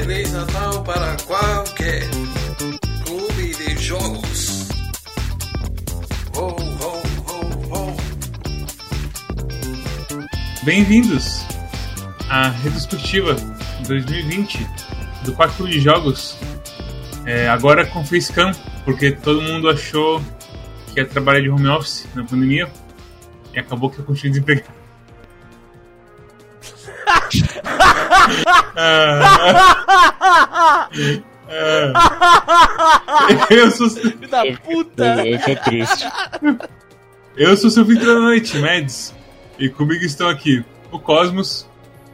Feliz Natal para qualquer clube de jogos. Ho, ho, ho, ho. Bem-vindos à retrospectiva 2020 do Quarto Clube de Jogos. Agora com facecam, porque todo mundo achou que ia trabalhar de home office na pandemia e acabou que eu continuei desempregado. Eu sou Filho da puta! Eu tô triste. Eu sou seu filho da noite, Mads. E comigo estão aqui o Cosmos,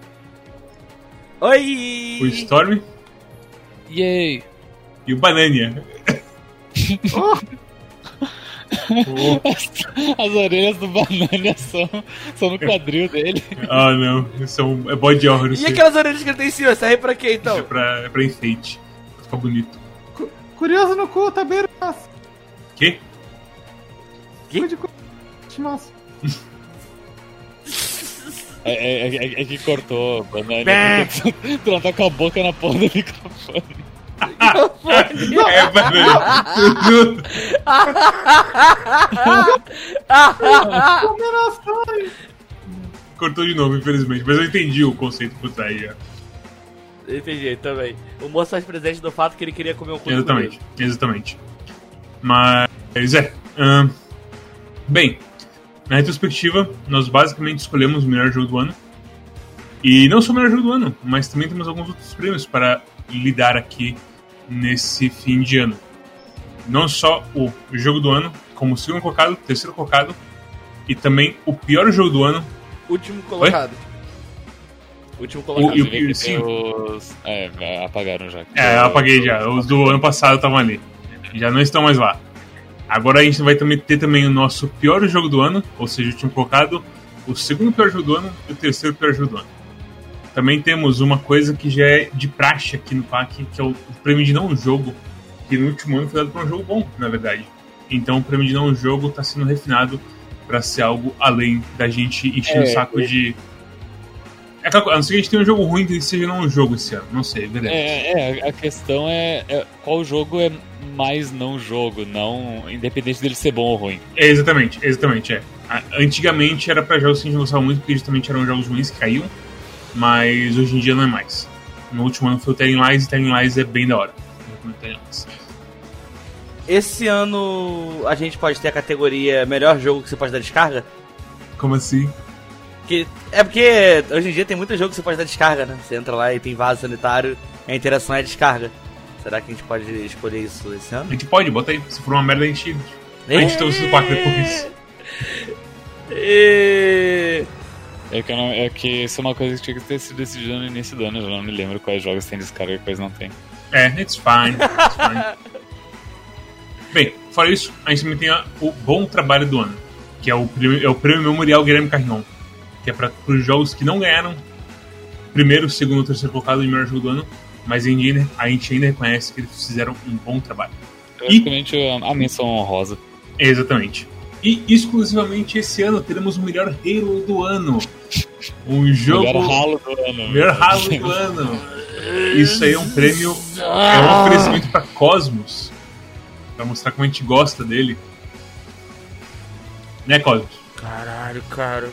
Oi! o Storm Yay! e o Banania. As orelhas do Banana são no quadril dele. Ah, não. Isso é bode horror. E aquelas orelhas que ele tem em cima, serve pra quê então? É pra enfeite. Pra ficar bonito. Curioso no cu, tá bem massa. Quê? Que? De cu, massa. É que cortou, Banana. Tu não tá com a boca na porra do microfone. Banania. Cortou de novo, infelizmente. Mas eu entendi o conceito por trás já. Entendi, também. O moço faz presente do fato que ele queria comer um cu. Exatamente. Mas bem, na retrospectiva, nós basicamente escolhemos o melhor jogo do ano. E não só o melhor jogo do ano, mas também temos alguns outros prêmios para lidar aqui nesse fim de ano. Não só o jogo do ano, como o segundo colocado, terceiro colocado, e também o pior jogo do ano. Último colocado. Último colocado. Sim. Apagaram já. Eu apaguei já. Os do ano passado estavam ali. Já não estão mais lá. Agora a gente vai ter também o nosso pior jogo do ano, ou seja, o último colocado, o segundo pior jogo do ano e o terceiro pior jogo do ano. Também temos uma coisa que já é de praxe aqui no PAC, que é o prêmio de não jogo, que no último ano foi dado para um jogo bom, na verdade. Então o prêmio de não jogo está sendo refinado para ser algo além da gente encher o saco de... A não ser que a gente tenha um jogo ruim que seja não um jogo esse ano, não sei, beleza. A questão é qual jogo é mais não jogo, não independente dele ser bom ou ruim. Exatamente. Antigamente era para jogos que a gente gostava muito, porque justamente eram jogos ruins que caíam, mas hoje em dia não é mais. No último ano foi o Telling Lies, e Telling Lies é bem da hora. Esse ano a gente pode ter a categoria melhor jogo que você pode dar descarga? Como assim? É porque hoje em dia tem muito jogo que você pode dar descarga, né? Você entra lá e tem vaso sanitário, a interação é descarga. Será que a gente pode escolher isso esse ano? A gente pode, bota aí. Se for uma merda, a gente trouxe o 4 depois. É que isso é uma coisa que tinha que ter sido decidida no início do ano. Eu já não me lembro quais jogos tem descarga e quais não tem. It's fine. Bem, fora isso, a gente também tem o bom trabalho do ano, que é o prêmio Memorial Guilherme Carrion, que é para os jogos que não ganharam primeiro, segundo ou terceiro colocado no melhor jogo do ano, mas a gente ainda reconhece que eles fizeram um bom trabalho. Basicamente a menção honrosa. Exatamente. E exclusivamente esse ano teremos o melhor Halo do ano. Um jogo... Melhor Halo do ano. Isso aí é um prêmio... É um oferecimento para Cosmos, pra mostrar como a gente gosta dele. Né, Cosmos? Caralho, cara.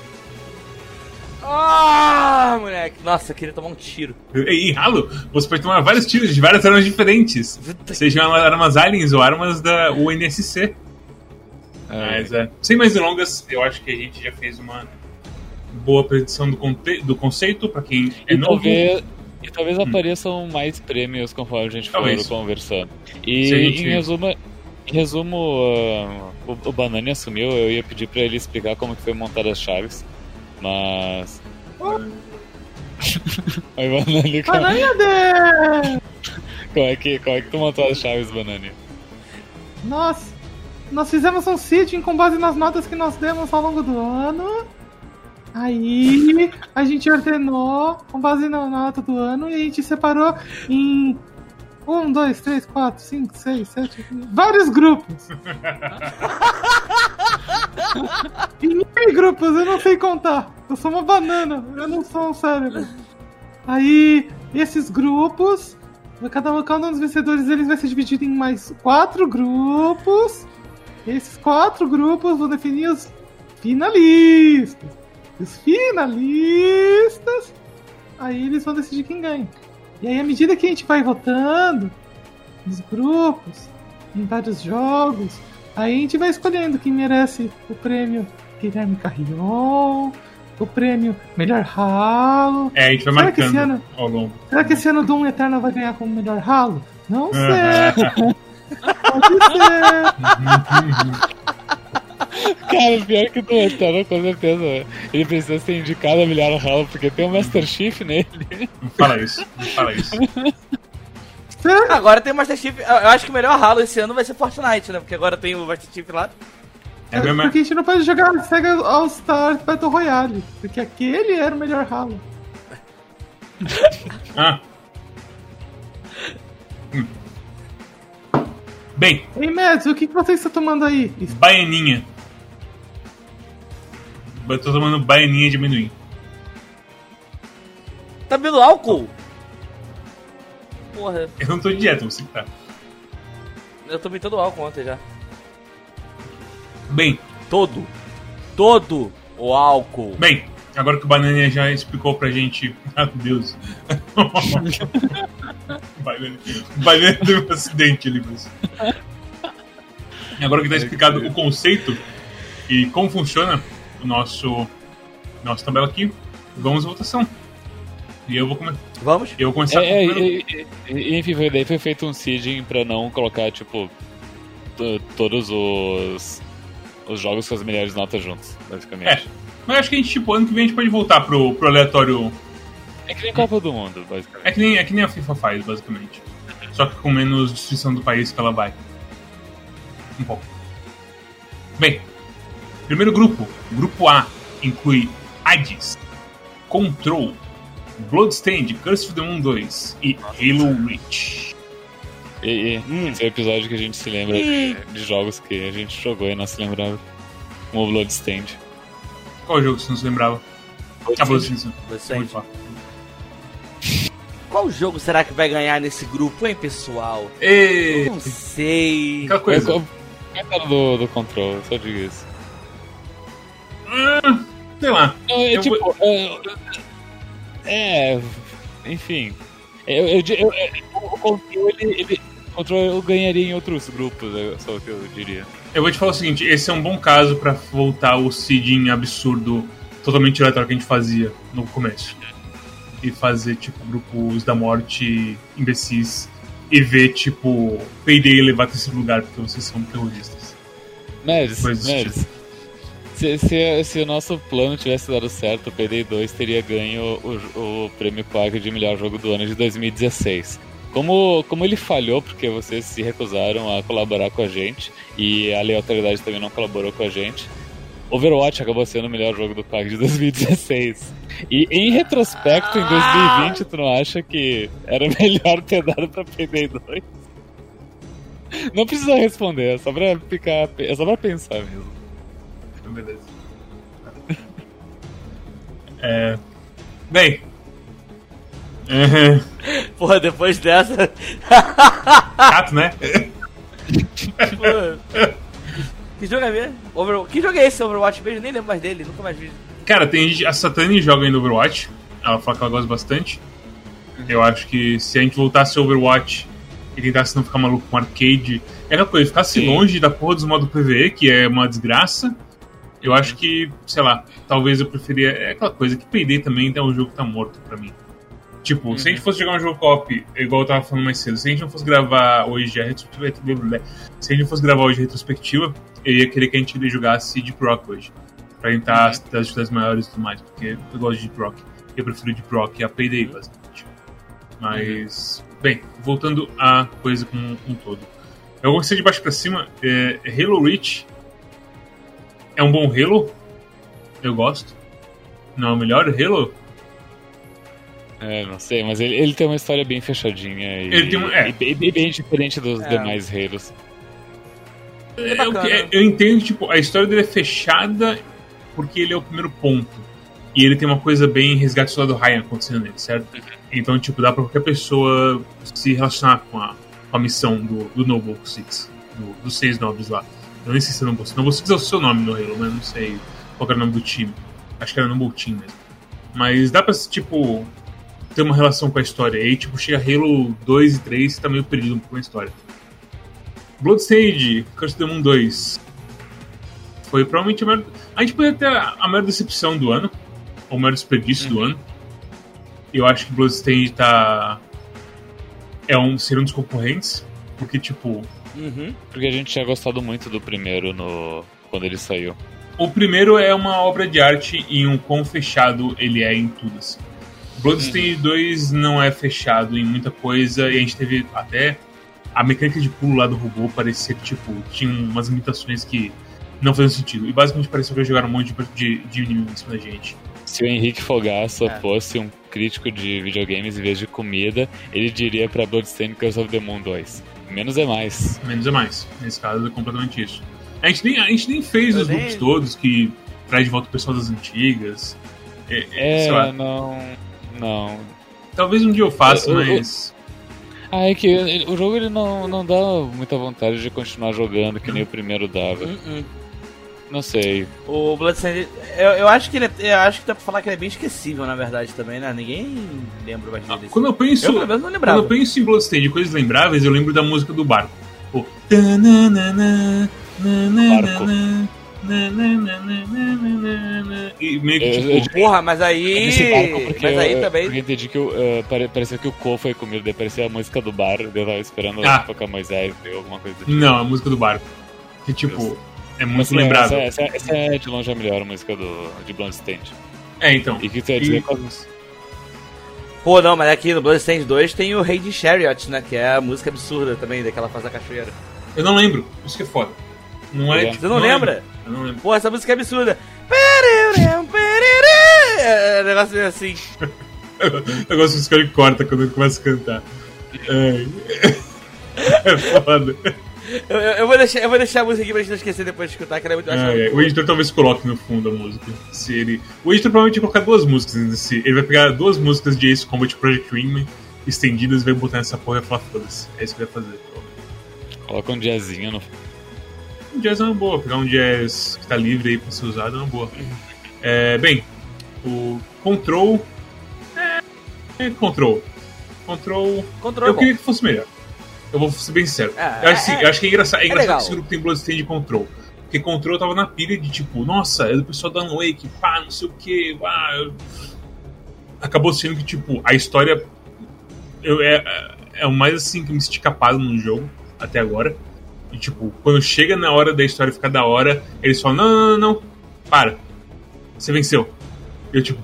Ah, moleque. Nossa, eu queria tomar um tiro. Em Halo, você pode tomar vários tiros de várias armas diferentes. Sejam armas aliens ou armas da UNSC. Mas, sem mais delongas, eu acho que a gente já fez uma boa apresentação do conceito pra quem é novo. E talvez apareçam mais prêmios conforme a gente for conversando. E gente... em resumo, o Banani assumiu, eu ia pedir pra ele explicar como que foi montada as chaves. Mas... Oi, Banani. Como é que tu montou as chaves, Banani? Nós fizemos um seeding com base nas notas que nós demos ao longo do ano. Aí a gente ordenou com base na nota do ano e a gente separou em 1, 2, 3, 4, 5, 6, 7, vários grupos. Em grupos, eu não sei contar. Eu sou uma banana, eu não sou um cérebro. Aí, esses grupos Cada um dos vencedores eles vai ser dividido em mais 4 grupos. Esses 4 grupos vão definir os finalistas. Os finalistas, aí eles vão decidir quem ganha. E aí, à medida que a gente vai votando nos grupos, em vários jogos, aí a gente vai escolhendo quem merece o prêmio Guilherme Carrion, o prêmio Melhor Ralo. A gente vai marcando ao longo. Será que esse ano o Doom Eternal vai ganhar como Melhor Ralo? Não sei. Pode ser. Cara, pior que o Doom Eternal, com certeza. Ele precisa ser indicado a melhor ralo, porque tem um Master Chief nele. Não fala isso. Agora tem o Master Chief. Eu acho que o melhor ralo esse ano vai ser Fortnite, né? Porque agora tem o Master Chief lá. Porque a gente não pode jogar Sega All-Star Battle Royale, porque aquele era o melhor ralo. Bem. Ei, Mads, o que você está tomando aí? Baianinha. Eu tô tomando baianinha de amendoim. Tá bebendo álcool? Porra. Eu não tô de dieta, você que tá. Eu tomei todo o álcool ontem já. Bem. Todo o álcool. Bem, agora que o Bananinha já explicou pra gente... Ah, meu Deus. O Bananinha teve um acidente ali, mas... Agora que tá explicado o conceito e como funciona o nosso tabela aqui, vamos à votação. E eu vou começar. Vamos? Eu vou começar Enfim, daí foi feito um seeding pra não colocar, tipo, todos os jogos com as melhores notas juntos, basicamente. Mas acho que a gente, tipo, ano que vem a gente pode voltar pro aleatório. É que nem Copa do Mundo, basicamente. É que nem a FIFA faz, basicamente. Só que com menos destruição do país que ela vai. Um pouco. Bem, primeiro grupo. Grupo A inclui Hades, Control, Bloodstained, Curse of the Moon 2 e Halo Reach. Esse é o episódio que a gente se lembra de jogos que a gente jogou e não se lembrava. Como o Bloodstained. Qual jogo você não se lembrava? Bloodstained. Qual jogo será que vai ganhar nesse grupo, hein, pessoal? Eu não sei. Aquela coisa. É a cara do Control, só digo isso. Sei lá. Enfim. O Control eu ganharia em outros grupos, é só o que eu diria. Eu vou te falar o seguinte, esse é um bom caso pra voltar o seeding absurdo, totalmente aleatório que a gente fazia no começo. E fazer, tipo, grupos da morte imbecis e ver, tipo, Payday levar terceiro lugar porque vocês são terroristas. Mas se o nosso plano tivesse dado certo, o Payday 2 teria ganho o prêmio Quack de melhor jogo do ano de 2016. Como ele falhou, porque vocês se recusaram a colaborar com a gente e a aleatoriedade também não colaborou com a gente, Overwatch acabou sendo o melhor jogo do Quack de 2016. E em retrospecto, em 2020, tu não acha que era melhor ter dado pra Payday 2? Não precisa responder, é só pra pensar mesmo. Beleza. Bem. Porra, depois dessa. Chato, né? Porra. Que jogo é mesmo? Que jogo é esse Overwatch mesmo? Nem lembro mais dele, nunca mais vi. Cara, tem gente. A Satani joga ainda Overwatch. Ela fala que ela gosta bastante. Eu acho que se a gente voltasse ao Overwatch e tentasse não ficar maluco com arcade, é aquela coisa, ficasse longe da porra dos modos PvE, que é uma desgraça. Eu acho que, sei lá, talvez eu preferia. É aquela coisa que Payday também é um jogo que tá morto pra mim. Tipo, se a gente fosse jogar um jogo co-op, igual eu tava falando mais cedo, se a gente não fosse gravar hoje a retrospectiva. Se a gente fosse gravar hoje a retrospectiva, eu ia querer que a gente jogasse Deep Rock hoje. Pra tentar as dificuldades maiores e tudo mais, porque eu gosto de Deep Rock. Eu prefiro Deep Rock a Payday, basicamente. Mas, bem, voltando à coisa como um todo. Eu gostei de baixo pra cima. Halo Reach é um bom Halo. Eu gosto. Não é o melhor Halo? Não sei, mas ele tem uma história bem fechadinha e bem diferente dos demais Halos. Eu entendo, tipo, a história dele é fechada porque ele é o primeiro ponto. E ele tem uma coisa bem Resgate do Soldado Ryan acontecendo nele, certo? Então, tipo, dá pra qualquer pessoa se relacionar com a missão do Noble Six, dos 6 nobres lá. Eu nem sei se é Noble Six. Noble Six é o seu nome no Halo, mas não sei qual era o nome do time. Acho que era Noble Team mesmo. Mas dá pra, tipo, ter uma relação com a história. E aí, tipo, chega Halo 2 e 3 e tá meio perdido um pouco na história. Bloodstained, Curse of the Moon 2. Foi provavelmente a gente poderia ter a maior decepção do ano. Ou o maior desperdício do ano. Eu acho que Bloodstained seria um dos concorrentes. Porque, tipo... Porque a gente tinha gostado muito do primeiro quando ele saiu. O primeiro é uma obra de arte e um quão fechado ele é em tudo, assim. Bloodstained 2 não é fechado em muita coisa. E a gente teve até... A mecânica de pulo lá do robô parecia que, tipo, tinha umas limitações que não faziam sentido. E basicamente parecia que eles jogaram um monte de inimigo em cima da gente. Se o Henrique Fogaça fosse um crítico de videogames em vez de comida, ele diria pra Bloodstained Curse of the Moon 2. Menos é mais. Menos é mais. Nesse caso é completamente isso. A gente nem fez os loops todos que traz de volta o pessoal das antigas. Sei lá. Não. Talvez um dia eu faça, mas... É que o jogo ele não dá muita vontade de continuar jogando, que nem o primeiro dava. Não sei. O Bloodstained, eu acho que eu acho que dá pra falar que ele é bem esquecível, na verdade, também, né? Ninguém lembra mais dele. Quando eu penso, pelo menos não lembrava. Quando eu penso em Bloodstained, coisas lembráveis, eu lembro da música do barco. O Barco. E meio que tipo... Porra, mas aí... Mas aí também... Porque eu entendi que parecia que o Cole foi comido, daí parecia a música do bar, eu tava esperando tocar Moisés ou alguma coisa do tipo. Não, a música do barco. Que tipo... É muito lembrável. Essa é de longe a melhor música de Bloodstained. Então. E o que você ia dizer com as... Pô, não, mas aqui no Bloodstained 2 tem o Rei de Chariot, né? Que é a música absurda também, daquela fase da cachoeira. Eu não lembro. Isso que é foda. Não é? Você não lembra? Eu não lembro. Pô, essa música é absurda. É um negócio meio assim. Eu gosto de que ele corta quando ele começa a cantar. É foda. Eu vou deixar a música aqui pra gente não esquecer depois de escutar, que ela é muito O editor talvez coloque no fundo a música. O editor provavelmente vai colocar 2 músicas. Ele vai pegar 2 músicas de Ace Combat Project Wingman estendidas e vai botar nessa porra e falar foda-se. É isso que vai fazer. Coloca um jazzinho no... Um jazz é uma boa. Pegar um jazz que tá livre aí pra ser usado é uma boa. Bem, o Control... Control eu queria que fosse melhor. Eu vou ser bem sincero. Eu acho que é engraçado que esse grupo tem Bloodstained e Control. Porque Control tava na pilha de tipo, nossa, é do pessoal da Alan Wake, pá, não sei o que, acabou sendo que, tipo, a história é o mais assim que me senti capado no jogo até agora. E tipo, quando chega na hora da história ficar da hora, eles falam, não, para. Você venceu. E eu tipo.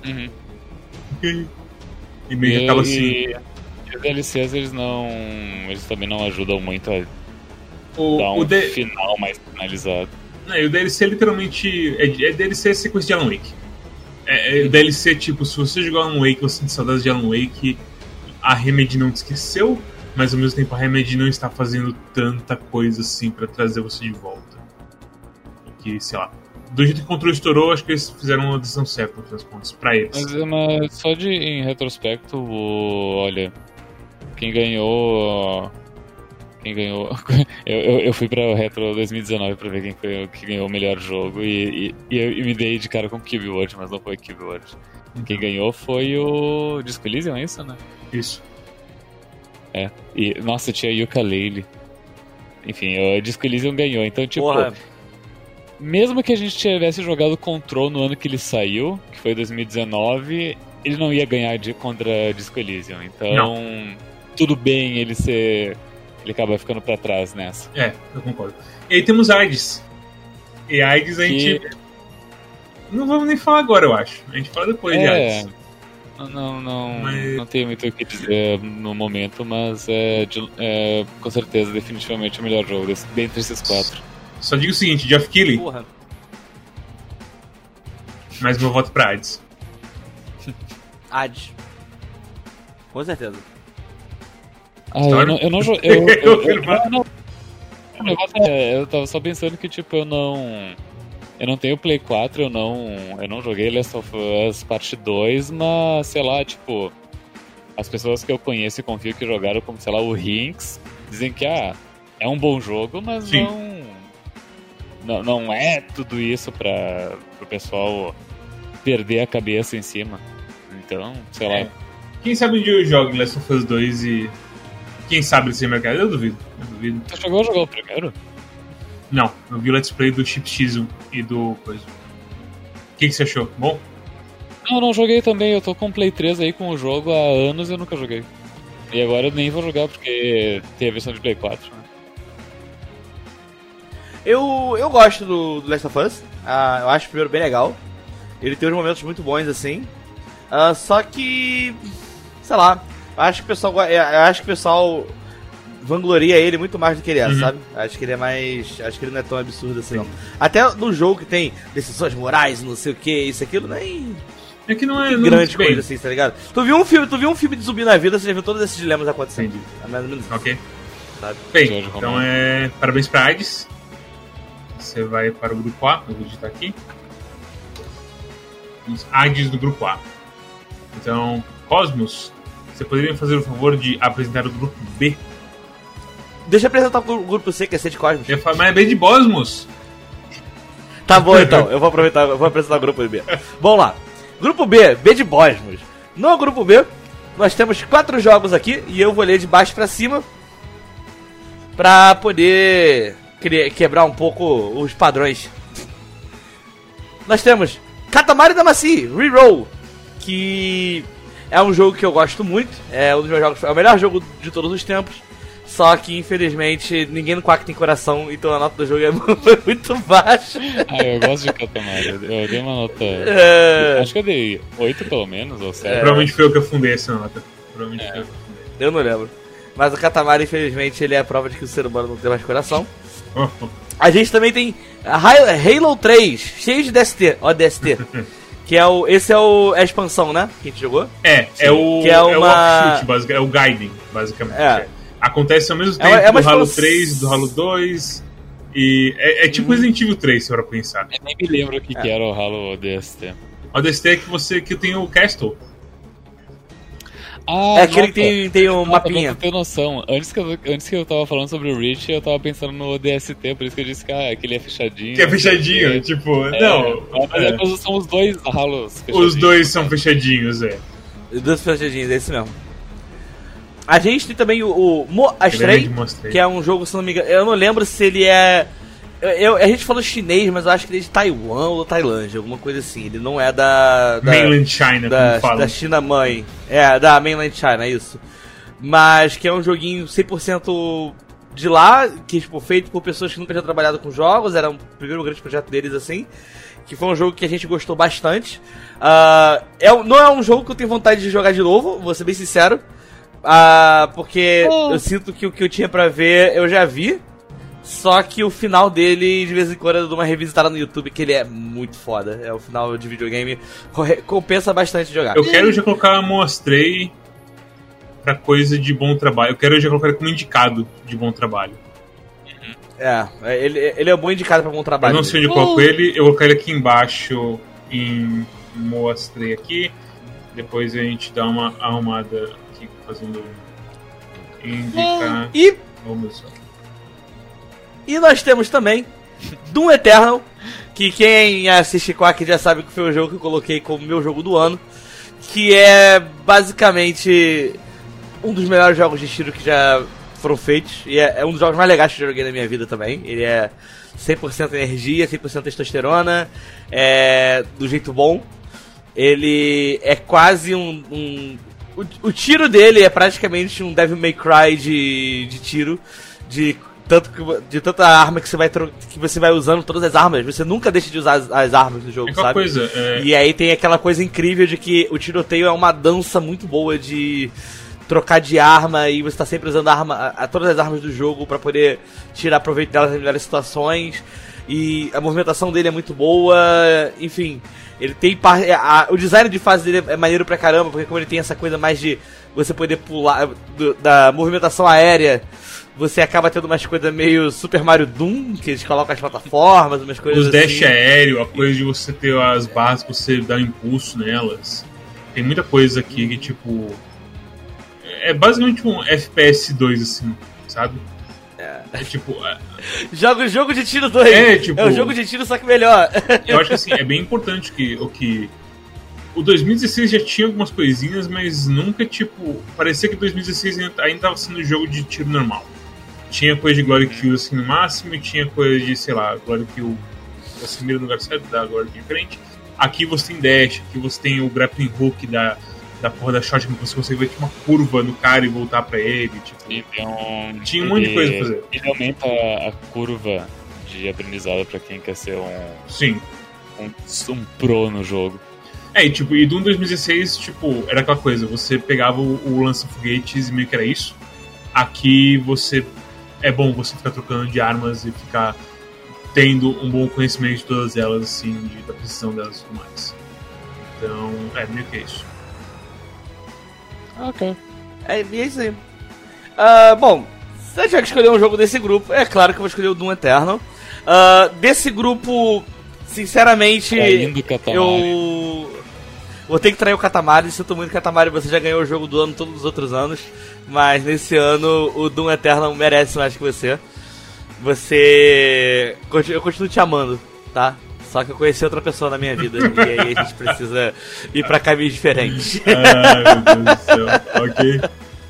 E meio que acaba assim. Os DLCs eles também não ajudam muito a dar um final mais finalizado. Não, e o DLC literalmente é DLC sequência de Alan Wake. O DLC, tipo, se você jogar Alan Wake ou sente saudades de Alan Wake, a Remedy não te esqueceu, mas ao mesmo tempo a Remedy não está fazendo tanta coisa assim pra trazer você de volta. Porque, sei lá, do jeito que o Control estourou, acho que eles fizeram uma decisão certa, no fim das contas, pra eles. Mas só em retrospecto, olha, quem ganhou... eu fui pra Retro 2019 pra ver quem foi que ganhou o melhor jogo e me dei de cara com Cube World, mas não foi Cube World. Quem ganhou foi o Disco Elysium, é isso, né? Isso. E, nossa, tinha Yooka-Laylee. Enfim, o Disco Elysium ganhou, então tipo... Porra. Mesmo que a gente tivesse jogado Control no ano que ele saiu, que foi 2019, ele não ia ganhar contra Disco Elysium. Então, tudo bem ele acaba ficando pra trás nessa. Eu concordo. E aí temos AIDS. E AIDS a gente... Não vamos nem falar agora, eu acho. A gente fala depois de AIDS. Não tenho muito o que dizer no momento, mas com certeza, definitivamente o melhor jogo dentre esses 4. Só digo o seguinte, Geoff Keighley. Porra. Mas meu voto pra Hades. Hades. Com certeza. Eu não joguei. Eu tava só pensando que, tipo, eu não Eu não tenho Play 4, eu não joguei Last of Us Parte 2, mas, sei lá, tipo, as pessoas que eu conheço e confio que jogaram, como, sei lá, o Rinks, dizem que, é um bom jogo, mas não é tudo isso pro pessoal perder a cabeça em cima. Então, sei lá. Quem sabe um dia eu jogo Last of Us 2 e... Quem sabe esse mercado? Eu duvido. Tu chegou a jogar o primeiro? Não, eu vi o Let's Play do Chip Chisholm e do coisa. O que você achou? Bom? Não joguei também. Eu tô com o Play 3 aí com o jogo há anos e eu nunca joguei. E agora eu nem vou jogar porque tem a versão de Play 4. Né? Eu gosto do Last of Us. Eu acho o primeiro bem legal. Ele tem uns momentos muito bons assim. Só que... Sei lá. Eu acho que o pessoal vangloria ele muito mais do que ele é, sabe? Acho que ele é mais... Acho que ele não é tão absurdo assim, não. Até no jogo que tem decisões morais, não sei o que, isso, aquilo, nem... É que não é grande coisa assim, tá ligado? Tu viu um filme de zumbi na vida, você já viu todos esses dilemas acontecendo. Entendi. É mais ou menos isso. Ok. Sabe? Bem, então parabéns pra Hades. Você vai para o grupo A, eu vou digitar aqui. Os Hades do grupo A. Então, Cosmos, você poderia fazer o favor de apresentar o grupo B? Deixa eu apresentar o grupo C, que é C de Cosmos. Eu ia falar, mas é B de Bosmos. Tá bom então, eu vou apresentar o grupo B. Vamos lá. Grupo B, B de Bosmos. No grupo B, nós temos 4 jogos aqui e eu vou ler de baixo pra cima pra poder quebrar um pouco os padrões. Nós temos Katamari Damacy Reroll, que é um jogo que eu gosto muito, é um dos meus jogos, é o melhor jogo de todos os tempos. Só que, infelizmente, ninguém no Quack tem coração, então a nota do jogo é muito baixa. Eu gosto de Katamari. Eu dei uma nota... Acho que eu dei 8 pelo menos, ou 7. Provavelmente foi eu que afundei essa nota. Eu não lembro. Mas o Katamari, infelizmente, ele é a prova de que o ser humano não tem mais coração. A gente também tem Halo 3, cheio de DST, DST. Que é a expansão, né? Que a gente jogou. É o offshoot, basicamente, é o Gaiden, basicamente. Acontece ao mesmo tempo do Halo 3, do Halo 2. E é tipo Resident Evil 3, se for pensar. Eu nem me lembro o que era o Halo DST. O DST é que tem o Castle. É aquele que tem um mapinha. Pra ter noção, antes que eu tava falando sobre o Reach, eu tava pensando no DST, por isso que eu disse que ele é fechadinho. Que é fechadinho, tipo, não. Mas são os dois Halos fechadinhos. Os dois são fechadinhos, Os dois fechadinhos, é esse mesmo. A gente tem também o Moastrei, que é um jogo, se não me engano, eu não lembro se ele é... a gente falou chinês, mas eu acho que ele é de Taiwan ou Tailândia, alguma coisa assim. Ele não é da Mainland China, como falam. Da China mãe. Da Mainland China, isso. Mas que é um joguinho 100% de lá, que tipo, feito por pessoas que nunca tinham trabalhado com jogos. Era o primeiro grande projeto deles, assim. Que foi um jogo que a gente gostou bastante. Não é um jogo que eu tenho vontade de jogar de novo, vou ser bem sincero. Porque eu sinto que o que eu tinha pra ver, eu já vi. Só que o final dele, de vez em quando, eu dou uma revisitada no YouTube, que ele é muito foda. É o final de videogame, compensa bastante jogar. Eu quero já colocar Moastrei pra coisa de bom trabalho. Eu quero já colocar ele como indicado de bom trabalho. Ele é bom indicado pra bom trabalho. Eu não sei onde eu coloco ele, eu vou colocar ele aqui embaixo em Moastrei aqui. Depois a gente dá uma arrumada aqui, fazendo indicar... E nós temos também Doom Eternal, que quem assiste Quack já sabe que foi o jogo que eu coloquei como meu jogo do ano, que é basicamente um dos melhores jogos de tiro que já foram feitos, e é um dos jogos mais legais que eu joguei na minha vida também. Ele é 100% energia, 100% testosterona, do jeito bom. Ele é quase o tiro dele é praticamente um Devil May Cry de tiro, de tanta arma que você vai usando, todas as armas, você nunca deixa de usar as armas no jogo, sabe? E aí tem aquela coisa incrível de que o tiroteio é uma dança muito boa de trocar de arma, e você tá sempre usando todas as armas do jogo pra poder tirar proveito delas em melhores situações. e a movimentação dele é muito boa, enfim, ele tem o design de fase dele é maneiro pra caramba, porque como ele tem essa coisa mais de você poder pular, da movimentação aérea, você acaba tendo umas coisas meio Super Mario Doom, que eles colocam as plataformas, umas coisas os assim. dash aéreo, a coisa de você ter as barras que você dá impulso nelas. Tem muita coisa aqui que, tipo... É basicamente um FPS 2, assim, sabe? É tipo... Jogo de tiro 2. Tipo... É um jogo de tiro, só que melhor. Eu acho que, assim, é bem importante que o 2016 já tinha algumas coisinhas, mas nunca, tipo... Parecia que 2016 ainda tava sendo jogo de tiro normal. Tinha coisa de Glory Kill, assim, no máximo, e tinha coisa de, sei lá, Glory Kill... Você mira no lugar certo, dá Glory Kill diferente. Aqui você tem dash, aqui você tem o grappling hook da porra da shotgun, que você consegue ver tipo, uma curva no cara e voltar pra ele. Tipo, então, tinha um monte de coisa pra fazer. Ele aumenta a curva de aprendizado pra quem quer ser Sim. um pro no jogo. E tipo, e Doom 2016, tipo, era aquela coisa, você pegava o lança-foguetes e meio que era isso. Aqui você... É bom você ficar trocando de armas e ficar tendo um bom conhecimento de todas elas, assim, da precisão delas e tudo mais. Então, meio que é isso. Ok. É isso aí. Bom, se eu tiver que escolher um jogo desse grupo, é claro que eu vou escolher o Doom Eternal. Desse grupo, sinceramente, eu vou ter que trair o Katamari. Sinto muito, Katamari, você já ganhou o jogo do ano todos os outros anos, mas nesse ano o Doom Eternal merece mais que você. Eu continuo te amando, tá? Só que eu conheci outra pessoa na minha vida e aí a gente precisa ir pra caminhos diferentes. Meu Deus do céu. Ok.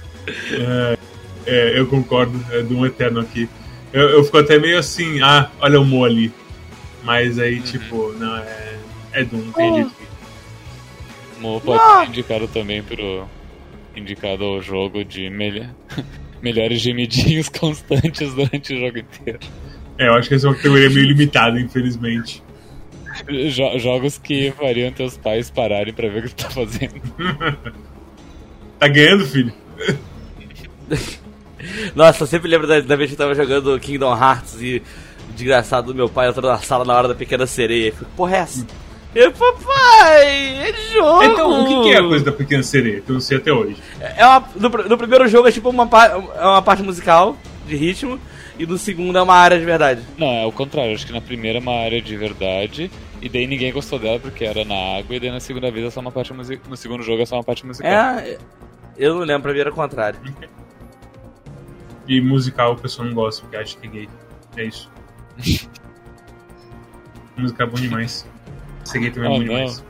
Eu concordo, é Doom Eternal aqui. Eu fico até meio assim, olha o Mo ali. Mas aí, tipo, não, é Doom, não tem jeito. Mo pode ser indicado também indicado ao jogo de melhores gemidinhos constantes durante o jogo inteiro. Eu acho que essa é uma categoria meio limitada, infelizmente. Jogos que fariam teus pais pararem pra ver o que tu tá fazendo. Tá ganhando, filho? Nossa, eu sempre lembro da vez que eu tava jogando Kingdom Hearts e o desgraçado do meu pai entrou na sala na hora da Pequena Sereia. Eu falei, porra, é essa? Eu, papai, é jogo! Então, o que é a coisa da Pequena Sereia? Que eu não sei até hoje. No primeiro jogo é tipo uma parte musical, de ritmo, e no segundo é uma área de verdade. Não, é o contrário. Acho que na primeira é uma área de verdade, e daí ninguém gostou dela porque era na água, e daí na segunda vez é só uma parte musical. No segundo jogo é só uma parte musical. Eu não lembro, pra mim era o contrário. E musical o pessoal não gosta, porque acha que é gay. É isso. Música é bom demais. Ser gay também é bom demais.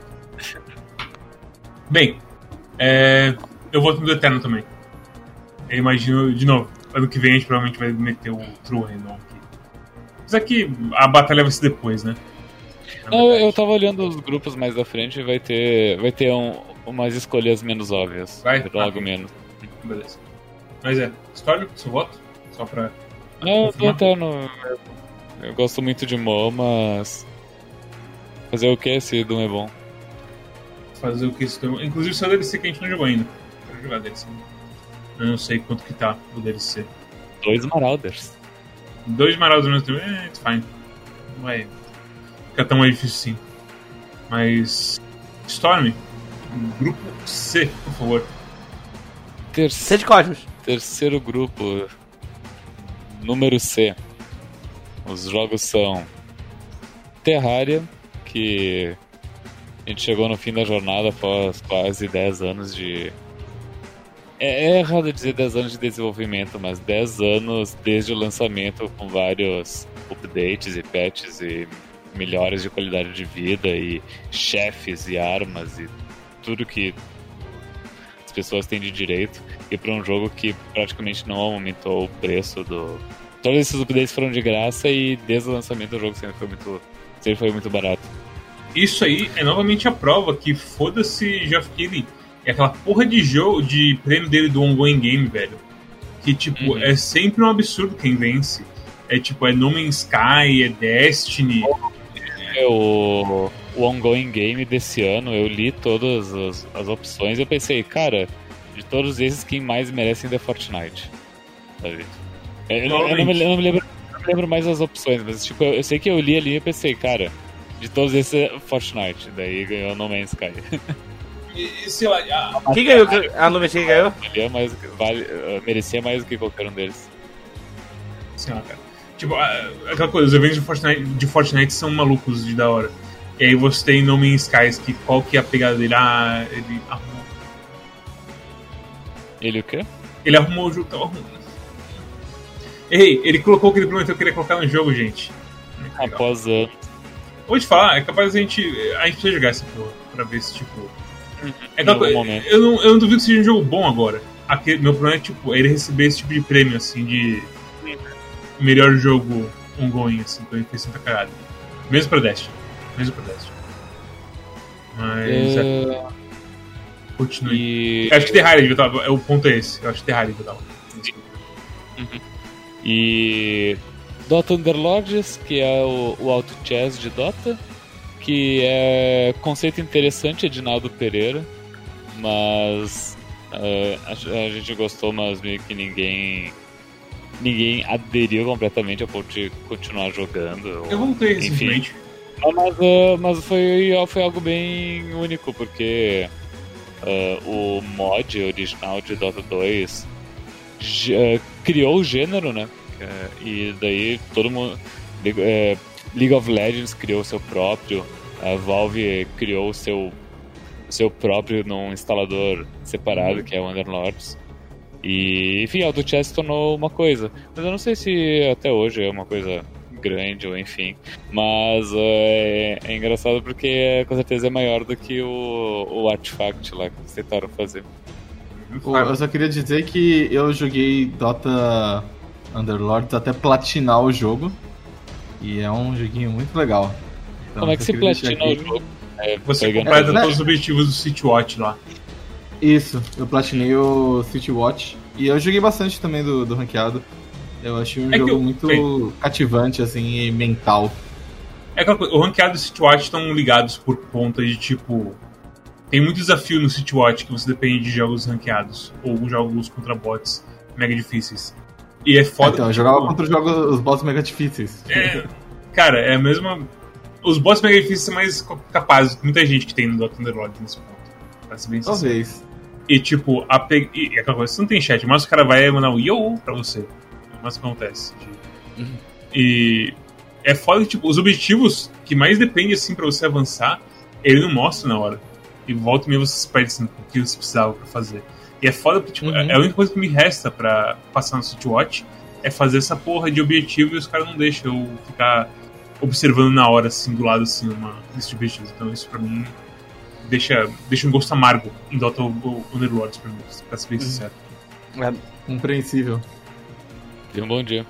Bem, eu vou no Eterno também. Eu imagino, de novo, ano que vem a gente provavelmente vai meter o True Random aqui. Mas aqui a batalha vai ser depois, né? Eu tava olhando os grupos mais da frente e vai ter umas escolhas menos óbvias. Vai? Logo menos. Beleza. Mas escolhe o seu voto? Só pra... Do Eterno. Eu gosto muito de Mo, mas... Fazer o que esse Doom é bom? Fazer o que esse Doom... Inclusive só o DLC que a gente não jogou ainda. Quero jogar DLC. Eu não sei quanto que tá o DLC. 2 Marauders. 2 Marauders no tempo, it's fine. Não vai ficar tão mais difícil assim. Mas... Storm, grupo C, por favor. C de Cosmos. Terceiro grupo, número C. Os jogos são Terraria, que a gente chegou no fim da jornada após quase 10 anos de... É errado dizer 10 anos de desenvolvimento, mas 10 anos desde o lançamento, com vários updates e patches e melhores de qualidade de vida e chefes e armas e tudo que as pessoas têm de direito. E para um jogo que praticamente não aumentou o preço do... Todos esses updates foram de graça e desde o lançamento do jogo sempre foi muito barato. Isso aí é novamente a prova que foda-se Geoff Keighley. É aquela porra de jogo, de prêmio dele do Ongoing Game, velho. Que, tipo, é sempre um absurdo quem vence. É tipo, é No Man's Sky, é Destiny. O Ongoing Game desse ano, eu li todas as opções e eu pensei, cara, de todos esses, quem mais merece ainda é Fortnite. Sabe? Eu não me lembro não lembro mais as opções, mas tipo, eu sei que eu li ali e pensei, cara, de todos esses é Fortnite, daí ganhou No Man's Sky. E sei lá, Quem ganhou? A Lumen quem ganhou? Merecia mais do que qualquer um deles. sei lá, cara. Tipo, aquela coisa, os eventos de Fortnite são malucos de da hora. E aí você tem No Man's Skies, que qual que é a pegada dele? Ele arrumou. Ele o quê? Ele arrumou o jogo, tava arrumando. Ei, ele colocou o que ele prometeu que ele ia colocar no jogo, gente. Após anos. Vou te falar, é capaz a gente precisa jogar essa porra, pra ver se, tipo... É aquela coisa, momento. eu não duvido que seja um jogo bom agora. Meu problema é, tipo, ele receber esse tipo de prêmio, assim, de... melhor jogo ongoing, assim, quando ele fez tanta cagada. Mesmo pra Destiny. Mas... continue. Eu acho que Terraria devia estar... O ponto é esse. Eu acho que Terraria devia estar... E Dota Underlords, que é o Auto Chess de Dota, que é conceito interessante, é de Naldo Pereira, mas a gente gostou, mas meio que ninguém aderiu completamente a ponto de continuar jogando. Eu voltei recentemente. Mas foi algo bem único, porque o mod original de Dota 2 criou o gênero, né? E daí todo mundo... League of Legends criou o seu próprio, a Valve criou o seu próprio num instalador separado, que é o Underlords. E, enfim, Auto Chess se tornou uma coisa. Mas eu não sei se até hoje é uma coisa grande, ou enfim. Mas é engraçado porque com certeza é maior do que o Artifact lá que eles tentaram fazer. Eu só queria dizer que eu joguei Dota Underlords até platinar o jogo. E é um joguinho muito legal. Então, como é que se platina o jogo? Você completa todos os objetivos do City Watch lá. Isso, eu platinei o City Watch. E eu joguei bastante também do ranqueado. Eu achei um jogo muito cativante, assim, e mental. É aquela coisa, o ranqueado e o City Watch estão ligados por conta de, tipo... Tem muito desafio no City Watch que você depende de jogos ranqueados. Ou jogos contra bots mega difíceis. E é foda. Então, eu jogava contra os bots mega difíceis. Cara, é a mesma... Os bots mega difíceis são mais capazes que muita gente que tem no Dota Underlords nesse ponto. Pra ser bem sincero. Talvez. E tipo, e aquela coisa, você não tem chat, mas o cara vai mandar um yo pra você. Mas acontece. E é foda que, tipo, os objetivos que mais dependem, assim, pra você avançar, ele não mostra na hora. E volta e meia você se perde, assim, o que você precisava pra fazer. E é foda porque, tipo, a única coisa que me resta pra passar no City Watch é fazer essa porra de objetivo e os caras não deixam eu ficar observando na hora, assim, do lado, assim, uma lista de objetivos. Então isso pra mim deixa um gosto amargo em Dota Underlords pra mim, pra ser bem sincero. Compreensível. Um bom dia.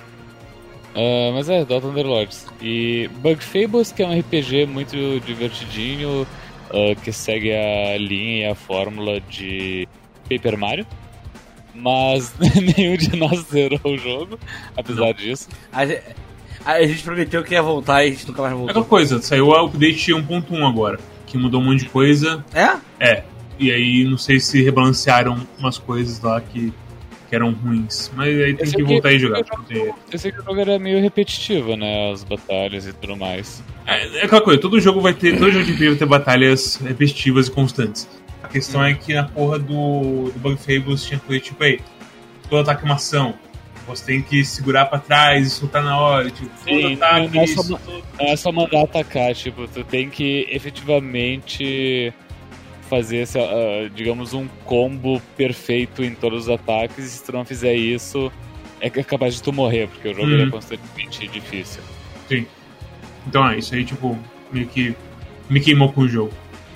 Mas Dota Underlords. E Bug Fables, que é um RPG muito divertidinho, que segue a linha e a fórmula de Paper Mario. Mas nenhum de nós zerou o jogo, apesar disso. A gente prometeu que ia voltar e a gente nunca mais voltou. É aquela coisa, saiu o update 1.1 agora, que mudou um monte de coisa. É? E aí não sei se rebalancearam umas coisas lá que eram ruins. Mas aí tem que voltar e jogar. Eu sei que o jogo era meio repetitivo, né? As batalhas e tudo mais. É aquela coisa, todo jogo de RPG vai ter batalhas repetitivas e constantes. A questão é que na porra do Bug Fables tinha coisa tipo, todo ataque é uma ação. Você tem que segurar pra trás e soltar na hora. Tipo, todo ataque não é só mandar atacar, tipo, tu tem que efetivamente fazer, digamos, um combo perfeito em todos os ataques, e se tu não fizer isso, é capaz de tu morrer, porque o jogo é constantemente difícil. Sim. Então isso aí, tipo, meio que me queimou com o jogo.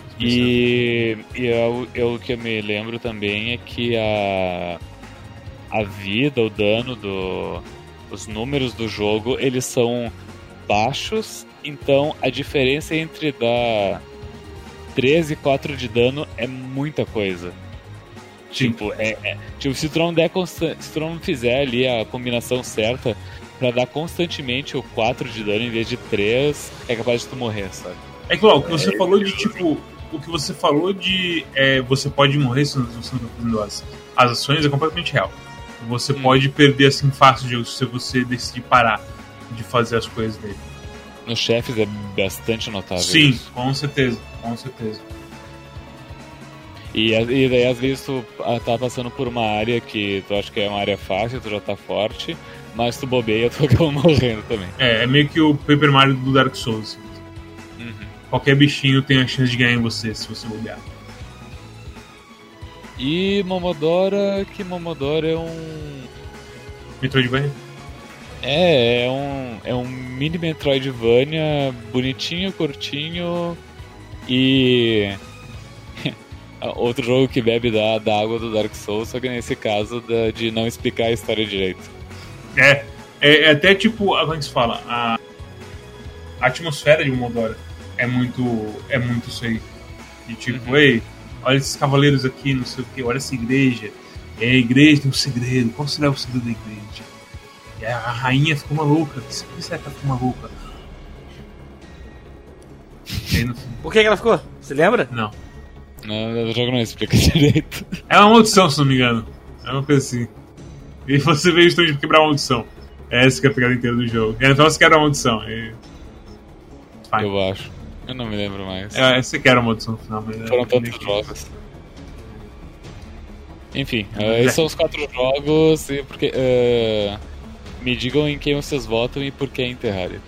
E o que eu me lembro também é que a vida, o dano, os números do jogo, eles são baixos, então a diferença entre dar 3 e 4 de dano é muita coisa. Tipo, tipo, se tu não fizer ali a combinação certa pra dar constantemente o 4 de dano em vez de 3, é capaz de tu morrer, sabe? É que, o que você falou de, tipo... O que você falou de você pode morrer se você não tá fazendo as ações é completamente real. você pode perder assim fácil o jogo se você decidir parar de fazer as coisas dele. Nos chefes é bastante notável. Sim, isso. com certeza, com certeza. E daí às vezes tu tá passando por uma área que tu acha que é uma área fácil, tu já tá forte, mas tu bobeia, tu acaba morrendo também. É meio que o Paper Mario do Dark Souls. Uhum. Qualquer bichinho tem a chance de ganhar em você se você bobear. E Momodora é um... Metroidvania? É um mini Metroidvania bonitinho, curtinho e... outro jogo que bebe da água do Dark Souls, só que nesse caso de não explicar a história direito. É até tipo, como é que se fala? A atmosfera de Momodora é muito isso aí. E tipo, ei, olha esses cavaleiros aqui, não sei o que, olha essa igreja. E a igreja tem um segredo. Qual será o segredo da igreja? E a rainha ficou maluca. Por que será que ela ficou maluca? E aí, no fim, Por que ela ficou? Você lembra? não. Não, o jogo não explica direito. É uma maldição, se não me engano. É uma coisa assim. E você veio justamente pra quebrar a maldição. Essa que é a pegada inteira do jogo. E então você quer a maldição. E... Fine. Eu acho. Eu não me lembro mais. Você quer a maldição no final. Mas Foram tantos jogos. Enfim, esses são os 4 jogos. Porque, me digam em quem vocês votam e por que em Terraria.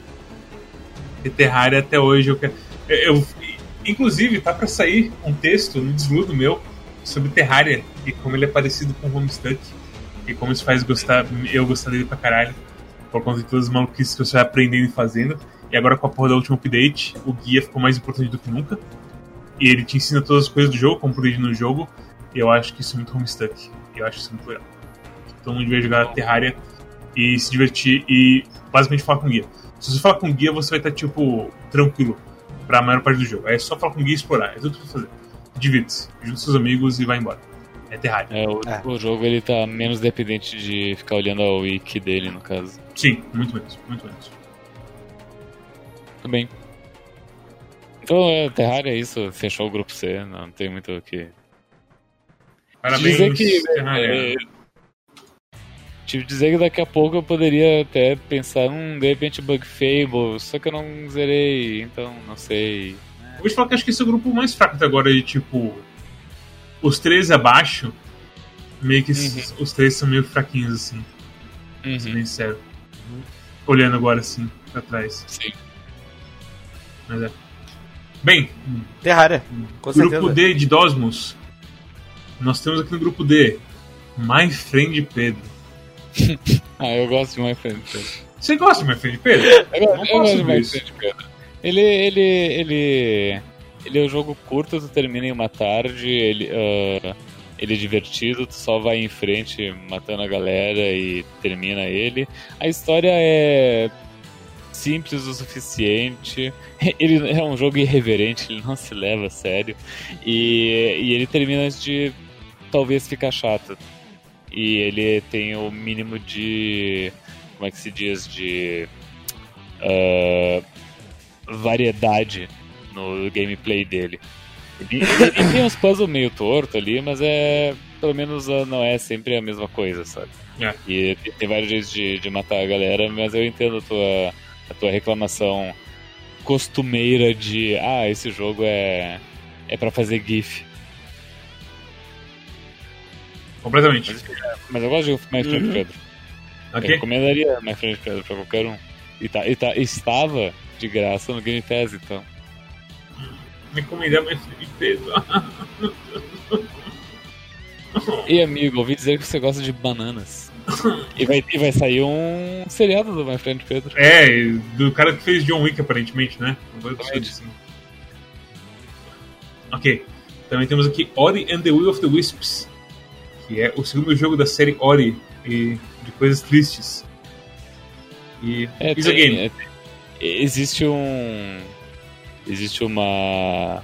E Terraria até hoje eu quero. Inclusive, tá pra sair um texto no Desludo meu sobre Terraria e como ele é parecido com o Homestuck e como isso faz eu gostar dele pra caralho por conta de todas as maluquices que você vai aprendendo e fazendo. E agora com a porra da última update, o guia ficou mais importante do que nunca e ele te ensina todas as coisas do jogo, como progredir no jogo. E eu acho que isso é muito Homestuck. Eu acho isso muito legal. Todo mundo devia jogar Terraria e se divertir e basicamente falar com o guia. Se você falar com o guia, você vai estar tipo tranquilo pra maior parte do jogo. É só falar com o guia e explorar. É tudo que você fazer. Divirta-se, junta seus amigos e vai embora. É Terraria. O jogo ele tá menos dependente de ficar olhando a wiki dele, no caso. Sim, muito menos, muito menos. Tudo bem. Então, Terraria é isso. Fechou o grupo C. Não tem muito o que... Parabéns, Terraria. Tive que dizer que daqui a pouco eu poderia até pensar de repente Bug Fable, só que eu não zerei, então não sei. Eu vou te falar que acho que esse é o grupo mais fraco até agora, de tipo, os 3 abaixo, meio que os 3 são meio fraquinhos assim, pra ser bem sério. Olhando agora assim, pra trás. Sim. Mas bem, Terraria, com certeza. grupo D de Dosmos, nós temos aqui no grupo D, My Friend Pedro. Eu gosto de My Friend Pedro. Você gosta de My Friend Pedro? Eu gosto de My Friend Pedro. Ele é um jogo curto, tu termina em uma tarde, ele é divertido, tu só vai em frente matando a galera e termina ele. A história é simples o suficiente, ele é um jogo irreverente, ele não se leva a sério, e ele termina antes de talvez ficar chato. E ele tem o mínimo de... como é que se diz? De... variedade no gameplay dele. Ele tem uns puzzles meio torto ali, mas pelo menos não é sempre a mesma coisa, sabe? E tem vários jeitos de matar a galera, mas eu entendo a tua reclamação costumeira de esse jogo é pra fazer GIF. Completamente. Mas eu gosto de My Friend Pedro. Okay. Eu recomendaria My Friend Pedro pra qualquer um. Estava de graça no Game Pass, então. Recomendar My Friend Pedro. E amigo, ouvi dizer que você gosta de bananas. E vai sair um seriado do My Friend Pedro. Do cara que fez John Wick, aparentemente, né? Assim. Ok. Também temos aqui Ori and the Will of the Wisps, que é o segundo jogo da série Ori e de coisas tristes. E existe uma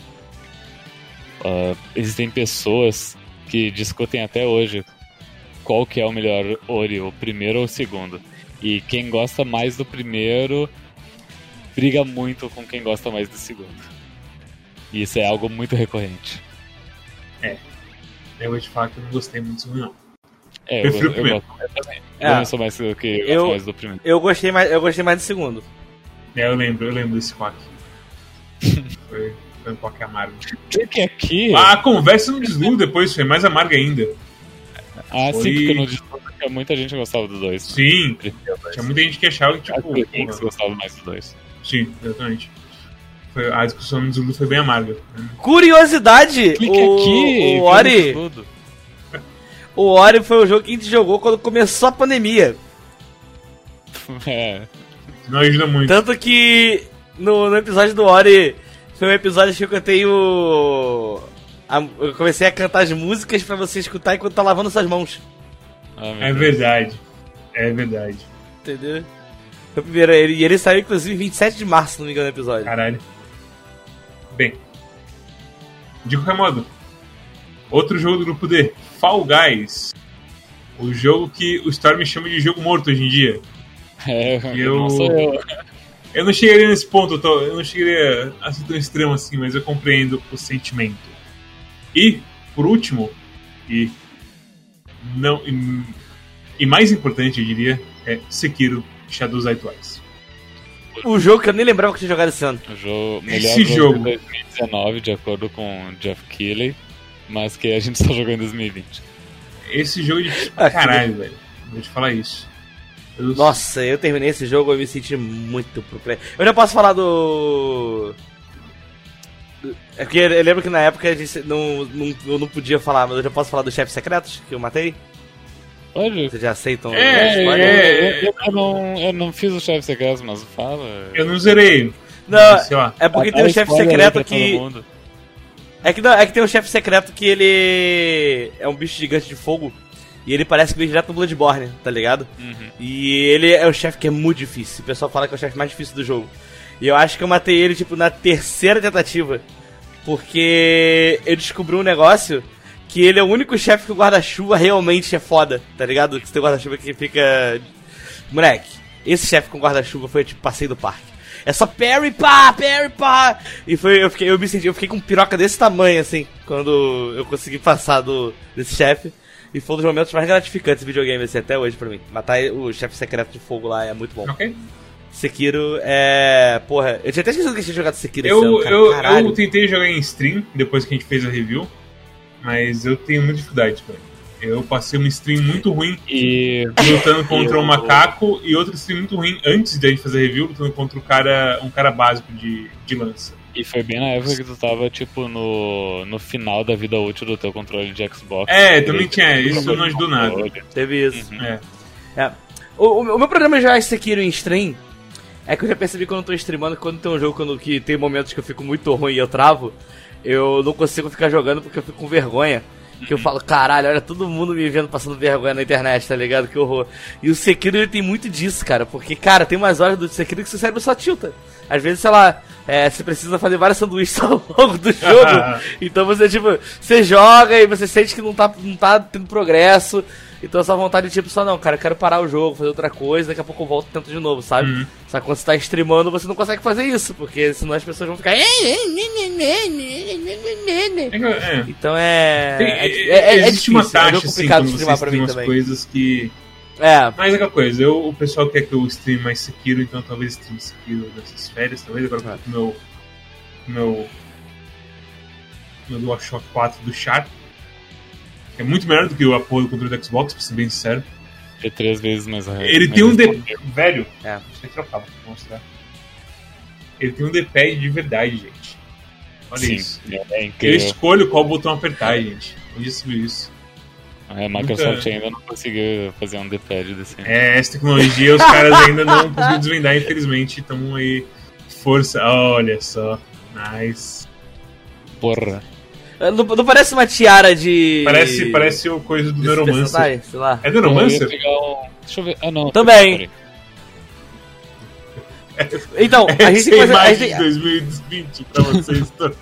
existem pessoas que discutem até hoje qual que é o melhor Ori, o primeiro ou o segundo. E quem gosta mais do primeiro briga muito com quem gosta mais do segundo. E isso é algo muito recorrente. Eu vou te falar que eu não gostei muito disso, não. É, Prefiro o primeiro. eu também. É. Eu sou mais do que eu Eu- gosto mais do primeiro. Eu gostei mais do segundo. Eu lembro desse quack. Foi um quack amargo. Que aqui? A conversa no desludo depois foi mais amarga ainda. Ah, foi- sim, porque no discurso muita gente gostava do 2. Sim, tinha muita gente que achava que, tipo... Acho que o porra, gostava mais do 2. sim, exatamente. A discussão no desludo foi bem amarga. Né? Curiosidade, Clica aqui, o Ori, vê tudo. o Ori foi o jogo que a gente jogou quando começou a pandemia. É. Não ajuda muito. Tanto que no episódio do Ori foi um episódio que eu cantei eu comecei a cantar as músicas pra você escutar enquanto tá lavando suas mãos. Ah, meu É Deus. verdade. É verdade. Entendeu? Foi o primeiro. E ele saiu inclusive 27 de março, se não me engano, no episódio. Caralho. Bem. De qualquer modo. Outro jogo do grupo D. Fall Guys. O jogo que o Storm chama de jogo morto hoje em dia. É, Eu- não sou eu. Eu não chegaria nesse ponto, eu não chegaria a ser tão extremo assim, mas eu compreendo o sentimento. E, por último, e mais importante, eu diria, é Sekiro Shadows Die Twice. O jogo que eu nem lembrava que tinha jogado esse ano. O jogo, melhor Esse jogo jogo. de 2019, de acordo com o Jeff Keighley, mas que a gente só jogou em 2020. Esse jogo é difícil Ah, pra caralho, velho. Vou te falar isso. Nossa, eu terminei esse jogo e me senti muito pro play. Eu já posso falar do. É porque eu lembro que na época a gente eu não podia falar, mas eu já posso falar dos chefes secretos que eu matei? Pode? Vocês já aceitam? É, Eu não fiz o chefe secreto, mas fala. Eu não zerei. Não, Sei lá. é porque Dá tem um chefe spoiler aí secreto pra que. todo mundo. É que tem um chefe secreto que ele é um bicho gigante de fogo. E ele parece que vem direto no Bloodborne, tá ligado? Uhum. E ele é um chefe que é muito difícil. O pessoal fala que é o chefe mais difícil do jogo. E eu acho que eu matei ele, tipo, na terceira tentativa. Porque eu descobri um negócio que ele é o único chefe que o guarda-chuva realmente é foda, tá ligado? Que você tem guarda-chuva que fica... Moleque, esse chefe com guarda-chuva foi tipo passeio do parque. É só parry pá! E eu fiquei com piroca desse tamanho, assim, quando eu consegui passar desse chefe. E foi um dos momentos mais gratificantes do videogame, assim, até hoje pra mim. Matar o chefe secreto de fogo lá é muito bom. Ok. Sekiro é... Porra, eu tinha até esquecido que eu tinha jogado Sekiro esse ano, cara. Eu Caralho. tentei jogar em stream depois que a gente fez a review, mas eu tenho muita dificuldade, velho. Eu passei uma stream muito ruim E lutando contra um macaco e outra stream muito ruim antes de a gente fazer a review, lutando contra um cara básico de lança. foi bem na época que tu tava, tipo, no final da vida útil do teu controle de Xbox. É, também tinha, isso não ajudou nada. Teve isso. É. É. O meu problema já é Sekiro em stream é que eu já percebi quando eu tô streamando, quando tem um jogo que tem momentos que eu fico muito ruim e eu travo, eu não consigo ficar jogando porque eu fico com vergonha. Que eu falo, caralho, olha todo mundo me vendo passando vergonha na internet, tá ligado? Que horror. E o Sekiro ele tem muito disso, cara. Porque, cara, tem umas horas do Sekiro que seu cérebro só tilta. Às vezes, sei lá, você precisa fazer vários sanduíches ao longo do jogo. Então você, tipo, você joga e você sente que não tá tendo progresso. Então a sua vontade é tipo, só não, cara, eu quero parar o jogo, fazer outra coisa, daqui a pouco eu volto e tento de novo, sabe? Só que quando você tá streamando, você não consegue fazer isso, porque senão as pessoas vão ficar... Então existe uma taxa, assim, complicado quando de você streamar pra mim streama as também. coisas que... É, Mas é aquela coisa, o pessoal quer que eu streame mais Sekiro, então talvez streame Sekiro nessas férias, talvez agora com o meu DualShock 4 do Sharp. É muito melhor do que o apoio do controle do Xbox, pra ser bem sincero. É 3 vezes mais rápido. Ele tem um velho, É. deixa eu trocar, vou mostrar. Ele tem um D-pad de verdade, gente. Olha Sim, isso. é Eu incrível. escolho qual botão apertar, gente. Onde você viu isso? A Microsoft ainda não conseguiu fazer um D-pad desse. Essa tecnologia os caras ainda não conseguiram desvendar, infelizmente. Estamos aí. Força. Olha só. Nice. Porra. Não parece uma tiara de... Parece o coisa do desse Neuromancer. personagem, sei lá. É Eu ia Neuromancer? pegar um... Deixa eu ver. Ah, não. Também. Então, a gente Essa tem que é a fazer... a imagem gente- de 2020 pra vocês todos.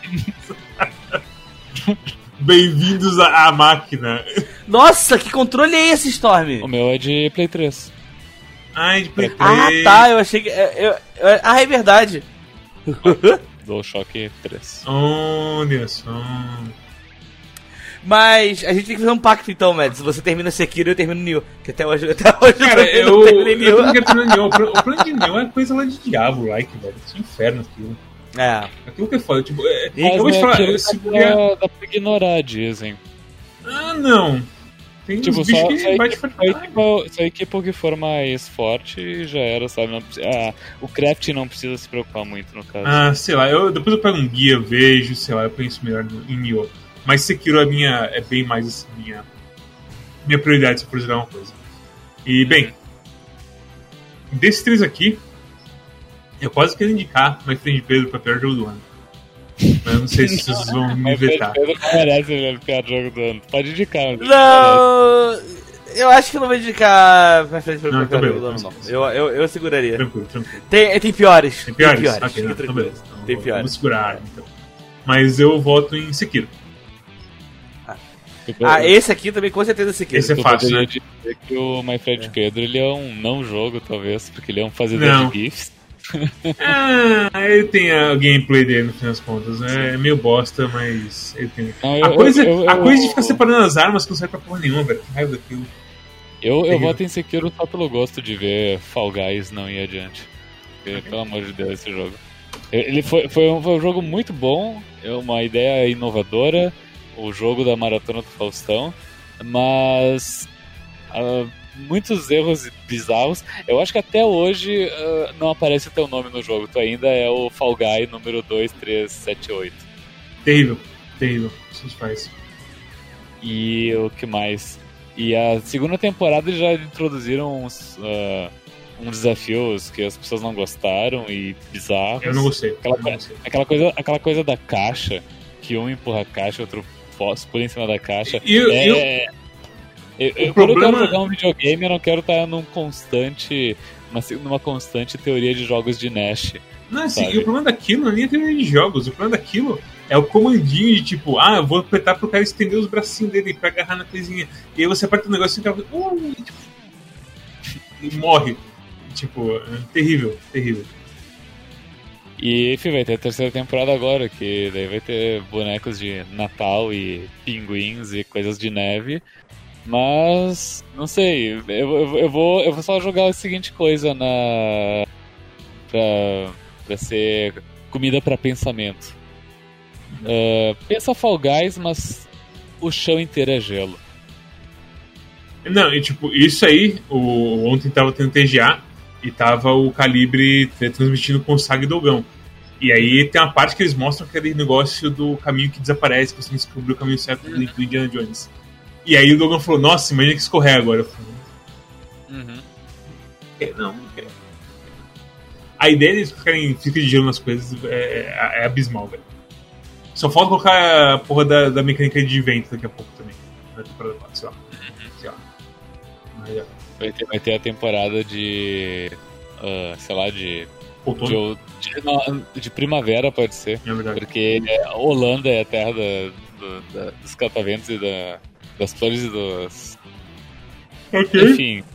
Bem-vindos à máquina. Nossa, que controle é esse, Storm? O meu é de Play 3. Ai, de Play Ah, 3. tá, eu achei que... Ah, é verdade. DualShock 3. Olha só. Mas a gente tem que fazer um pacto então, Mads. Se você termina Sekiro, eu termino Nioh. Que até hoje Cara, eu eu não terminei Nioh. não quero terminar Nioh. O plano de Nioh é coisa lá de diabo, like, velho. Isso é inferno aquilo. É. Aquilo que é foda, tipo... Mas eu vou te falar, se puder... dá pra ignorar, dizem. Ah, não. Tem Tipo, uns bichos só que bate forte. se a equipe que for mais forte, já era, sabe? Não, o craft não precisa se preocupar muito, no caso. Ah, sei lá, depois eu pego um guia, vejo, sei lá, eu penso melhor em Nioh. Mas Sekiro é bem mais assim, minha prioridade se eu for jogar uma coisa. E, bem, desses três aqui, eu quase quero indicar My Friend Pedro pra pior jogo do ano. Mas eu não sei se vocês vão me vetar. Pedro não merece o pior jogo do ano. Pode indicar, mas Não, eu acho que eu não vou indicar My Friend Pedro Não, pra tá pior bem, jogo do ano, não. Eu seguraria. Tranquilo. Tem piores. Tem piores? Tem piores. Ok, Fique não, tranquilo. beleza. Então, Tem vamos piores. segurar a arma, então. Mas eu voto em Sekiro. Esse aqui também com certeza é Sekiro. Esse é eu fácil, poderia né? dizer que o My Friend Pedro ele é um não jogo, talvez, porque ele é um fazedor Não. de GIFs. Ele tem a gameplay dele no fim das contas. É meio bosta, mas ele tem. Não, A coisa de ficar separando as armas que não serve pra porra nenhuma, velho. Que raiva daquilo. Eu voto em Sekiro só pelo gosto de ver Fall Guys não ir adiante. Porque, pelo amor de Deus, esse jogo. Ele foi um jogo muito bom, uma ideia inovadora, o jogo da Maratona do Faustão, mas muitos erros bizarros. Eu acho que até hoje não aparece o teu nome no jogo, tu ainda é o Fall Guy número 2378. Terrível. Isso faz. E o que mais? E a segunda temporada eles já introduziram uns desafios que as pessoas não gostaram e bizarros. Eu não gostei. Aquela coisa da caixa, que um empurra a caixa, outro pula em cima da caixa. Quando eu quero jogar um videogame, eu não quero estar numa constante teoria de jogos de Nash. Não, assim, e o problema daquilo não é nem a teoria de jogos. O problema daquilo é o comandinho de tipo, eu vou apertar pro cara estender os bracinhos dele pra agarrar na coisinha. E aí você aperta o negócio e o cara e morre. Tipo, terrível. E enfim, vai ter a terceira temporada agora, que daí vai ter bonecos de Natal e pinguins e coisas de neve. Mas, não sei, eu vou só jogar a seguinte coisa pra ser comida pra pensamento. Pensa Fall Guys, mas o chão inteiro é gelo. Não, e tipo, isso aí, ontem tava tendo TGA e tava o Calibre transmitindo com o Sag Dogão. E aí tem uma parte que eles mostram aquele negócio do caminho que desaparece, que você descobriu o caminho certo do Indiana Jones. E aí o Dogan falou, nossa, imagina que escorrega agora. Eu falei, não quer. A ideia deles ficarem física de gelo nas coisas é abismal, velho. Só falta colocar a porra da mecânica de vento daqui a pouco também. Na temporada 4, sei lá. Vai ter a temporada de... sei lá, de... Outono? De primavera, pode ser. É verdade. Porque Holanda é a terra dos cataventos e das flores e dos... Ok. Enfim.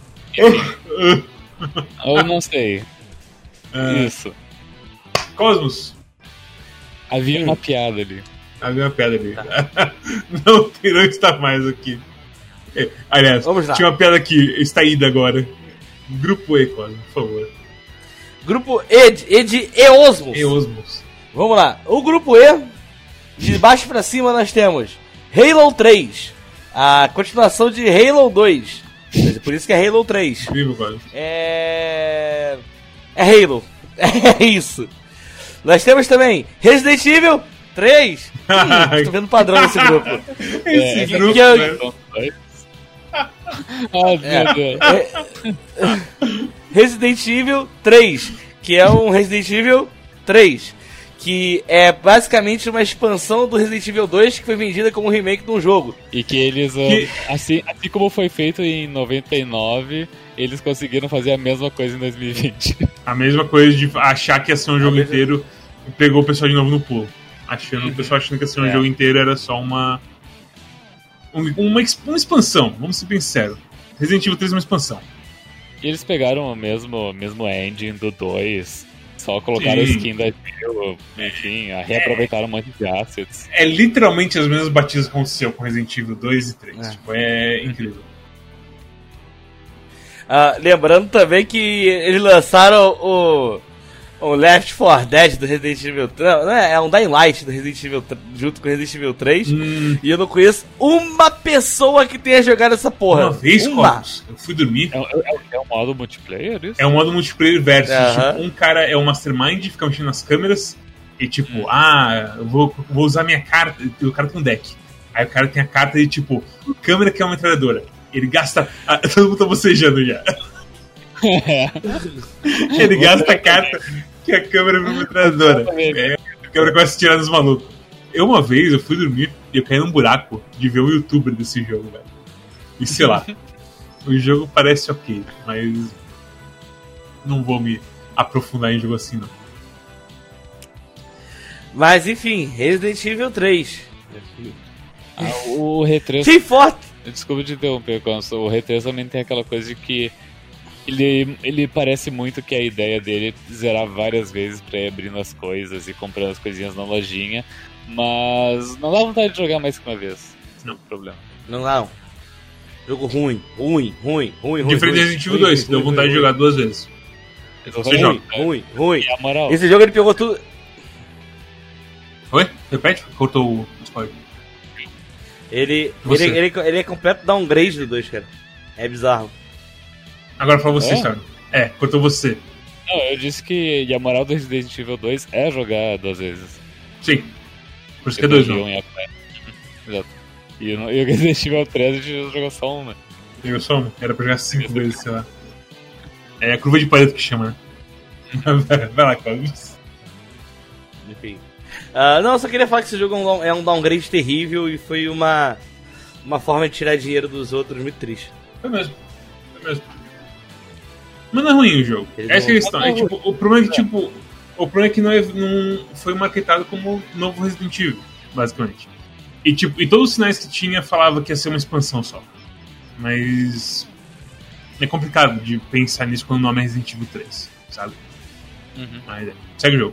Eu não sei. Isso. Cosmos. Havia uma piada ali. Havia uma piada ali. Não está mais aqui. Aliás, tinha uma piada aqui, está ida agora. Grupo E, Cosmos, por favor. Grupo E de Eosmos. Eosmos. Vamos lá. O grupo E, de baixo pra cima, nós temos Halo 3, a continuação de Halo 2. Por isso que é Halo 3. Incrível, Cosmos. É Halo. É isso. Nós temos também Resident Evil 3. Estou vendo padrão nesse grupo. Esse grupo, né? Meu Deus. Resident Evil 3, que é um Resident Evil 3, que é basicamente uma expansão do Resident Evil 2 que foi vendida como um remake de um jogo. E que eles, assim como foi feito em 99, eles conseguiram fazer a mesma coisa em 2020. A mesma coisa de achar que ia ser um jogo inteiro e pegou o pessoal de novo no pulo. O pessoal achando que ia ser um jogo inteiro era só uma expansão, vamos ser bem sinceros. Resident Evil 3 é uma expansão. E eles pegaram o mesmo engine do 2, Só colocaram a Sim. skin da Jill, enfim, reaproveitaram um monte de assets. É literalmente as mesmas batidas que aconteceu com Resident Evil 2 e 3. É. Tipo, é incrível. Lembrando também que eles lançaram o Left 4 Dead do Resident Evil 3. Não é um Dying Light do Resident Evil 3, junto com o Resident Evil 3. E eu não conheço uma pessoa que tenha jogado essa porra. Uma vez, Corvus, eu fui dormir. É um modo multiplayer isso? É um modo multiplayer versus. Aham. Tipo, um cara é o Mastermind, fica mexendo nas câmeras. E tipo, eu vou usar minha carta. O cara tem um deck. Aí o cara tem a carta de tipo, câmera que é uma metralhadora. Ele gasta. Todo mundo tá bocejando já. Ele gasta a carta que a câmera é uma metralhadora. A câmera começa a tirar dos malucos. Uma vez eu fui dormir e eu caí num buraco de ver um youtuber desse jogo, velho. E sei lá. O jogo parece ok, mas não vou me aprofundar em jogo assim, não. Mas enfim, Resident Evil 3. O R3. Team Fortress. Desculpa te interromper, Consul. O R3 também tem aquela coisa de que ele parece muito que a ideia dele é zerar várias vezes pra ir abrindo as coisas e comprando as coisinhas na lojinha, mas não dá vontade de jogar mais que uma vez. Não tem problema. Não. Jogo ruim. Diferente de Resident Evil 2, deu vontade de jogar duas vezes. Você joga. Ruim. E a moral, Esse jogo ele pegou tudo. Oi? Repete? Cortou o spoiler. Ele Você. é completo downgrade do 2, cara. É bizarro. Agora fala você, É? Storm. Cortou você. não, eu disse que e a moral do Resident Evil 2 é jogar duas vezes. Sim. Por isso que é dois, não. Exato. E o Resident Evil 3 a gente jogou só uma. Eu só um. Era pra jogar 5 vezes, sei lá. É a curva de Pareto que chama, né? Vai lá, Corvus. Enfim. Não, eu só queria falar que esse jogo é um downgrade terrível e foi uma forma de tirar dinheiro dos outros muito triste. Foi mesmo. Mas não é ruim o jogo. Eles Essa é a não- questão. O problema é que não foi marketado como novo Resident Evil, basicamente. E todos os sinais que tinha falava que ia ser uma expansão só. Mas é complicado de pensar nisso quando o nome é Resident Evil 3, sabe? Mas segue o jogo.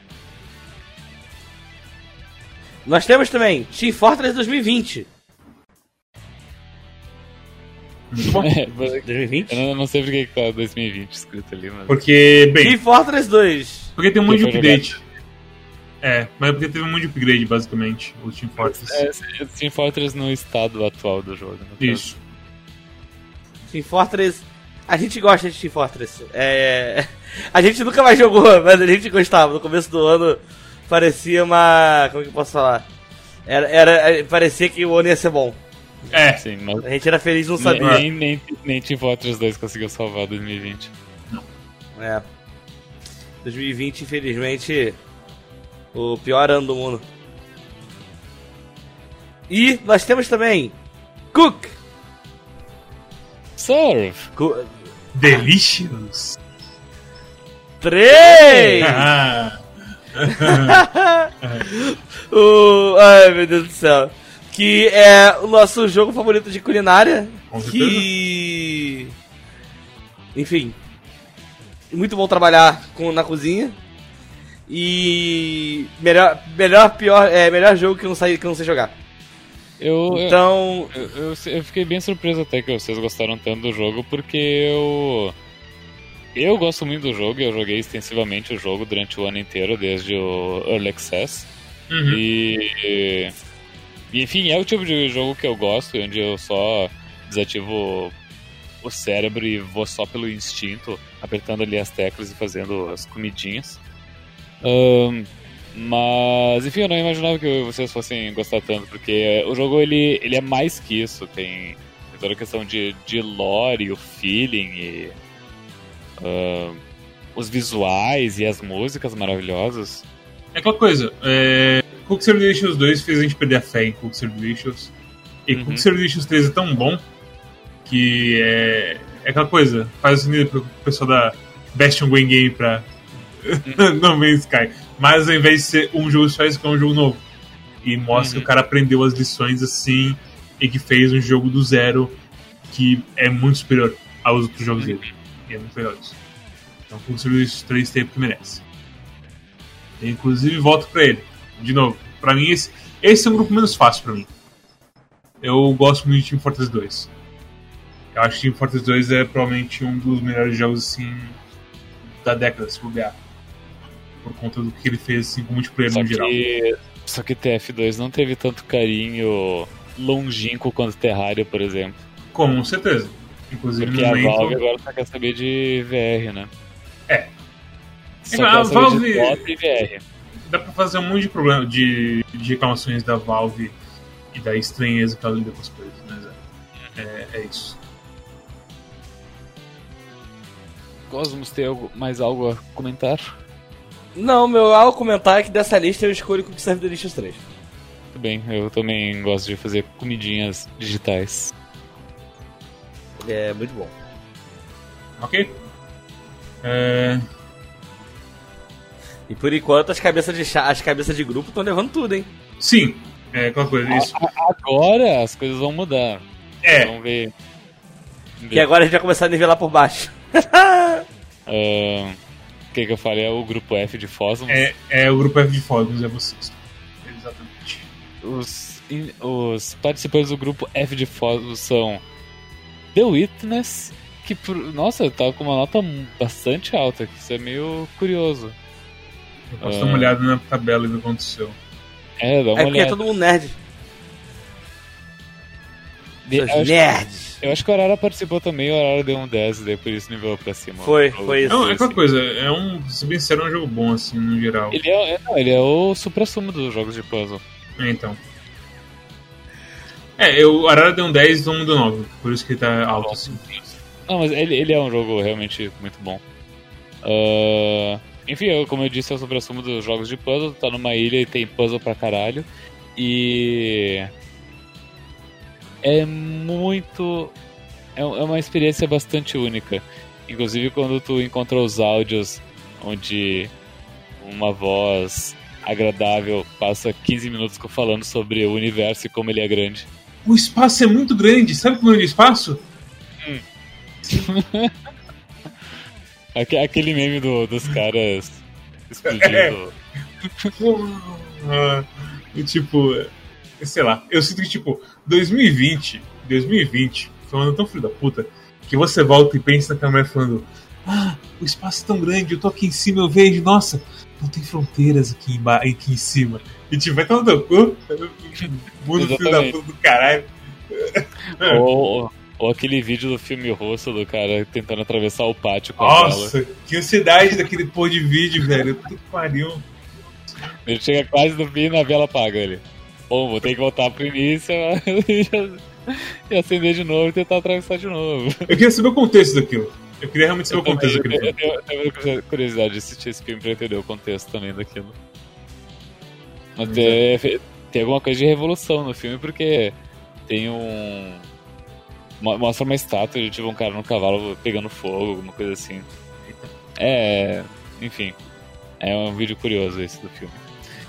Nós temos também Team Fortress 2020. Muito bom. 2020? Eu não sei porque que tá 2020 escrito ali, mas. Porque, bem, Team Fortress 2. porque tem um monte de Foi upgrade. Mas é porque teve um monte de upgrade, basicamente, o Team Fortress. Team Fortress no estado atual do jogo. no caso. Isso. Team Fortress. A gente gosta de Team Fortress. A gente nunca mais jogou, mas a gente gostava. No começo do ano parecia uma. Como que eu posso falar? Parecia que o ano ia ser bom. Sim, mas A gente era feliz e não sabia. nem Team Fortress 2 conseguiu salvar 2020. 2020, infelizmente, o pior ano do mundo. E nós temos também Cook. Serve! Delicious. 3! Ah. Ai, meu Deus do céu. Que é o nosso jogo favorito de culinária. Com certeza. Que... Enfim. Muito bom trabalhar na cozinha. E... Melhor jogo que eu não sei jogar. Então... Eu fiquei bem surpreso até que vocês gostaram tanto do jogo, porque eu gosto muito do jogo, eu joguei extensivamente o jogo durante o ano inteiro, desde o Early Access. Uhum. E enfim, é o tipo de jogo que eu gosto, onde eu só desativo o cérebro e vou só pelo instinto, apertando ali as teclas e fazendo as comidinhas. Mas, enfim, eu não imaginava que vocês fossem gostar tanto, porque o jogo ele é mais que isso. Tem toda a questão de lore, o feeling e os visuais e as músicas maravilhosas. É aquela coisa, Cookie Delicious 2 fez a gente perder a fé em Cookie Delicious. E Cookie Delicious 3 é tão bom que é aquela coisa, faz sentido pro pessoal da Bastion Going Game pra No Man's Sky. Mas ao invés de ser um jogo só, isso é um jogo novo. E mostra que o cara aprendeu as lições assim e que fez um jogo do zero que é muito superior aos outros jogos dele. E é muito legal isso. Então Cookie Delicious 3 tem o que merece. Eu, inclusive, volto pra ele. De novo, pra mim, esse é um grupo menos fácil pra mim. Eu gosto muito de Team Fortress 2. Eu acho que Team Fortress 2 é provavelmente um dos melhores jogos, assim, da década, se bobear. Por conta do que ele fez, assim, com multiplayer no geral. Só que TF2 não teve tanto carinho longínquo quanto Terraria, por exemplo. Com certeza. Inclusive, porque a Valve agora só quer saber de VR, né? Só quer saber Valve... de Dota e VR. Dá pra fazer um monte de problema de reclamações da Valve e da estranheza que ela lida com as coisas, mas é isso. Cosmos, tem mais algo a comentar? Não, meu algo comentar é que dessa lista eu escolho o Servidorista 3. Muito bem, eu também gosto de fazer comidinhas digitais. É muito bom. Ok? E por enquanto as cabeças de grupo estão levando tudo, hein? Sim, aquela coisa, isso. Agora as coisas vão mudar. Vamos ver. Que agora a gente vai começar a nivelar por baixo. O que eu falei? É o grupo F de Fósmos? É o grupo F de Fósmos, é vocês. Exatamente. Os participantes do grupo F de Fósmos são The Witness, que, nossa, tá com uma nota bastante alta, que isso é meio curioso. Eu posso dar uma olhada na tabela e ver o que aconteceu. Dá uma olhada. Porque é todo mundo nerd. Eu acho que o Arara participou também, o Arara deu um 10, daí por isso nivelou pra cima. Foi isso. É aquela coisa, se bem sincero, é um jogo bom, assim, no geral. Ele é o supra-sumo dos jogos de puzzle. Então. O Arara deu um 10 e todo mundo deu 9, por isso que ele tá alto, assim. Não, mas ele é um jogo realmente muito bom. Enfim, como eu disse, é o supra-sumo dos jogos de puzzle, tá numa ilha e tem puzzle pra caralho. E... é uma experiência bastante única. Inclusive quando tu encontra os áudios onde uma voz agradável passa 15 minutos falando sobre o universo e como ele é grande. O espaço é muito grande, sabe como é o espaço? Aquele meme dos caras explodindo. E tipo, sei lá, eu sinto que tipo 2020 foi um ano tão filho da puta que você volta e pensa na câmera falando: o espaço é tão grande, eu tô aqui em cima, eu vejo, nossa, não tem fronteiras aqui em cima. E tipo, vai estar no teu cu, mundo filho da puta do caralho. Ou aquele vídeo do filme russo do cara tentando atravessar o pátio com a Nossa, vela. que ansiedade daquele porra de vídeo, velho. Puta que pariu. Ele chega quase no fim e na vela apaga ele. Vou ter que voltar pro início e acender de novo e tentar atravessar de novo. Eu queria saber o contexto daquilo. Eu queria realmente saber o contexto daquilo. Eu tenho curiosidade de assistir esse filme pra entender o contexto também daquilo. Mas tem alguma coisa de revolução no filme, porque tem mostra uma estátua de tipo um cara no cavalo pegando fogo, alguma coisa assim. Enfim. É um vídeo curioso esse do filme.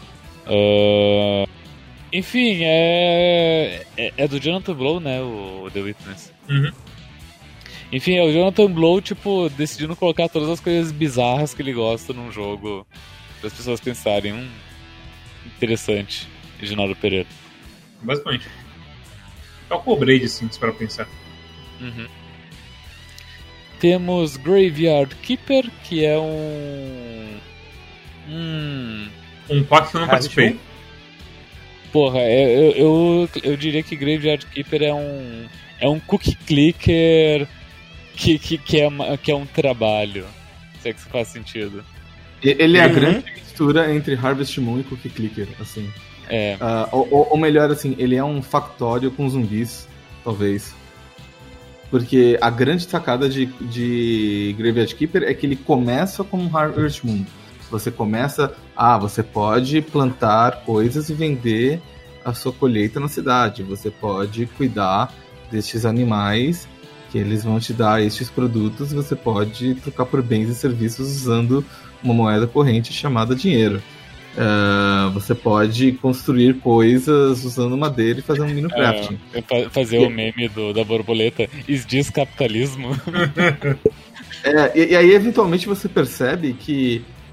Enfim, é do Jonathan Blow, né? O The Witness. Uhum. Enfim, é o Jonathan Blow, tipo, decidindo colocar todas as coisas bizarras que ele gosta num jogo para as pessoas pensarem. Interessante. Reginaldo Pereira. Basicamente. É o Cobrade, assim, para pensar. Uhum. Temos Graveyard Keeper, que é um pack que eu não participei. Porra, eu diria que Graveyard Keeper é um cookie clicker que é um trabalho. Se é que isso faz sentido. Ele é a grande mistura entre Harvest Moon e cookie clicker, assim. Ou melhor, assim, ele é um factório com zumbis, talvez. Porque a grande sacada de Graveyard Keeper é que ele começa como Harvest Moon. Você começa... você pode plantar coisas e vender a sua colheita na cidade. Você pode cuidar destes animais, que eles vão te dar estes produtos. E você pode trocar por bens e serviços usando uma moeda corrente chamada dinheiro. Você pode construir coisas usando madeira e fazer um Minecraft. Fazer o meme da borboleta. Is this capitalismo? E aí, eventualmente, você percebe que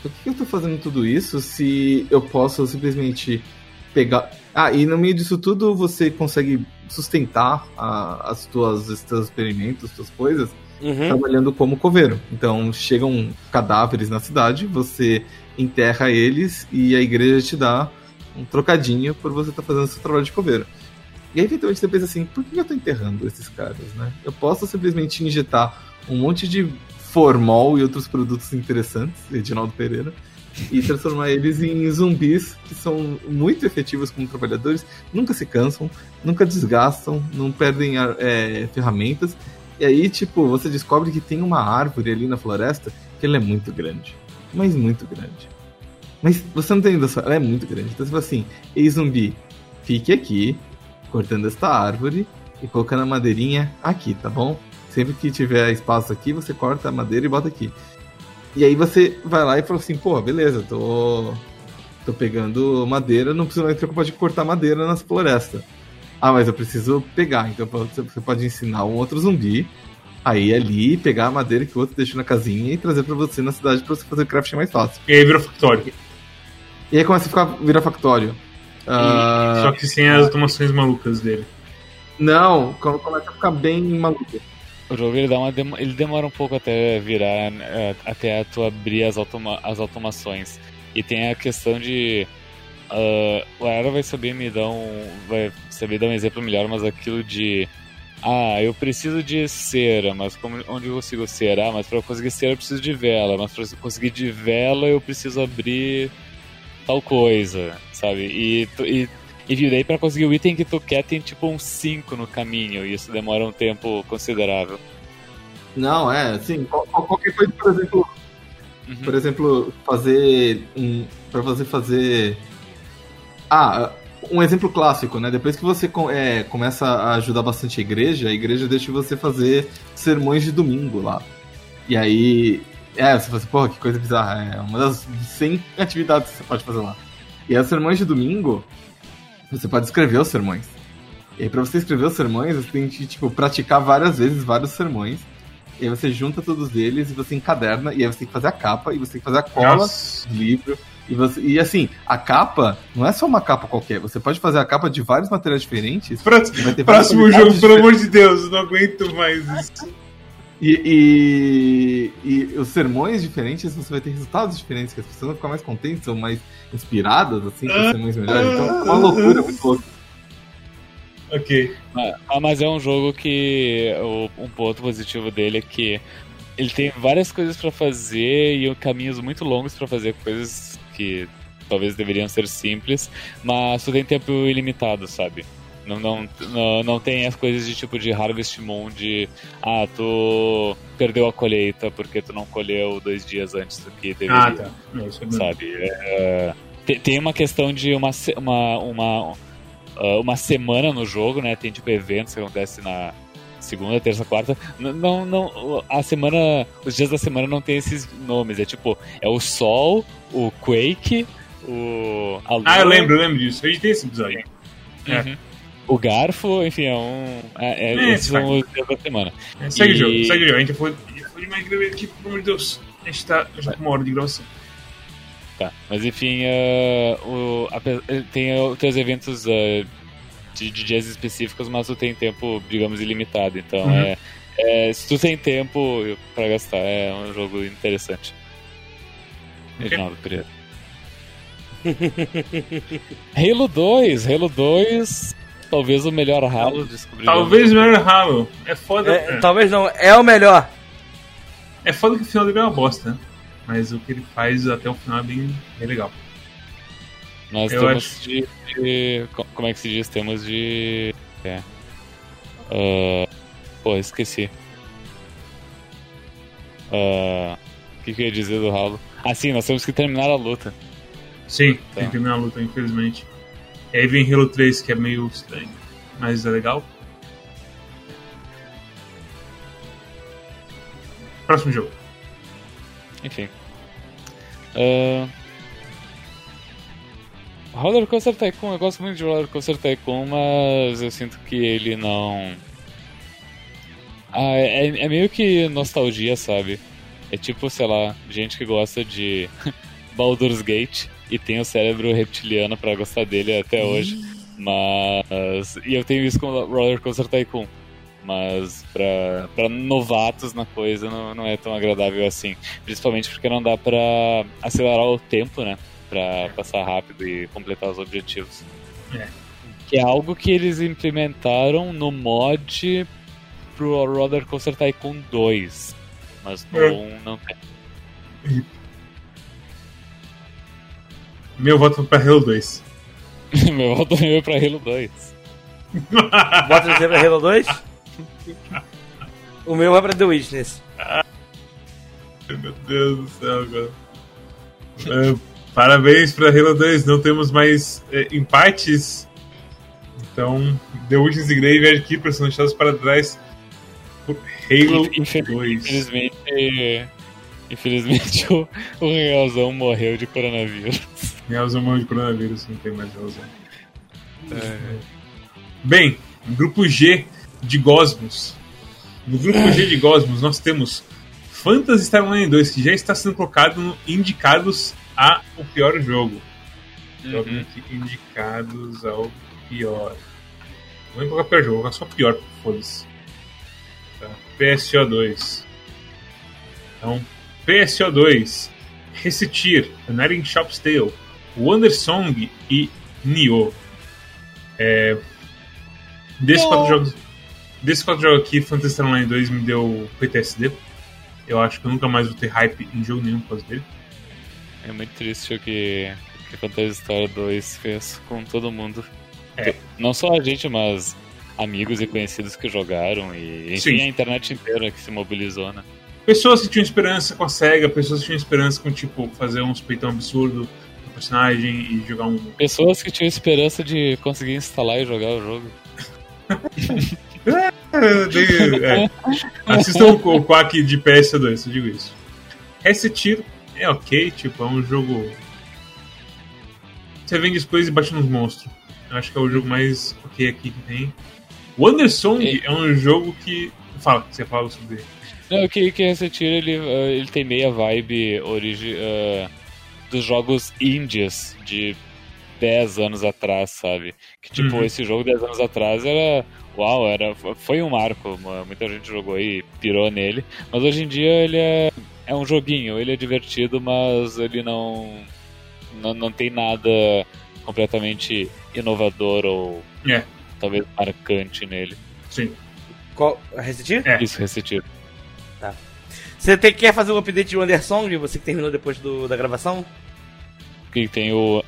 por que eu tô fazendo tudo isso se eu posso simplesmente pegar... e no meio disso tudo você consegue sustentar os teus experimentos, as tuas coisas, trabalhando como coveiro. Então chegam cadáveres na cidade, você enterra eles e a igreja te dá um trocadinho por você estar fazendo seu trabalho de coveiro. E aí, eventualmente, você pensa assim, por que eu tô enterrando esses caras, né? Eu posso simplesmente injetar um monte de formol e outros produtos interessantes, Edinaldo Pereira, e transformar eles em zumbis que são muito efetivos como trabalhadores, nunca se cansam, nunca desgastam, não perdem ferramentas. E aí, tipo, você descobre que tem uma árvore ali na floresta que ela é muito grande. Mas muito grande. Mas você não tem noção, ela é muito grande. Então você fala assim, ei zumbi, fique aqui, cortando esta árvore e colocando a madeirinha aqui, tá bom? Sempre que tiver espaço aqui, você corta a madeira e bota aqui. E aí você vai lá e fala assim, pô, beleza, tô pegando madeira, não preciso mais me preocupar de cortar madeira nas florestas. Mas eu preciso pegar, então você pode ensinar um outro zumbi aí ali, pegar a madeira que o outro deixou na casinha e trazer pra você na cidade pra você fazer o craft mais fácil. E aí vira factório. E aí começa a virar factório. Só que sem as automações malucas dele. Não, começa a ficar bem maluco. O jogo ele demora um pouco até virar, até tu abrir as automações. E tem a questão de... o Arara vai saber dar um exemplo melhor, mas aquilo de... eu preciso de cera, mas onde eu consigo cera? Mas pra eu conseguir cera eu preciso de vela, mas pra eu conseguir de vela eu preciso abrir tal coisa, sabe? E daí pra conseguir o item que tu quer tem tipo uns 5 no caminho, e isso demora um tempo considerável. Não, assim, qualquer coisa, por exemplo, pra você fazer... um exemplo clássico, né? Depois que você começa a ajudar bastante a igreja deixa você fazer sermões de domingo lá. E aí... você fala assim, porra, que coisa bizarra. É uma das 100 atividades que você pode fazer lá. E as sermões de domingo, você pode escrever os sermões. E aí pra você escrever os sermões, você tem que, tipo, praticar várias vezes vários sermões. E aí você junta todos eles e você encaderna. E aí você tem que fazer a capa e você tem que fazer a cola do livro. E assim, a capa não é só uma capa qualquer. Você pode fazer a capa de vários materiais diferentes. Próximo jogo, pelo amor de Deus, eu não aguento mais isso. E os sermões diferentes, você vai ter resultados diferentes, que as pessoas vão ficar mais contentes, são mais inspiradas, assim, com os sermões melhores. Então é uma loucura muito louca. Ok. Mas é um jogo que um ponto positivo dele é que ele tem várias coisas pra fazer e caminhos muito longos pra fazer coisas que talvez deveriam ser simples, mas tu tem tempo ilimitado, sabe? Não tem as coisas de tipo de Harvest Moon, de tu perdeu a colheita porque tu não colheu 2 dias antes do que deveria. Tá. Isso é sabe? Tem uma questão de uma semana no jogo, né? Tem tipo eventos que acontecem na segunda, terça, quarta. A semana, os dias da semana não tem esses nomes. É tipo, é o Sol, o Quake, a Lua. Eu lembro disso. A gente tem esse episódio. Uhum. O Garfo, enfim, esses são os dias da semana. Segue o jogo. A gente foi demais gravar aqui, pelo amor de Deus. A gente tá já com 1 hora de gravação. Tá, mas enfim, tem outros eventos de dias específicos, mas tu tem tempo, digamos, ilimitado. Então, se tu tem tempo pra gastar, é um jogo interessante. Reginaldo Pereira. Halo 2, talvez o melhor Halo descobriu. Talvez o melhor Halo. É foda. Talvez não, é o melhor. É foda que o final dele é uma bosta, né? Mas o que ele faz até o final é bem legal. Nós temos como é que se diz? Temos de... esqueci. O que eu ia dizer do Halo? Sim, nós temos que terminar a luta. Sim, tem que terminar a luta, infelizmente. E aí vem Halo 3, que é meio estranho, mas é legal. Próximo jogo. Enfim. Roller Coaster Tycoon, eu gosto muito de Roller Coaster Tycoon, mas eu sinto que ele não... é meio que nostalgia, sabe? É tipo, sei lá, gente que gosta de Baldur's Gate e tenho o cérebro reptiliano pra gostar dele até hoje. E eu tenho isso com Roller Coaster Tycoon. Mas pra novatos na coisa não é tão agradável assim. Principalmente porque não dá pra acelerar o tempo, né? Pra passar rápido e completar os objetivos. Que é algo que eles implementaram no mod pro Roller Coaster Tycoon 2. Mas não tem. Meu voto pra Halo 2. Meu voto também é pra Halo 2. Bota você pra Halo 2? O meu vai pra The Witness. Meu Deus do céu, cara. Parabéns pra Halo 2. Não temos mais empates. Então, The Witness e Graveyard Keeper são deixados para trás por Halo 2. Infelizmente o Realzão morreu de coronavírus. Realzão morreu de coronavírus, não tem mais Realzão. Bem, grupo G de Gosmos. No grupo G de Gosmos nós temos Phantasy Star Online 2, que já está sendo colocado no indicados a o pior jogo. Aqui, indicados ao pior. Não vou colocar pior jogo, vou colocar só pior, foda-se. Tá. PSO2. Então, PSO2, Resetir, The Nightingale's Tale, Wandersong e Nioh. Desses quatro jogos aqui, Phantasy Star Online 2 me deu PTSD. Eu acho que eu nunca mais vou ter hype em jogo nenhum por causa dele. É muito triste o que Phantasy Star 2 fez com todo mundo. Não só a gente, mas amigos e conhecidos que jogaram e enfim, a internet inteira que se mobilizou, né? Pessoas que tinham esperança com a SEGA, pessoas que tinham esperança com, tipo, fazer uns peitão absurdo no personagem e jogar um... Pessoas que tinham esperança de conseguir instalar e jogar o jogo. Assistam o Quack de PS2, eu digo isso. Resetir é ok, tipo, é um jogo... Você vende as coisas e bate nos monstros. Eu acho que é o jogo mais ok aqui que tem. Wandersong é um jogo que... Você fala sobre ele. Não, o que Resetir, ele tem meia vibe dos jogos indies de 10 anos atrás, sabe? Que tipo, esse jogo 10 anos atrás era... Uau, foi um marco, muita gente jogou e pirou nele. Mas hoje em dia ele é um joguinho, ele é divertido, mas ele não tem nada completamente inovador ou talvez marcante nele. Sim. Qual? Resetir? Isso, Resetir. Tá. Você quer fazer um update de Wandersong, você que terminou depois da gravação? Que tem o...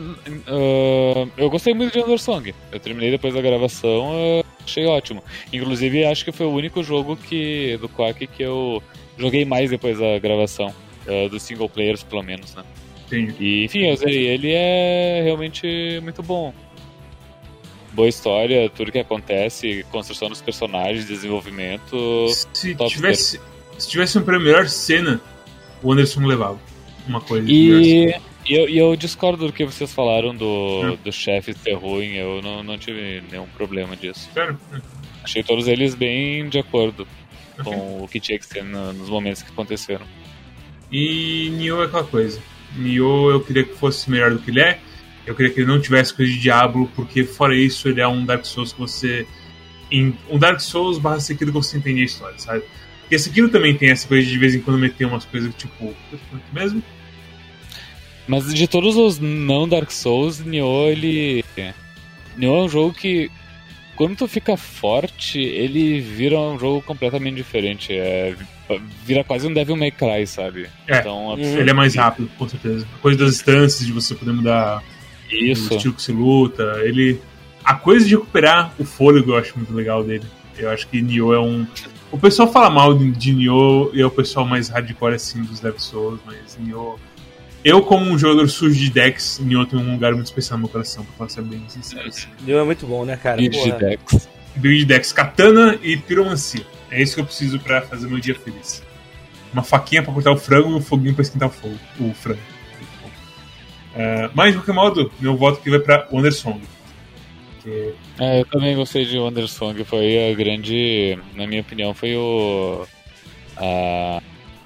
eu gostei muito de Wandersong. Eu terminei depois da gravação, achei ótimo. Inclusive, acho que foi o único jogo do Quack que eu joguei mais depois da gravação. Dos single players, pelo menos, né? Sim. E, enfim, ele é realmente muito bom. Boa história, tudo que acontece, construção dos personagens, desenvolvimento... Se tivesse uma melhor cena, o Wandersong levava uma coisa. E eu discordo do que vocês falaram do chefe ser ruim, eu não tive nenhum problema disso. Sério? Achei todos eles bem de acordo com o que tinha que ser nos momentos que aconteceram. E Nioh é aquela coisa. Nioh eu queria que fosse melhor do que ele é. Eu queria que ele não tivesse coisa de Diablo, porque fora isso ele é um Dark Souls que você... Um Dark Souls / Sekiro que você entende a história, sabe? Porque Sekiro também tem essa coisa de vez em quando meter umas coisas tipo... mesmo? Mas de todos os não Dark Souls, Nioh é um jogo que, quando tu fica forte, ele vira um jogo completamente diferente. Vira quase um Devil May Cry, sabe? Então, ele é mais rápido, com certeza. A coisa das instâncias, de você poder mudar o estilo que se luta. A coisa de recuperar o fôlego eu acho muito legal dele. Eu acho que Nioh é um... O pessoal fala mal de Nioh e é o pessoal mais hardcore assim dos Dark Souls, mas Nioh... Eu, como um jogador sujo de decks, Nioh tem um lugar muito especial no meu coração, pra ser bem sincero. Nioh é muito bom, né, cara? Build de decks. Build de decks, katana e piromancia. É isso que eu preciso pra fazer meu dia feliz. Uma faquinha pra cortar o frango e um foguinho pra esquentar o frango. Mas, de qualquer modo, meu voto aqui vai pra Wandersong. Eu também gostei de Wandersong. Foi a grande... Na minha opinião, foi a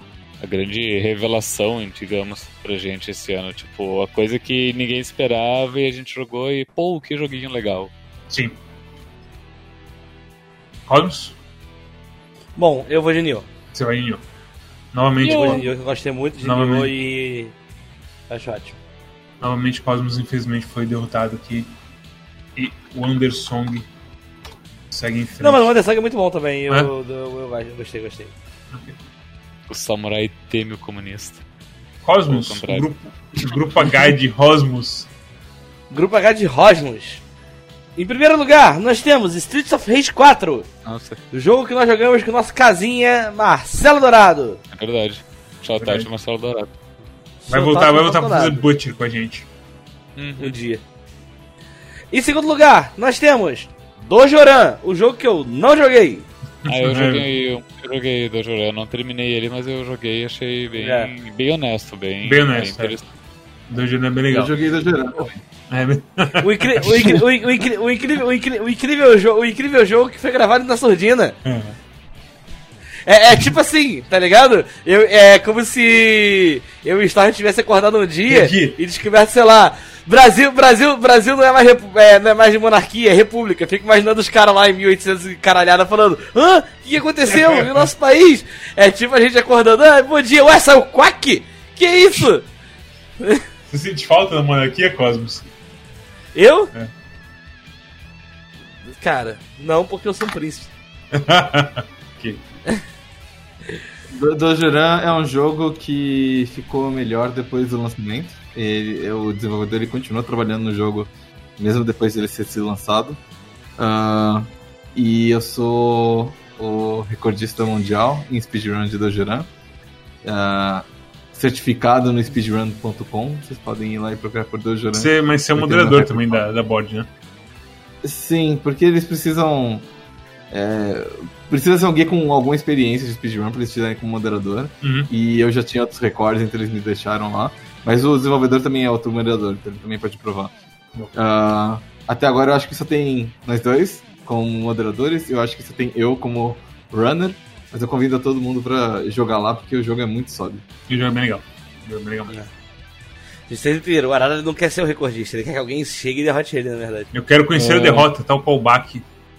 grande revelação, digamos, pra gente esse ano. Tipo, a coisa que ninguém esperava e a gente jogou e, pô, que joguinho legal. Sim. Cosmos? Bom, eu vou de Nioh. Você vai de Nioh. Novamente. Eu vou de Nioh, eu gostei muito de Nioh e acho ótimo. Novamente, Cosmos infelizmente foi derrotado aqui. E o Undersong segue em frente. Não, mas o Undersong é muito bom também. Eu gostei. Okay. O samurai teme o comunista. Cosmos, grupo H de Rosmos. Grupo H de Rosmos. Em primeiro lugar, nós temos Streets of Rage 4. Nossa. O jogo que nós jogamos com o nosso casinha Marcelo Dourado. É verdade. Tchau, Tati, Marcelo Dourado. Vai voltar pra fazer Butcher com a gente. Um dia. Em segundo lugar, nós temos Dojoran, o jogo que eu não joguei. Eu joguei Dojoran, eu não terminei ele, mas eu joguei e achei bem honesto, bem honesto. Dojoran é bem legal. Eu joguei Dojoran também. O incrível jogo que foi gravado na surdina. É tipo assim, tá ligado? É como se eu e o Star tivesse acordado um dia e descoberto, sei lá, Brasil não é mais de monarquia, é república. Fico imaginando os caras lá em 1800 e caralhada falando: hã? O que aconteceu no nosso país? É tipo a gente acordando: bom dia, ué, saiu Quack? Que é isso? Você sente falta da monarquia, Cosmos? Eu? Cara, não, porque eu sou um príncipe. Ok. Dojoran é um jogo que ficou melhor depois do lançamento. O desenvolvedor ele continuou trabalhando no jogo mesmo depois dele ter sido lançado. E eu sou o recordista mundial em speedrun de Dojoran. Certificado no speedrun.com. Vocês podem ir lá e procurar por Dojoran. Mas você é o moderador também da board, né? Sim, porque eles precisam... precisa ser alguém com alguma experiência de speedrun pra eles tirarem como moderador. E eu já tinha outros recordes, então eles me deixaram lá. Mas o desenvolvedor também é outro moderador, então ele também pode provar. Até agora eu acho que só tem nós dois como moderadores. Eu acho que só tem eu como runner. Mas eu convido a todo mundo pra jogar lá, porque o jogo é muito sólido. E o jogo é bem legal. Vocês entenderam, o Arara não quer ser o recordista, ele quer que alguém chegue e derrote ele, na verdade. Eu quero conhecer a derrota, tal qual o Baki.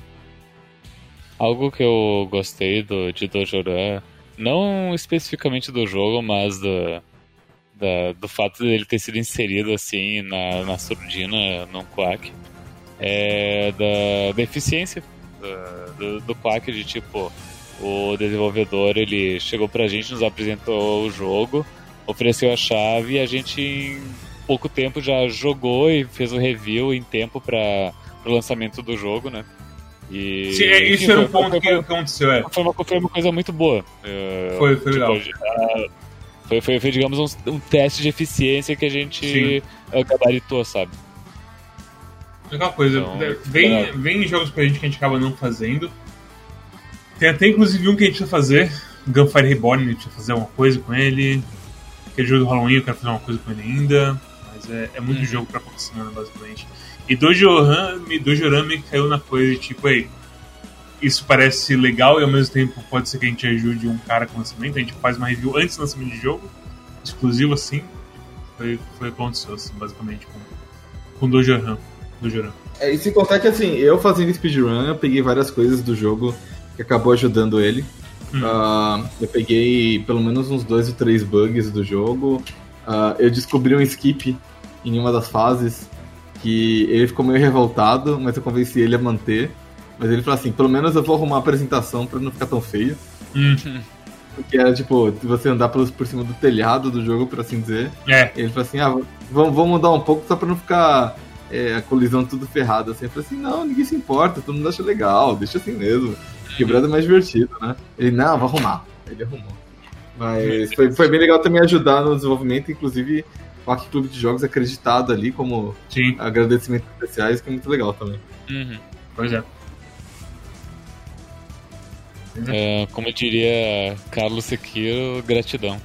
Algo que eu gostei de Dojoran, não especificamente do jogo, mas do fato dele ter sido inserido assim na surdina, no Quack, é da eficiência do Quack, de tipo, o desenvolvedor ele chegou pra gente, nos apresentou o jogo, ofereceu a chave e a gente em pouco tempo já jogou e fez o review em tempo para o lançamento do jogo, né? E, sim, isso era um ponto que aconteceu, Foi uma coisa muito boa. Foi legal. Foi, digamos, um teste de eficiência que a gente gabaritou, sabe? Aquela coisa, então, vem jogos pra gente que a gente acaba não fazendo. Tem até inclusive um que a gente vai fazer, Gunfire Reborn, a gente vai fazer alguma coisa com ele. Aquele jogo do Halloween eu quero fazer uma coisa com ele ainda. Mas é muito jogo pra pouca semana, basicamente. E Dojoran me caiu na coisa de tipo, isso parece legal e ao mesmo tempo pode ser que a gente ajude um cara com lançamento. A gente faz uma review antes do lançamento de jogo, exclusivo assim. Foi o que aconteceu, assim, basicamente, com Dojoran. E se contar que assim, eu fazendo speedrun, eu peguei várias coisas do jogo que acabou ajudando ele. Eu peguei pelo menos uns 2 ou 3 bugs do jogo. Eu descobri um skip em uma das fases que ele ficou meio revoltado, mas eu convenci ele a manter. Mas ele falou assim, pelo menos eu vou arrumar a apresentação pra não ficar tão feio. Porque era tipo, você andar por cima do telhado do jogo, por assim dizer. Ele falou assim, vamos mudar um pouco só pra não ficar a colisão tudo ferrada. Assim. Eu falei assim, não, ninguém se importa, todo mundo acha legal, deixa assim mesmo. Quebrado é mais divertido, né? Ele, não, vou arrumar. Ele arrumou. Mas foi bem legal também ajudar no desenvolvimento, inclusive o Quack Clube de Jogos acreditado ali como agradecimentos especiais, que é muito legal também. Pois é. Como eu diria Carlos Sekiro, gratidão.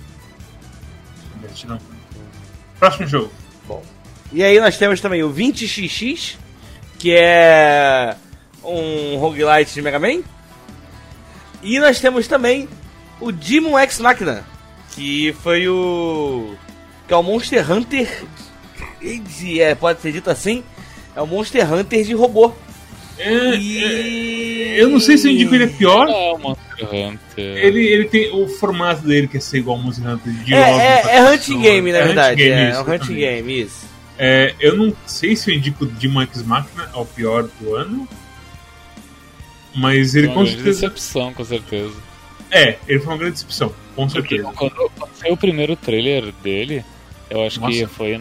Próximo jogo. Bom. E aí nós temos também o 20XX, que é um roguelite de Mega Man. E nós temos também o Demon X Machina, Que foi o... Que é o Monster Hunter... pode ser dito assim. É o Monster Hunter de robô. Eu não sei se eu indico ele é pior. Não, Monster Hunter. Ele tem o formato dele que é ser igual ao Monster Hunter de é hunting game, na verdade. É um hunting game, isso. Eu não sei se eu indico Demon X Machina ao pior do ano. Mas ele com certeza. Decepção, com certeza. Ele foi uma grande decepção, com certeza. Quando saiu o primeiro trailer dele, eu acho que foi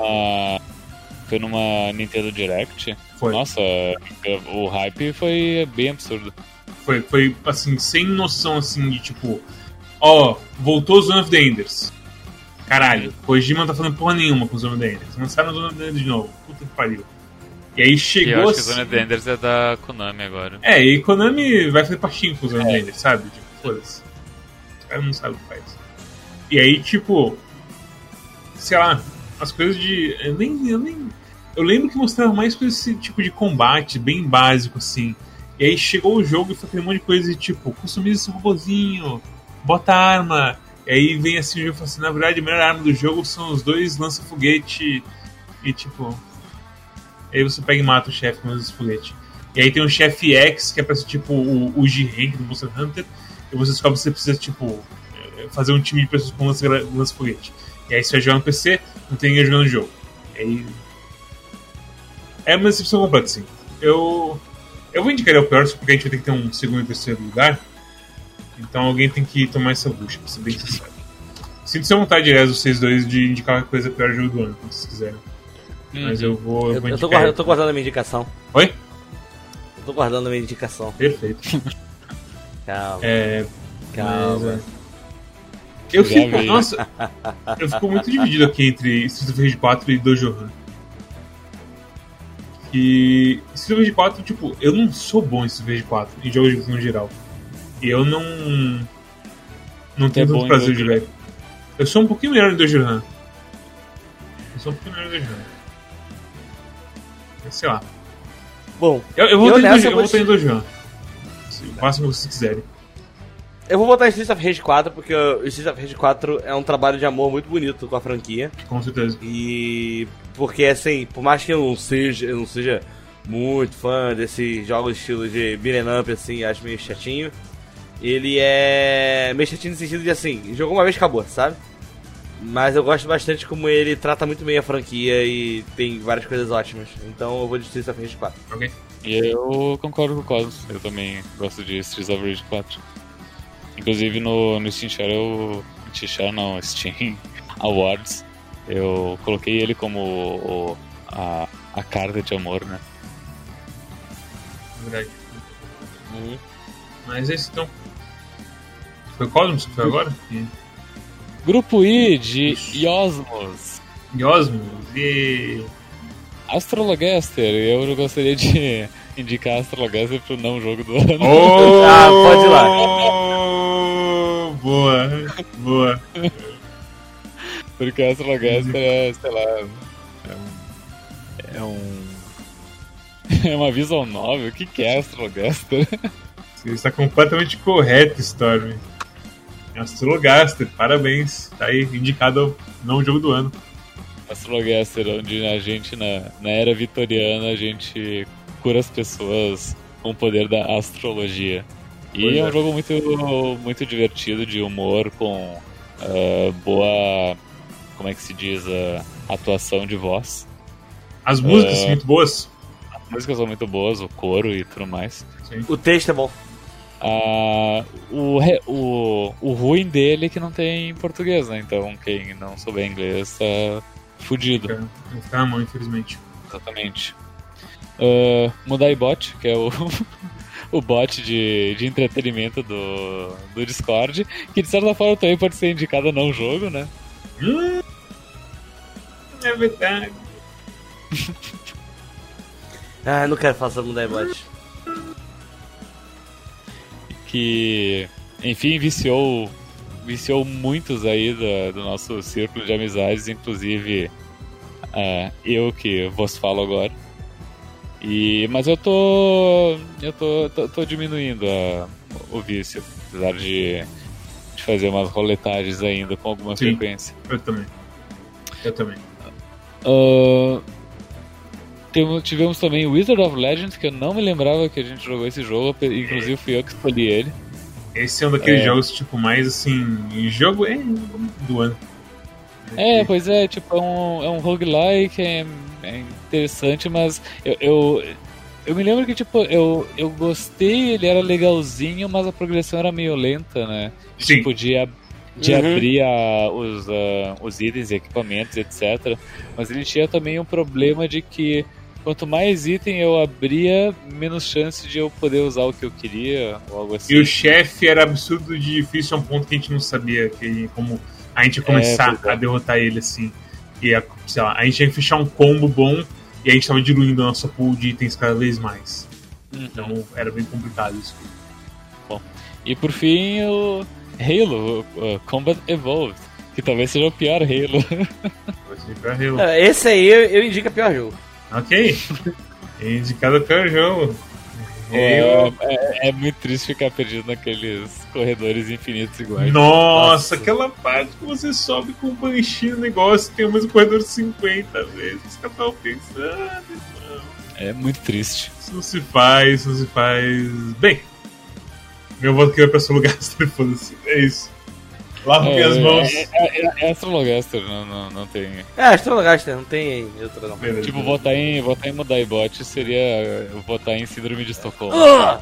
numa Nintendo Direct. Foi. Nossa, o hype foi bem absurdo. Foi assim, sem noção assim de tipo, voltou o Zone of the Enders. Caralho, Kojima não tá fazendo porra nenhuma com o Zone of the Enders. Lançaram o Zone of the Enders de novo. Puta que pariu. E aí chegou. Eu acho que o Zone of the Enders é da Konami agora. E Konami vai fazer partinho com o Zone of the Enders, sabe? Tipo, foda-se. Os caras não sabem o que faz. E aí, tipo, sei lá, as coisas de. Eu lembro que mostrava mais coisas desse tipo de combate, bem básico, assim. E aí chegou o jogo e foi aquele monte de coisa de tipo, customiza esse robôzinho, bota arma. E aí vem assim o jogo e fala assim, na verdade a melhor arma do jogo são os 2 lança-foguete e tipo. Aí você pega e mata o chefe com os foguete. E aí tem um chefe X, que é pra ser tipo o G-Rank do Monster Hunter. E você descobre que você precisa, tipo, fazer um time de pessoas com lança-foguete. E aí você vai jogar no PC, não tem ninguém jogando o jogo. E aí. É uma decepção completa, sim. Eu vou indicar ele ao pior, porque a gente vai ter que ter um segundo e terceiro lugar. Então alguém tem que tomar essa bucha, pra ser bem sincero. Sinto-se à vontade, aliás, vocês dois, de indicar qualquer coisa pior jogo do ano, quando vocês quiserem. Mas eu vou indicar. Eu tô guardando a minha indicação. Oi? Eu tô guardando a minha indicação. Perfeito. Calma. Calma. Eu fico. Nossa, eu fico muito dividido aqui entre Streets of Rage 4 e Dojo. E Streets of Rage 4, tipo, eu não sou bom em Streets of Rage 4, em jogos de luta no geral. E eu não tenho tanto prazer de jogar. Eu sou um pouquinho melhor em Dojo. Sei lá. Bom, eu vou botar em Dojo. Façam o que vocês quiserem. Eu vou botar em Streets of Rage 4 porque o Streets of Rage 4 é um trabalho de amor muito bonito com a franquia. Com certeza. E porque assim, por mais que eu não seja muito fã desses jogos estilo de beat'em up, assim, acho meio chatinho. Ele é meio chatinho no sentido de assim, jogou uma vez e acabou, sabe? Mas eu gosto bastante como ele trata muito bem a franquia e tem várias coisas ótimas. Então eu vou de Streets of Rage 4. Ok. E eu concordo com o Cosmos, eu também gosto de Streets of Rage 4. Inclusive no Steam Awards, eu coloquei ele como a carta de amor, né? Verdade. Mas esse então. Foi o Cosmos que foi agora? Grupo I de Yosmos. E. Astrologaster, eu gostaria de indicar Astrologaster pro não jogo do ano. Pode ir lá. Boa. Porque Astrologaster é, sei lá, é uma visual novel. O que é Astrologaster? Você está completamente correto, Storm. Astrologaster, parabéns. Tá aí, indicado ao não jogo do ano. Astrologaster, onde a gente, na era vitoriana, a gente cura as pessoas com o poder da astrologia. E é um jogo muito, muito divertido, de humor, com boa, como é que se diz, atuação de voz. As músicas são muito boas. As músicas são muito boas, o coro e tudo mais. Sim. O texto é bom. O ruim dele é que não tem em português, né? Então quem não souber inglês tá fudido. Vai ficar na mão, infelizmente. Exatamente. Mudaibot, que é o bot de entretenimento do Discord, que de certa forma também pode ser indicado a não jogo, né? É verdade. Não quero falar sobre Mudaibot. Que, enfim, viciou muitos aí do nosso círculo de amizades, inclusive eu que vos falo agora. Mas eu tô diminuindo o vício, apesar de de fazer umas roletagens ainda com alguma frequência. Eu também. Tivemos também Wizard of Legends, que eu não me lembrava que a gente jogou esse jogo, inclusive fui eu que escolhi ele. Esse é um daqueles jogos, tipo, mais assim, jogo do ano. Pois é, tipo, é um roguelike, é interessante, mas eu me lembro que, tipo, eu gostei, ele era legalzinho, mas a progressão era meio lenta, né? Sim. Tipo, de abrir os itens e equipamentos, etc. Mas ele tinha também um problema de que quanto mais item eu abria, menos chance de eu poder usar o que eu queria, ou algo assim. E o chefe era absurdo de difícil a um ponto que a gente não sabia como a gente ia começar a derrotar ele, assim. E, sei lá, a gente ia fechar um combo bom e a gente tava diluindo a nossa pool de itens cada vez mais. Então era bem complicado isso. Bom, e por fim o Halo, Combat Evolved, que talvez seja o pior Halo. Esse aí eu indico o pior jogo. Ok. Indicado o pior jogo. É muito triste ficar perdido naqueles corredores infinitos iguais. Nossa, aquela parte que você sobe com o banchinho no negócio e tem o mesmo corredor 50 vezes. Que eu tava pensando, não. É muito triste. Isso não se faz. Bem, meu voto que vai pra Astrologaster, foda-se. É isso. Lavo minhas mãos. É Astrologaster, não tem. Astrologaster, não tem outra não. Beleza. Tipo, votar em Modaibot seria votar em Síndrome de Estocolmo.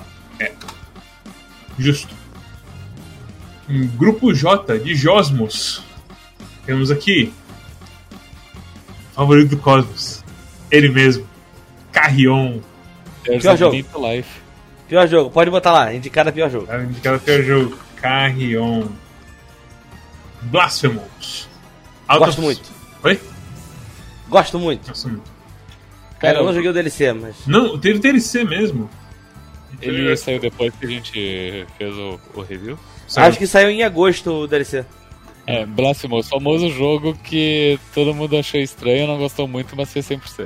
Justo. Grupo J de Josmos. Temos aqui favorito do Cosmos. Ele mesmo. Carrion. Pior jogo. Pior jogo, pode botar lá, indicado pior jogo. Indicado pior jogo. Carrion. Blasphemous. Gosto muito. Oi? Gosto muito. Cara, eu não joguei o DLC, mas... Não, teve DLC mesmo. Ele saiu depois que a gente fez o review? Acho que saiu em agosto o DLC. Blasphemous, famoso jogo que todo mundo achou estranho, não gostou muito, mas fez 100%.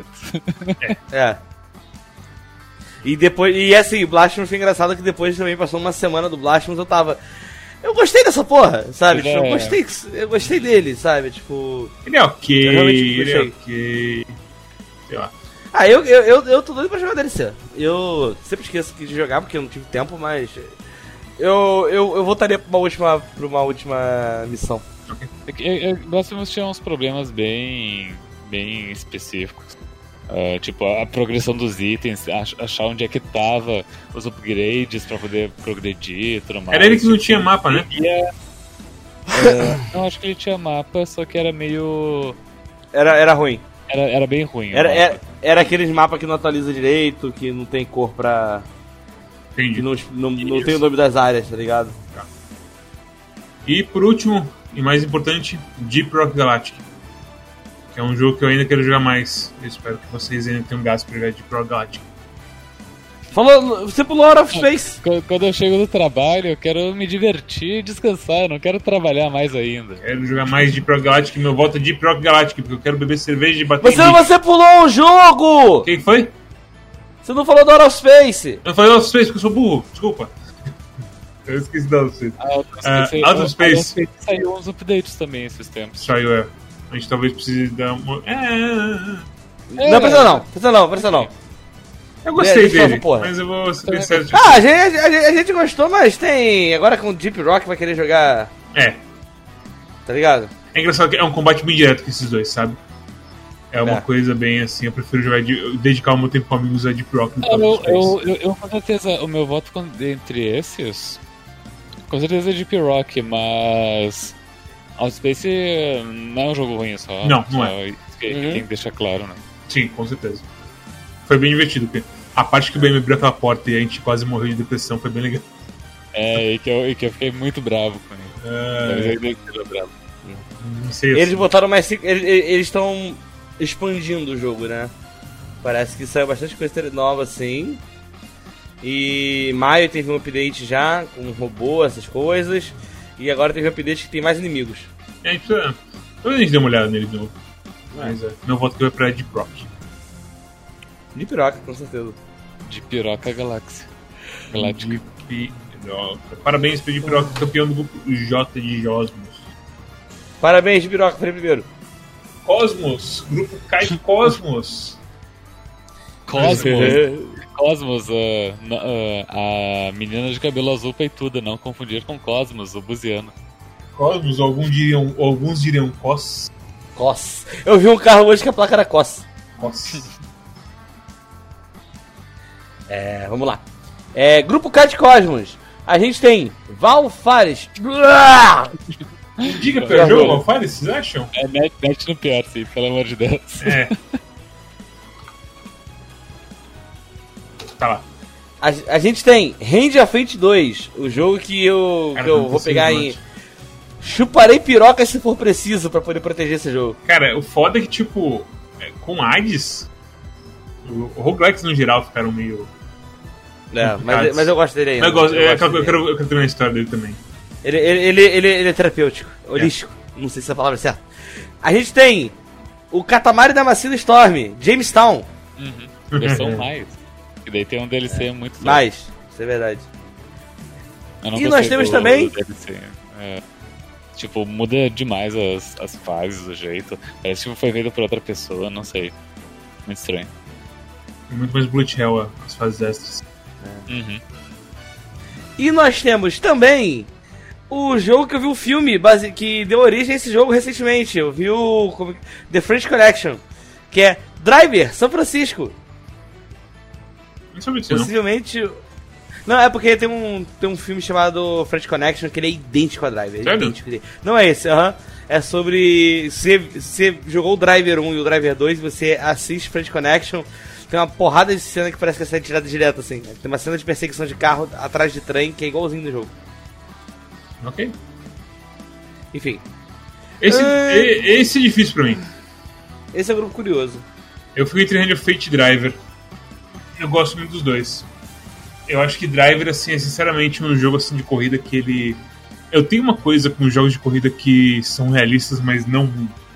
E depois, e assim, o Blasphemous foi engraçado que depois também passou uma semana do Blasphemous, eu gostei dessa porra, sabe? Tipo, eu gostei dele, sabe? Tipo... Ele é ok, ele é ok. Sei lá. Eu tô doido pra jogar DLC. Eu sempre esqueço de jogar porque eu não tive tempo, mas... Eu voltaria pra uma última missão. Blasphemous tinha uns problemas bem específicos. Tipo, a progressão dos itens, achar onde é que tava os upgrades pra poder progredir e tudo mais. Era ele que não tinha mapa, né? Não, acho que ele tinha mapa, só que era meio... Era ruim. Era bem ruim. Era aqueles mapas que não atualiza direito, que não tem cor pra... Entendi. Que não tem o nome das áreas, tá ligado? Tá. E por último, e mais importante, Deep Rock Galactic. Que é um jogo que eu ainda quero jogar mais. Eu espero que vocês ainda tenham gasto pra jogar Deep Rock Galactic. Você pulou Out of Space. Quando eu chego do trabalho, eu quero me divertir e descansar, eu não quero trabalhar mais ainda. Quero jogar mais Deep Rock Galactic, meu voto é Deep Rock Galactic, porque eu quero beber cerveja e bater Você pulou um jogo! Quem foi? Você não falou do Out of Space. Eu falei Out of Space porque eu sou burro, desculpa. Eu esqueci do Out of Space. Out of Space saiu uns updates também esses tempos. Saiu, A gente talvez precise dar uma... Não precisa não. Eu gostei dele, mas eu vou ser sincero. A gente gostou, mas tem... Agora com o Deep Rock vai querer jogar... Tá ligado? É engraçado que é um combate bem direto com esses dois, sabe? É uma coisa bem assim, eu prefiro dedicar o meu tempo com amigos a Deep Rock. Eu com certeza, o meu voto entre esses, com certeza é Deep Rock, mas Outspace não é um jogo ruim só. Não é. Tem que deixar claro, né? Sim, com certeza. Foi bem divertido, porque a parte que o Ben abriu aquela porta e a gente quase morreu de depressão foi bem legal. E que eu fiquei muito bravo com ele. Eles botaram mais 5. Eles estão expandindo o jogo, né? Parece que saiu bastante coisa nova assim. E maio teve um update já com um robô, essas coisas. E agora teve um update que tem mais inimigos. Talvez a gente dê uma olhada nele de novo. Mas meu voto que vai pra Deep Rock. Deep Rock, com certeza. Deep Rock Galáxia. Galáctica. Piroca. Parabéns, Pedro Piroca, campeão do grupo J de Josmos. Parabéns, Piroca, foi primeiro. Cosmos, grupo Kai Cosmos. Cosmos, a menina de cabelo azul peituda, não confundir com Cosmos, o buziano. Cosmos, alguns diriam Cos. Cos. Eu vi um carro hoje que a placa era Cos. Vamos lá. Grupo K de Cosmos. A gente tem Valfares. Diga pior jogo, Valfares, vocês acham? Mete no pior, sim, pelo amor de Deus. Tá lá. A gente tem Hand of Fate 2, o jogo que eu vou pegar em... Chuparei piroca se for preciso pra poder proteger esse jogo. Cara, o foda é que, tipo, com Hades, o roguelikes no geral ficaram meio... mas eu gosto dele ainda. Eu quero terminar a história dele também. Ele é terapêutico, holístico. Não sei se essa palavra é certa. A gente tem o Katamari Damacy Storm, Jamestown. Versão mais. E daí tem um DLC muito... Mais, isso é verdade. E nós temos também... DLC. Tipo, muda demais as fases, o jeito. Parece que foi feito por outra pessoa, não sei. Muito estranho. Muito mais bullet hell as fases extras. E nós temos também o jogo que eu vi o filme que deu origem a esse jogo recentemente. Eu vi o The French Connection, que é Driver, São Francisco. Não sabia disso, possivelmente... Não, é porque tem um filme chamado French Connection que ele é idêntico a Driver. Idêntico. Não é esse, É sobre... Você jogou o Driver 1 e o Driver 2, você assiste French Connection, tem uma porrada de cena que parece que é tirada direto, assim. Tem uma cena de perseguição de carro atrás de trem que é igualzinho no jogo. Ok. Enfim. Esse é difícil pra mim. Esse é um grupo curioso. Eu fui entre Hand of Fate e Driver. Eu gosto muito dos dois. Eu acho que Driver, assim, é sinceramente um jogo assim, de corrida que ele... Eu tenho uma coisa com jogos de corrida que são realistas, mas não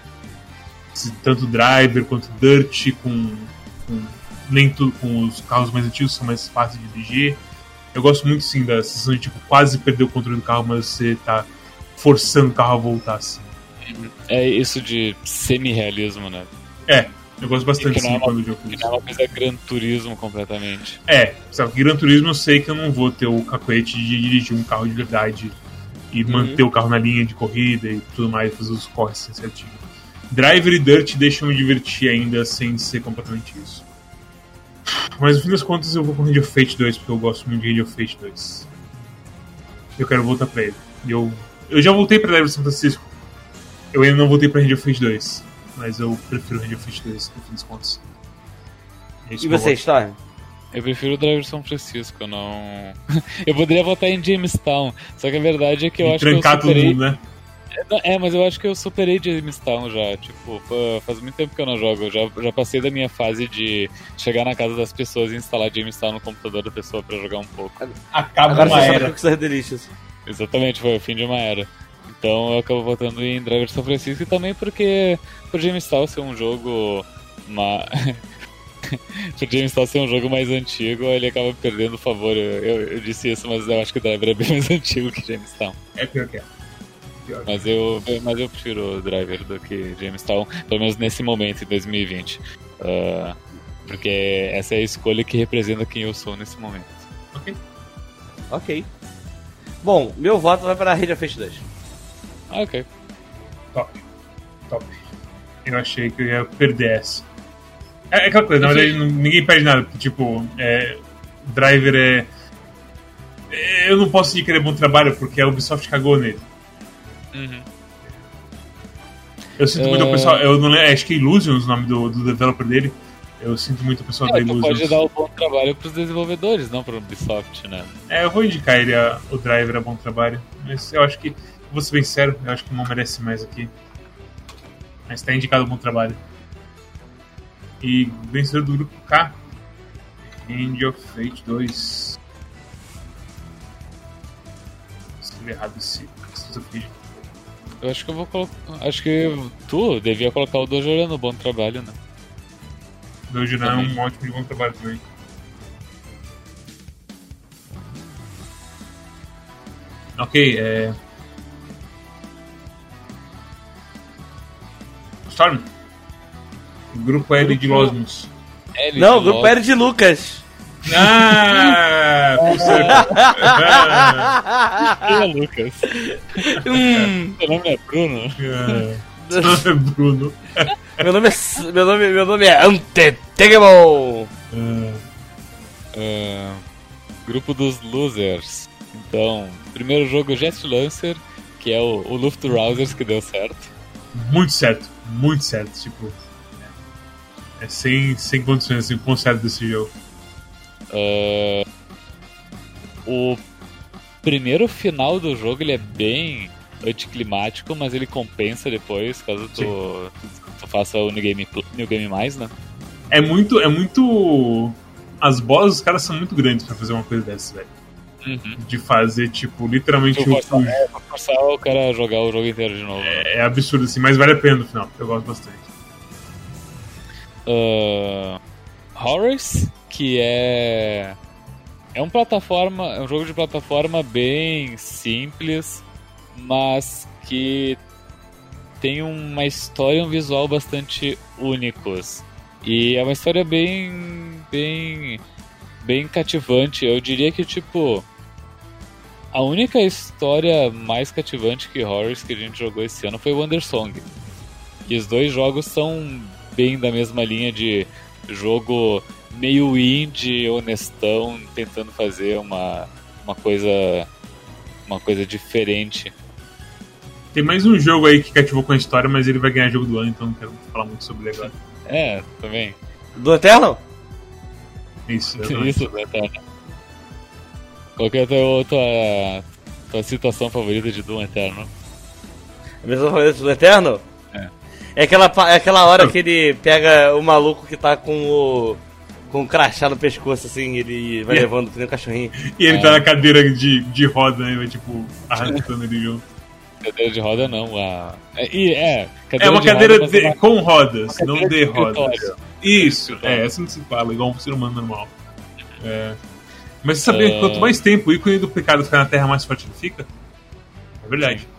tanto Driver quanto Dirt, nem tudo com os carros mais antigos, são mais fáceis de dirigir. Eu gosto muito, sim, da sensação de, tipo, quase perder o controle do carro, mas você tá forçando o carro a voltar, assim. É isso de semi-realismo, né? Eu gosto bastante, sim, quando o jogo faz isso. É uma coisa Gran Turismo completamente. Sabe, Gran Turismo eu sei que eu não vou ter o cacuete de dirigir um carro de verdade e manter o carro na linha de corrida e tudo mais, fazer os corres assim, certinho. Driver e Dirt deixam me divertir ainda sem ser completamente isso. Mas no fim das contas eu vou com Hand of Fate 2, porque eu gosto muito de Hand of Fate 2. Eu quero voltar pra ele. Eu já voltei pra Driver São Francisco. Eu ainda não voltei pra Hand of Fate 2. Mas eu prefiro Hand of Fate 2, no fim das contas. E você, Storm? Eu prefiro o Driver São Francisco, não... Eu poderia votar em Jamestown, só que a verdade é que eu acho que eu superei... todo mundo, né? Mas eu acho que eu superei Jamestown já, tipo, faz muito tempo que eu não jogo, eu já passei da minha fase de chegar na casa das pessoas e instalar Jamestown no computador da pessoa pra jogar um pouco. Acaba uma era. Exatamente, foi o fim de uma era. Então eu acabo votando em Driver São Francisco e também porque por Jamestown ser um jogo por Jamestown ser um jogo mais antigo, ele acaba perdendo o favor. Eu disse isso, mas eu acho que o Driver é bem mais antigo que Jamestown. É pior que é. Mas eu prefiro o Driver do que Jamestown, pelo menos nesse momento, em 2020. Porque essa é a escolha que representa quem eu sou nesse momento. Ok. Bom, meu voto vai para a Hand of Fate 2. Ok. Top. Eu achei que eu ia perder essa. É aquela coisa, na verdade ninguém perde nada, porque tipo, Driver eu não posso querer bom trabalho porque a Ubisoft cagou nele. Eu sinto muito o pessoal, eu não lembro, acho que é Illusions o nome do developer dele. Eu sinto muito o pessoal da Illusions. Pode dar o bom trabalho pros desenvolvedores, não pro Ubisoft, né? Eu vou indicar ele, o Driver a bom trabalho. Mas eu acho que, vou ser bem sério, eu acho que não merece mais aqui. Mas tá indicado bom trabalho. E vencedor do grupo K, Hand of Fate 2. Escrevi errado esse vídeo. Eu acho que eu vou colocar. Acho que tu devia colocar o Dojoran no bom trabalho, né? Dojoran é um ótimo de bom trabalho também. Ok, Storm? Grupo L de Losmos. Não, grupo L de Lucas. Quem é Lucas? Seu nome é Bruno? Seu nome é Bruno. Meu nome é Antetegable. Grupo dos Losers. Então, primeiro jogo Jet Lancer, que é o Luftrausers, que deu certo. Muito certo, tipo. É sem condições, assim, o conceito desse jogo. O primeiro final do jogo ele é bem anticlimático, mas ele compensa depois, caso tu faça o New Game mais, né? É muito. As bolas dos caras são muito grandes pra fazer uma coisa dessa, velho. De fazer, tipo, literalmente forçar o cara a jogar o jogo inteiro de novo. É absurdo, assim, mas vale a pena no final. Eu gosto bastante. Horrors, que é um jogo de plataforma bem simples, mas que tem uma história e um visual bastante únicos. E é uma história bem cativante. Eu diria que, tipo, a única história mais cativante que Horrors que a gente jogou esse ano foi o Wandersong. E os dois jogos são bem da mesma linha de jogo meio indie, honestão, tentando fazer uma coisa diferente. Tem mais um jogo aí que cativou com a história, mas ele vai ganhar jogo do ano, então não quero falar muito sobre ele agora. Também. Do Eternal? Isso, do Eternal. Qual que é a tua situação favorita de Doom Eternal? A minha situação favorita do Eternal? É aquela hora que ele pega o maluco que tá com o crachá no pescoço, assim, ele vai levando que nem um cachorrinho. E ele tá na cadeira de roda, né? Vai, tipo, arrastando ele junto. Cadeira de roda não, é uma cadeira com rodas, não de rodas. Isso, assim que se fala, igual um ser humano normal. Mas você sabia que quanto mais tempo o ícone do pecado ficar na Terra, mais forte ele fica? É verdade.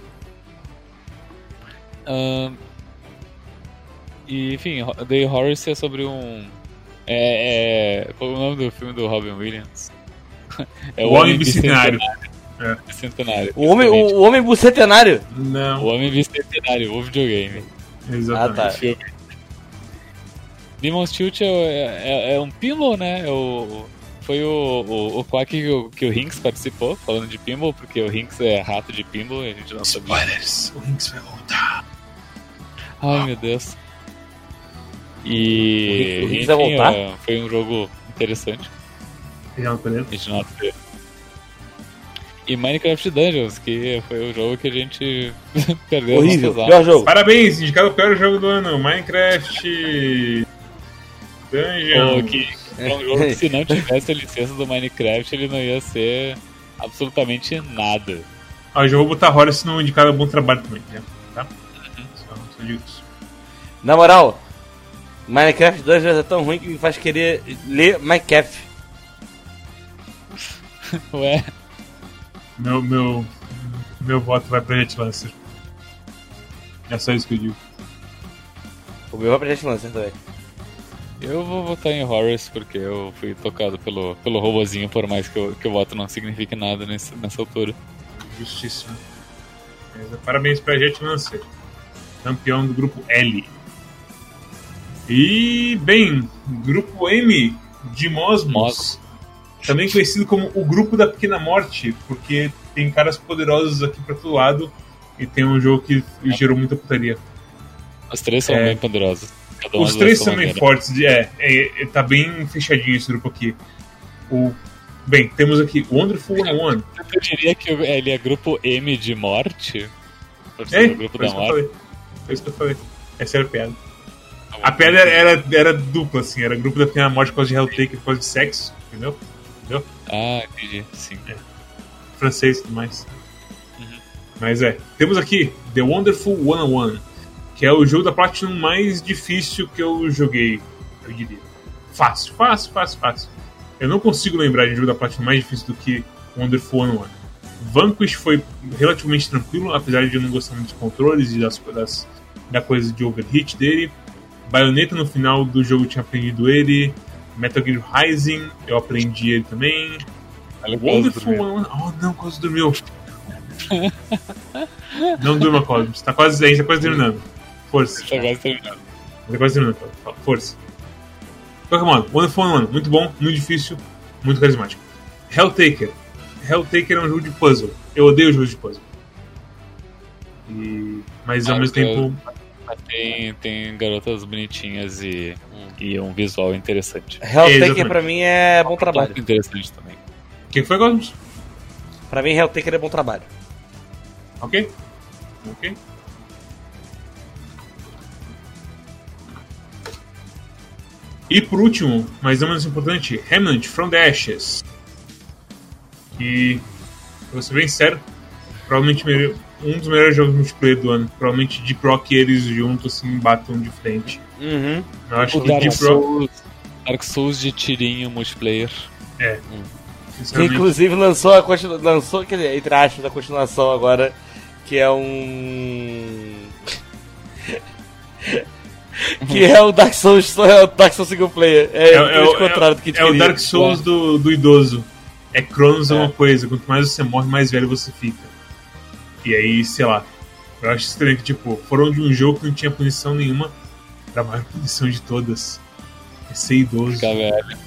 E, enfim, The Horrors é sobre um... qual é o nome do filme do Robin Williams? O Homem Bicentenário. Bicentenário. O Homem Bicentenário? Não. O Homem Bicentenário, o videogame. Exatamente. Demon's Tilt é um pinball, né? Foi o Quack que o Hinks participou, falando de pinball, porque o Hinks é rato de pinball e a gente não sabia. Spoilers, o Hinks vai voltar. Ai, meu Deus. E o Hinks vai voltar? Foi um jogo interessante. A gente não sabia. E Minecraft Dungeons, que foi o jogo que a gente perdeu. Horrível, pior jogo. Parabéns, indicado o pior jogo do ano, Minecraft Dungeons. Que é um jogo que se não tivesse a licença do Minecraft, ele não ia ser absolutamente nada. Eu já vou botar Horace no indicado bom trabalho também, né? Tá? Só digo isso. Na moral, Minecraft Dungeons é tão ruim que me faz querer ler Minecraft. Ué? Meu voto vai pra Jet Lancer. É só isso que eu digo. O meu vai pra Jet Lancer também. Eu vou votar em Horrors porque eu fui tocado pelo robozinho, por mais que o voto não signifique nada nessa altura. Justíssimo. Parabéns pra Jet Lancer, campeão do grupo L. E, bem, grupo M de Mosmos. Também conhecido como o grupo da Pequena Morte, porque tem caras poderosos aqui pra todo lado e tem um jogo que gerou muita putaria. Os três são bem poderosos. Os três são bem fortes. Tá bem fechadinho esse grupo aqui. Bem, temos aqui o Wonderful 101. Eu diria que ele é grupo M de morte? O grupo da morte. Foi isso que eu falei. Essa era a piada. A piada era dupla, assim. Era grupo da Pequena Morte por causa de Helltaker, por causa de sexo. Entendeu? Entendi, sim. Francês e tudo mais. Mas temos aqui The Wonderful 101, que é o jogo da Platinum mais difícil que eu joguei, eu diria. Fácil. Eu não consigo lembrar de um jogo da Platinum mais difícil do que Wonderful 101. Vanquish foi relativamente tranquilo, apesar de eu não gostar muito dos controles e da coisa de overheat dele. Bayonetta no final do jogo eu tinha aprendido ele. Metal Gear Rising eu aprendi ele também. Wonderful 101. Oh não, quase dormiu. Não durma, Cosmos. A gente tá quase terminando. Força. Tá quase terminando. Força. De qualquer modo, Wonderful 101. Muito bom, muito difícil, muito carismático. Helltaker é um jogo de puzzle. Eu odeio jogos de puzzle. Mas ao mesmo tempo... Tem garotas bonitinhas e um visual interessante. Helltaker pra mim é bom trabalho. Interessante também. O que foi, Cosmos? Pra mim, Helltaker é bom trabalho. Ok. E por último, mas não menos importante, Remnant from the Ashes. Que, vou ser bem sério, provavelmente um dos melhores jogos multiplayer do ano. Provavelmente Deep Rock e eles juntos assim batam de frente. Uhum. Eu acho o que Dark Souls de tirinho multiplayer. Que inclusive lançou, quer dizer, entre aspas, a continuação agora, que é que é o Dark Souls single player. É o contrário do que é o Dark Souls do idoso. É Cronos uma coisa, quanto mais você morre, mais velho você fica. E aí, sei lá, eu acho estranho que, tipo, foram de um jogo que não tinha punição nenhuma pra maior punição de todas. É ser idoso. Ficar velho.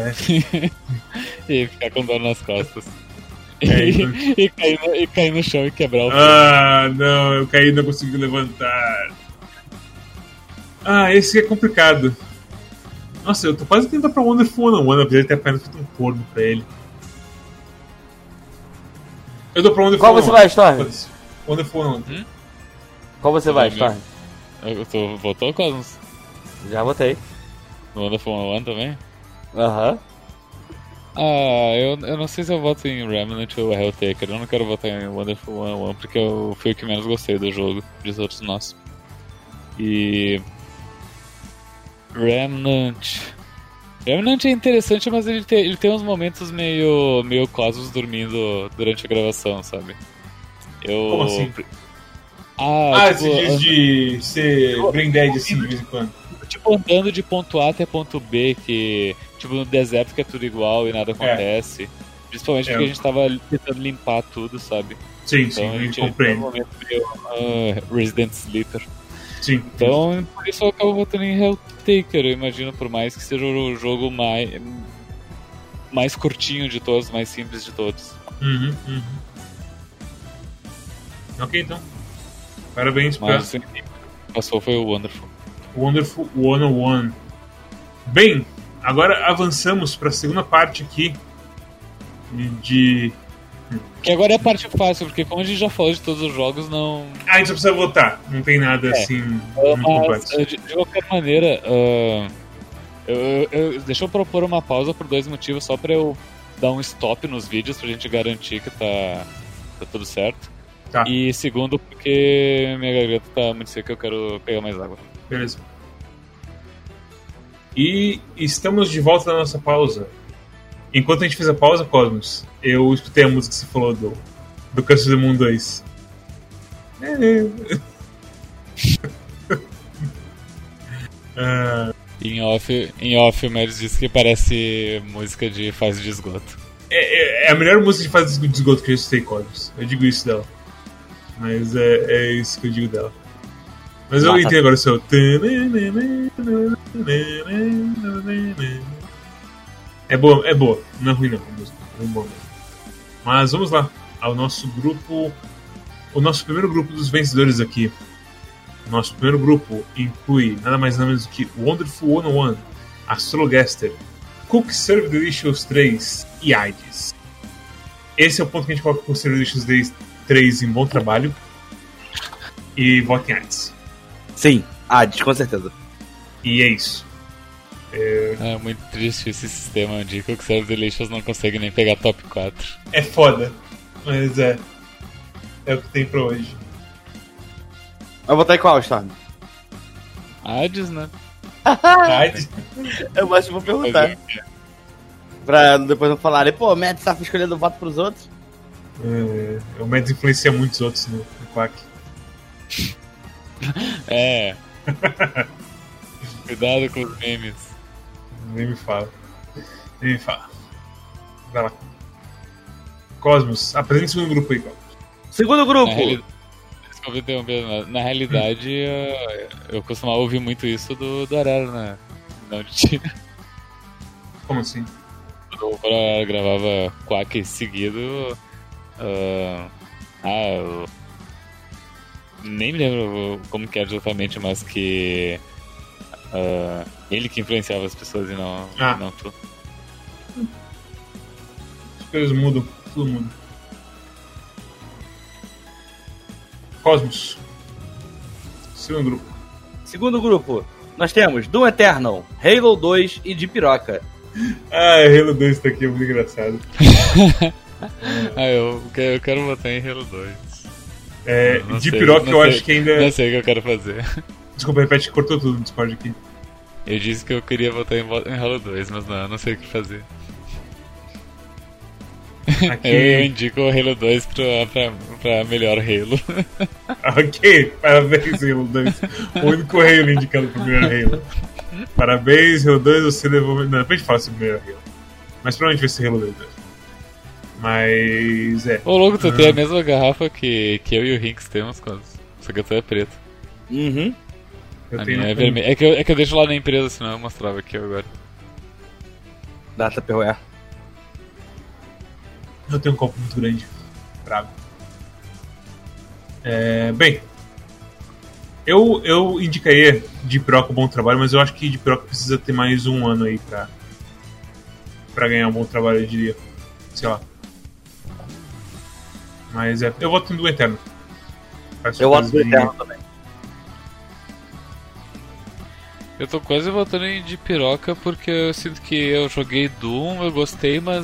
E ficar com dor nas costas. E cair no chão e quebrar o fio. Não, eu caí e não consegui levantar. Esse é complicado. Nossa, eu tô quase tentando pra Wonderful 101, apesar de ter apenas feito um corno pra ele. Eu dou pra Wonderful 101. Qual você vai, Storm? Wonderful 101. Qual você vai, Storm? Votou, Cosmos? Já votei. No Wonderful 101 também? Aham. Eu não sei se eu voto em Remnant ou Helltaker. Eu não quero votar em Wonderful 101 porque eu fui o que menos gostei do jogo, de todos nós. E... Remnant é interessante, mas ele tem uns momentos meio Cosmos dormindo durante a gravação, sabe? Como assim? Tipo, você diz de ser brain dead assim de vez em quando. Tipo, andando de ponto A até ponto B, que... Tipo, no deserto que é tudo igual e nada acontece. Principalmente porque a gente tava tentando limpar tudo, sabe? Sim, então, a gente compreende. Um momento meio Resident Sleeper. Sim. Então, por isso eu acabo votando em Helltaker, eu imagino, por mais que seja o jogo mais curtinho de todos, mais simples de todos. Ok, então. Parabéns pra... Mas quem passou foi o Wonderful. Wonderful 101. Bem, agora avançamos para a segunda parte aqui de... Que agora é a parte fácil, porque como a gente já falou de todos os jogos, não... a gente só precisa votar, não tem nada assim muito complexo. De qualquer maneira, deixa eu propor uma pausa por 2 motivos, só pra eu dar um stop nos vídeos, pra gente garantir que tá tudo certo. Tá. E segundo, porque minha garganta tá muito seca e eu quero pegar mais água. Beleza. E estamos de volta da nossa pausa. Enquanto a gente fez a pausa, Cosmos, eu escutei a música que você falou do Curse of the Moon 2. Em off, o Meris disse que parece música de fase de esgoto. É a melhor música de fase de esgoto que eu escutei, Cosmos. Eu digo isso dela. Mas é isso que eu digo dela. Mas eu entendo agora o seu... É boa. Não é ruim não, a música. É boa mesmo. Mas vamos lá ao nosso grupo... O nosso primeiro grupo dos vencedores aqui. O nosso primeiro grupo inclui nada mais nada menos do que Wonderful 101, Astrologaster, Cook Serve Delicious 3 e AIDS. Esse é o ponto que a gente coloca com o Serve Delicious 3 em bom trabalho. E vote em AIDS. Sim, AIDS, com certeza. E é isso. É muito triste esse sistema de Cook Serve Delicious não consegue nem pegar top 4. É foda, mas é o que tem pra hoje. Eu vou votar em qual, Storm? AIDS, né? AIDS? Eu acho que vou perguntar. Pra depois não falarem, pô, Matt tá escolhendo voto pros outros. O Mads influencia muitos outros no Quack. Cuidado com os memes. Nem me fala. Vai lá. Cosmos, apresenta o segundo grupo aí, Cosmos. Segundo grupo. Na realidade, eu costumava ouvir muito isso do Arara, né? Não de ti. Como assim? Quando o Arara gravava Quack seguido. Eu nem me lembro como que era exatamente, mas que ele que influenciava as pessoas e não tu. As coisas mudam, tudo muda. Cosmos. Segundo grupo, nós temos Doom Eternal, Halo 2 e Deep Rock. Halo 2 tá aqui, é muito engraçado. Eu quero botar em Halo 2. Deep Rock eu acho que ainda... Não sei o que eu quero fazer. Desculpa, repete que cortou tudo no Discord aqui. Eu disse que eu queria votar em Halo 2, mas não sei o que fazer. Aqui... Eu indico o Halo 2 pra melhor Halo. Ok, parabéns, Halo 2. O único Halo indicado pro melhor Halo. Parabéns, Halo 2, você levou... Não, depois a gente fala sobre o melhor Halo. Mas provavelmente vai ser Halo 2 mesmo. Mas Ô, louco, tu tem a mesma garrafa que eu e o Rinks temos, só que a tua é preta. Uhum. A minha é vermelha. É que eu deixo lá na empresa, senão eu mostrava aqui agora. Da Tupperware. Eu tenho um copo muito grande. Bravo. Bem, eu indicaria Deep Rock um bom trabalho, mas eu acho que Deep Rock precisa ter mais um ano aí pra ganhar um bom trabalho, eu diria. Sei lá. Mas eu voto em Doom Eternal. Eu voto em Doom Eternal também. Eu tô quase votando em Deep Rock porque eu sinto que eu joguei Doom, eu gostei, mas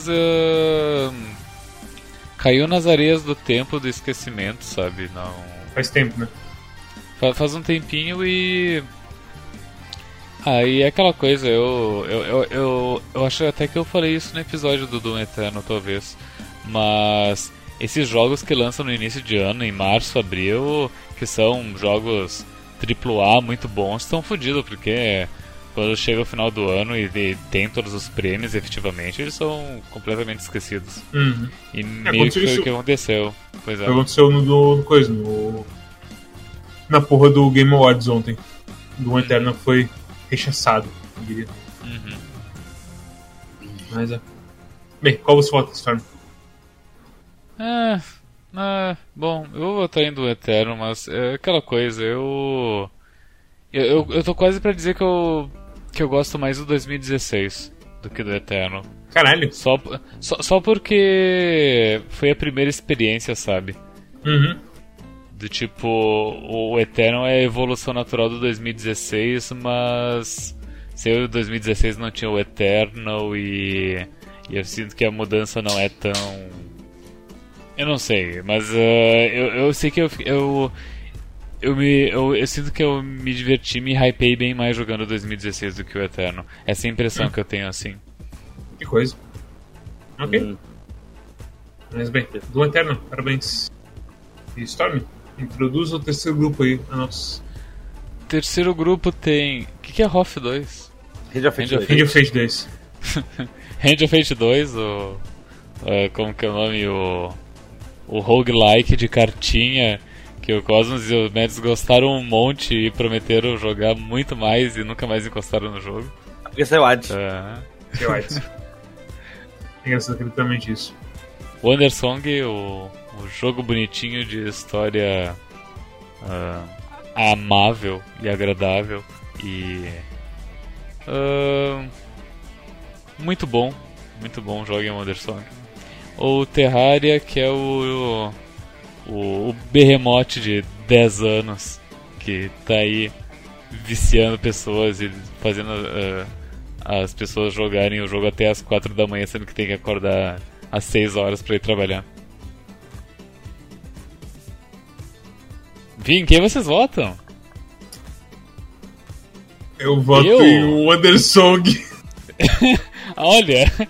caiu nas areias do tempo, do esquecimento, sabe? Não... Faz tempo, né? Faz um tempinho e... e é aquela coisa, eu acho até que eu falei isso no episódio do Doom Eternal, talvez. Mas esses jogos que lançam no início de ano, em março, abril, que são jogos AAA muito bons, estão fodidos, porque quando chega o final do ano e tem todos os prêmios, efetivamente, eles são completamente esquecidos. Uhum. E meio que foi o que aconteceu. Pois é. Aconteceu na porra do Game Awards ontem. Do Eternal foi rechaçado, eu diria. Uhum. Mas Bem, qual você vota, Storm? Bom, eu vou votar em do Eternal, mas é aquela coisa, eu tô quase pra dizer que eu gosto mais do 2016 do que do Eternal. Caralho! Só porque foi a primeira experiência, sabe? Uhum. Do tipo, o Eternal é a evolução natural do 2016, mas se o 2016 não tinha o Eternal e eu sinto que a mudança não é tão... Eu não sei, mas eu sei que eu sinto que eu me diverti, me hypei bem mais jogando 2016 do que o Eternal. Essa é a impressão que eu tenho, assim. Que coisa. Ok. Mas bem, do Eternal, parabéns. E Storm, introduza o terceiro grupo aí a nós. Terceiro grupo tem... O que é Hoff 2? Hand of Fate 2. Hand of Fate 2, como que é o nome? O roguelike de cartinha, que o Cosmos e o Mads gostaram um monte e prometeram jogar muito mais e nunca mais encostaram no jogo. Porque saiu antes. Saiu antes. É exatamente isso. Wandersong, o jogo bonitinho de história amável e agradável e muito bom, joguem Wandersong. Ou Terraria, que é o behemoth de 10 anos que tá aí viciando pessoas e fazendo as pessoas jogarem o jogo até as 4 da manhã, sendo que tem que acordar às 6 horas pra ir trabalhar. Vim, quem vocês votam? Eu voto em Wandersong. Olha,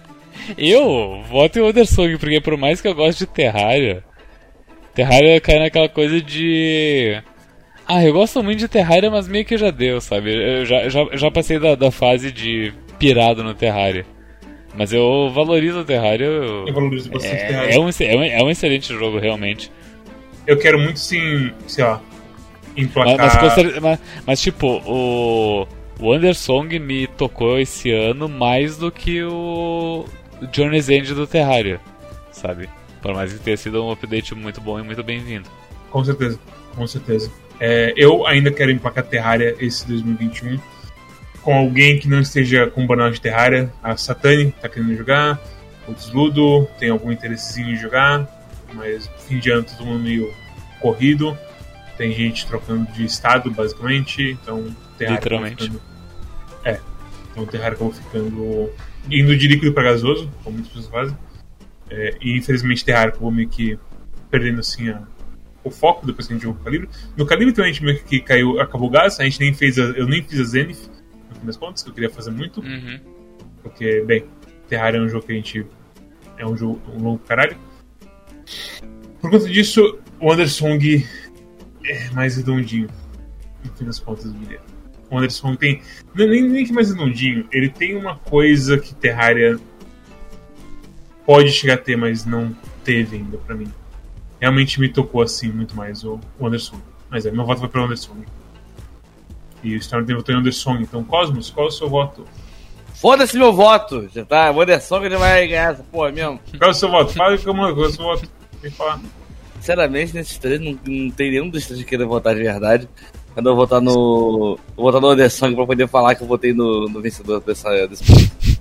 Eu voto em Wandersong, porque por mais que eu goste de Terraria cai naquela coisa de... eu gosto muito de Terraria, mas meio que já deu, sabe? Eu já passei da fase de pirado no Terraria. Mas eu valorizo o Terraria. Eu valorizo bastante Terraria. É um excelente jogo, realmente. Eu quero muito, sim, sei lá, emplacar... Mas tipo, o Wandersong me tocou esse ano mais do que o Journey's End do Terraria, sabe? Por mais que tenha sido um update muito bom e muito bem-vindo. Com certeza, com certeza. Eu ainda quero emplacar Terraria esse 2021 com alguém que não esteja com burnout de Terraria. A Satani tá querendo jogar, o Desludo tem algum interessezinho em jogar, mas fim de ano todo mundo meio corrido, tem gente trocando de estado basicamente, então Terraria literalmente. Então Terraria acabou ficando indo de líquido para gasoso, como muitas pessoas fazem. E infelizmente Terraria acabou meio que perdendo assim o foco depois que a gente jogou o Calibre. No Calibre também a gente meio que acabou o gás, a gente nem fez eu nem fiz a Zenith, no fim das contas, que eu queria fazer muito. Porque, bem, Terraria é um jogo que a gente... é um jogo longo caralho. Por conta disso, o Wandersong é mais redondinho, no fim das contas, eu diria. O Wandersong tem... nem que mais redondinho, ele tem uma coisa que Terraria pode chegar a ter, mas não teve ainda pra mim. Realmente me tocou assim muito mais o Wandersong. Mas meu voto vai pro Wandersong. E o Storm votou em Wandersong. Então, Cosmos, qual é o seu voto? Foda-se meu voto! Já tá, o Wandersong ele vai ganhar essa porra mesmo. Qual é o seu voto? Fala qual é o seu voto. Tem que falar. Sinceramente, nesses três, não tem nenhum dos três que queira votar de verdade. Quando eu votar no. Eu vou votar no Wandersong pra poder falar que eu votei no vencedor desse ponto.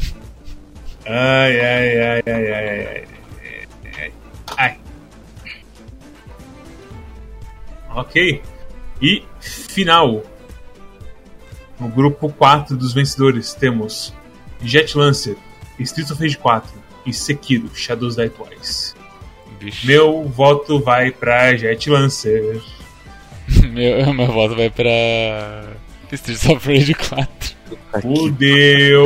Ai. Ok. E final. No grupo 4 dos vencedores temos Jet Lancer, Streets of Rage 4 e Sekiro, Shadows Die Twice. Bicho. Meu voto vai pra Jet Lancer. meu voto vai pra Streets of Rage 4. Fudeu!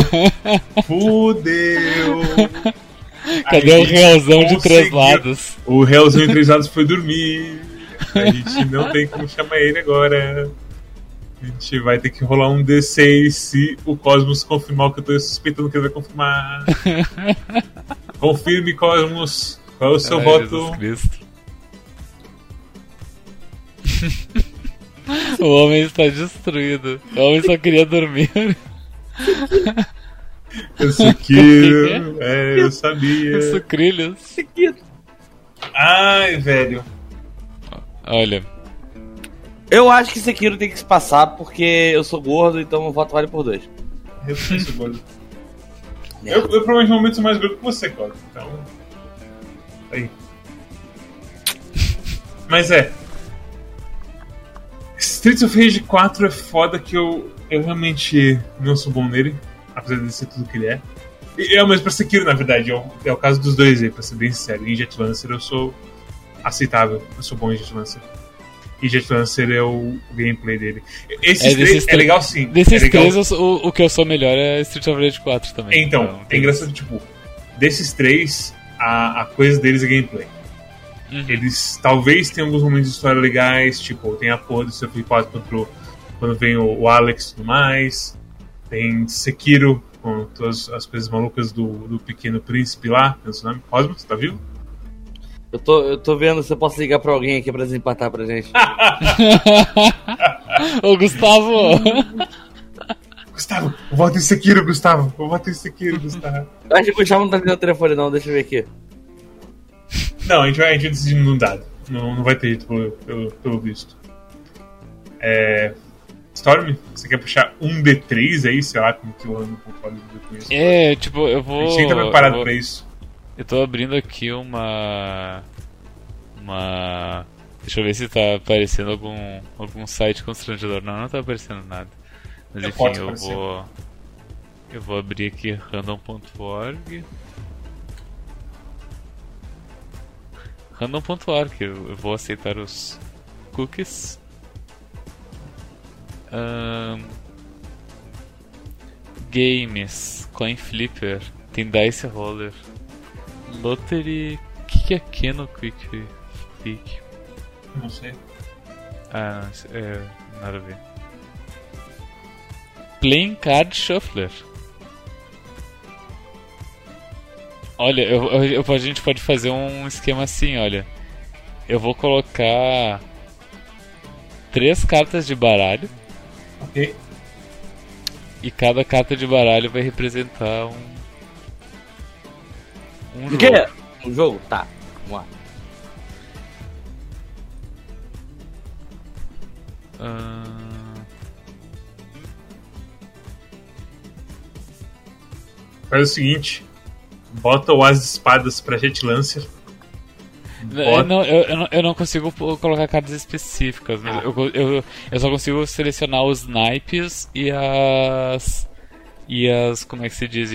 Cadê o Realzão de 3 lados? O Realzão de 3 lados foi dormir. A gente não tem como chamar ele agora. A gente vai ter que rolar um D6 se o Cosmos confirmar o que eu tô suspeitando que ele vai confirmar. Confirme, Cosmos. Qual é o seu voto? O homem está destruído. O homem só queria dormir. Sekiro. Eu sabia. Sucrilhos. Ai, velho. Olha. Eu acho que Sekiro tem que se passar porque eu sou gordo, então o voto vale por 2. Eu também sou gordo. Eu provavelmente sou mais gordo que você, Cosmo. Então. Aí. Mas Streets of Rage 4 é foda que eu realmente não sou bom nele, apesar de ser tudo que ele é. E mesmo pra Sekiro, na verdade, é o caso dos dois aí, pra ser bem sincero. Em Jet Lancer eu sou aceitável, eu sou bom em Jet Lancer. E Jet Lancer é o gameplay dele. Esses três é legal sim. Desses três, o que eu sou melhor é Streets of Rage 4 também. Então é engraçado, tipo, desses três, a coisa deles é gameplay. Eles talvez tenham alguns momentos de história legais, tipo, tem a porra do Street Fighter 4 quando vem o Alex e tudo mais. Tem Sekiro, com todas as coisas malucas do Pequeno Príncipe lá, é o seu nome? Cosmos, tá vivo? Eu tô vendo se eu posso ligar pra alguém aqui pra desempatar pra gente. Ô, Gustavo! Gustavo, eu voto em Sekiro, Gustavo. Eu voto em Sekiro, Gustavo. Acho que o Gustavo não tá ligando o telefone não, deixa eu ver aqui. Não, a gente vai decidir num dado. Não vai ter jeito pelo visto. Storm, você quer puxar um D3 aí? Sei lá como que eu ando com isso. Tipo, eu vou... A gente tem que estar preparado pra isso. Eu tô abrindo aqui uma... Deixa eu ver se tá aparecendo algum site constrangedor. Não tá aparecendo nada. Mas enfim, eu vou abrir aqui random.org. Random.org, eu vou aceitar os cookies. Games, Coin Flipper. Tem Dice Roller. Lottery... O que é Keno Quick Pick? Não sei. Ah, não, nada a ver. Playing Card Shuffler. Olha, a gente pode fazer um esquema assim, olha. Eu vou colocar 3 cartas de baralho. Ok. E cada carta de baralho vai representar um O quê? Um jogo? Tá, vamos lá. Faz o seguinte. Bota o As de Espadas pra Jet Lancer. Eu não consigo colocar cartas específicas, mas eu só consigo selecionar os naipes e as... como é que se diz?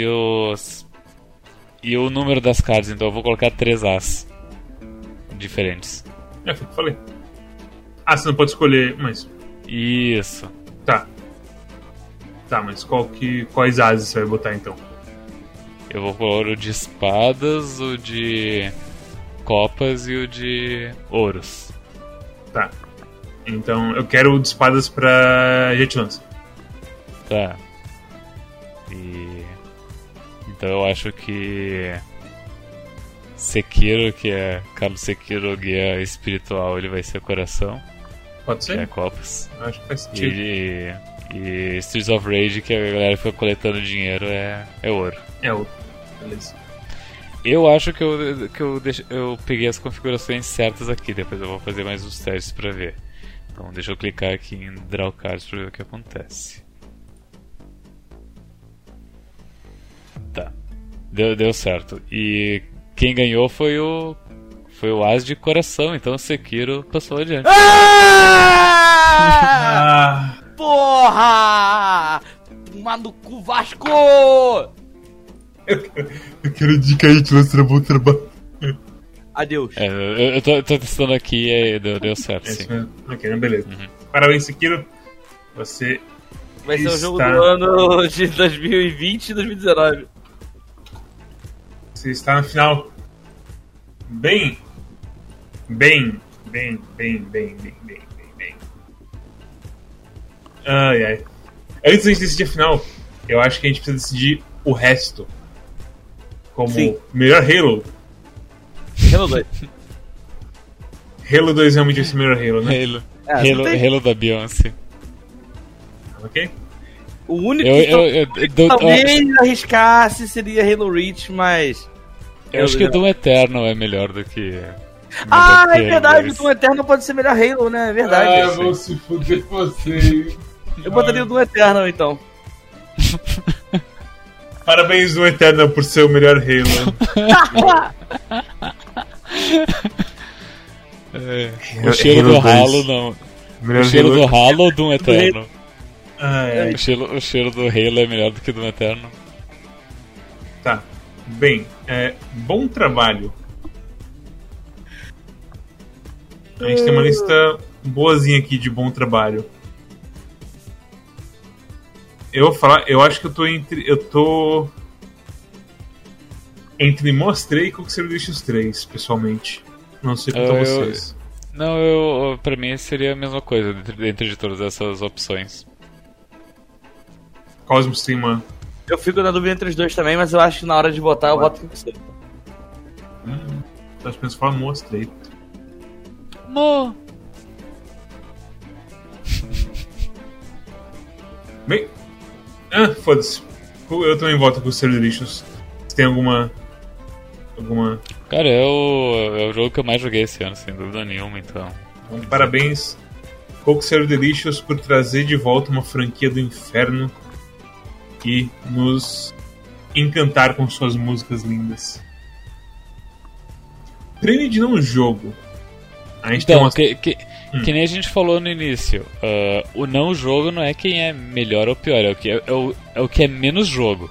E o número das cartas, então eu vou colocar 3 As diferentes. Foi o que eu falei. Ah, você não pode escolher, mas... Isso. Tá, mas quais ases você vai botar então? Eu vou pôr o de espadas, o de copas e o de ouros. Tá. Então eu quero o de espadas pra Jet Lancer. Tá. Então eu acho que Sekiro, que é Cabo Sekiro, guia espiritual, ele vai ser coração. Pode ser? Que é copas. Eu acho que faz sentido. E Streets of Rage, que a galera fica coletando dinheiro, é ouro. É ouro. Beleza. Eu acho que eu peguei as configurações certas aqui. Depois eu vou fazer mais uns testes pra ver. Então deixa eu clicar aqui em Draw Cards pra ver o que acontece. Tá. Deu certo. E quem ganhou foi o As de coração. Então o Sekiro passou adiante. Porra! Tomar no cu, Vasco! Eu quero indicar a gente mostrar bom trabalho. Adeus. Eu tô testando aqui e deu certo, sim. Ok, beleza. Parabéns, Sekiro. Você vai ser o jogo do ano de 2020 e 2019. Você está na final. Bem. Ai. Antes da gente decidir a final, eu acho que a gente precisa decidir o resto. Como melhor Halo. Halo 2. Halo 2 realmente vai ser o melhor Halo, né? Halo da Beyoncé. Ok? O único que talvez arriscasse seria Halo Reach, mas... Eu acho que o Doom Eternal é melhor do que... é verdade, o Doom Eternal pode ser melhor Halo, né? É verdade. Eu vou se fuder com você. Eu botaria o Doom Eternal, então. Parabéns, Doom Eternal, por ser o melhor Halo. O cheiro do Halo, não. O cheiro do Halo ou Doom Eternal? O cheiro do Halo é melhor do que o Doom Eternal. Tá. Bem, bom trabalho. A gente tem uma lista boazinha aqui de bom trabalho. Eu vou falar, eu acho que eu tô entre Mostrei e Cookseiro Delicious 3, pessoalmente. Não sei quanto a vocês. Pra mim seria a mesma coisa dentro de todas essas opções. Cosmos tem uma... Eu fico na dúvida entre os dois também, mas eu acho que na hora de votar eu voto com você. Acho que falar Mostrei. Bem... foda-se. Eu também voto com o Cookseiro Delicious. Você tem alguma... Cara, é o jogo que eu mais joguei esse ano, sem dúvida nenhuma, então parabéns, Cookseiro Delicious, por trazer de volta uma franquia do inferno e nos encantar com suas músicas lindas. Prêmio de não jogo. A gente então, tem que nem a gente falou no início, o não jogo não é quem é melhor ou pior, é o que é menos jogo.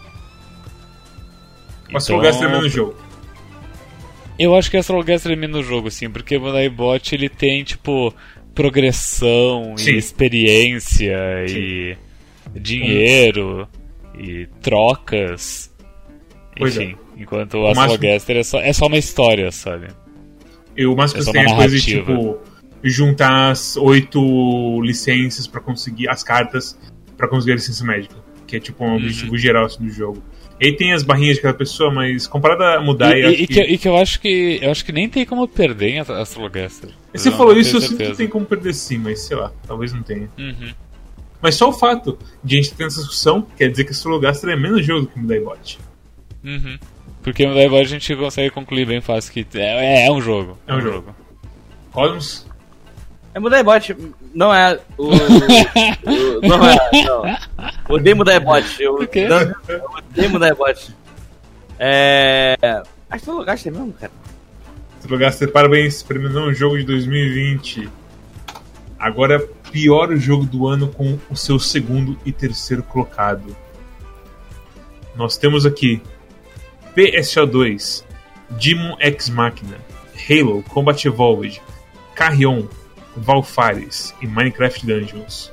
Mas Astrolgaster é menos jogo. Eu acho que Astrolgaster é menos jogo, sim, porque o Nightbot ele tem, tipo, progressão e experiência e dinheiro e trocas. Enfim, enquanto o Astrologaster é só uma história, sabe? E o máximo que você tem é coisa de, tipo, juntar as 8 licenças pra conseguir as cartas pra conseguir a licença médica, que é tipo um objetivo geral assim, do jogo. E aí tem as barrinhas de cada pessoa, mas comparado a mudar... eu acho que nem tem como perder em Astrologaster. Você falou isso, eu sinto que tem como perder sim, mas sei lá, talvez não tenha. Mas só o fato de a gente ter essa discussão quer dizer que Astrologaster é menos jogo do que o Mudaibot. Porque o Mudaibot a gente consegue concluir bem fácil que é um jogo. É um jogo. Cosmos? É Mudaibot, não é o... não é, não. Odeio Mudaibot. Eu odeio Mudaibot. Astrologaster mesmo, cara. Astrologaster, parabéns, terminou um jogo de 2020. Agora é pior jogo do ano com o seu segundo e terceiro colocado. Nós temos aqui PSO2, Demon X Machina, Halo Combat Evolved, Carrion, Valfaris e Minecraft Dungeons.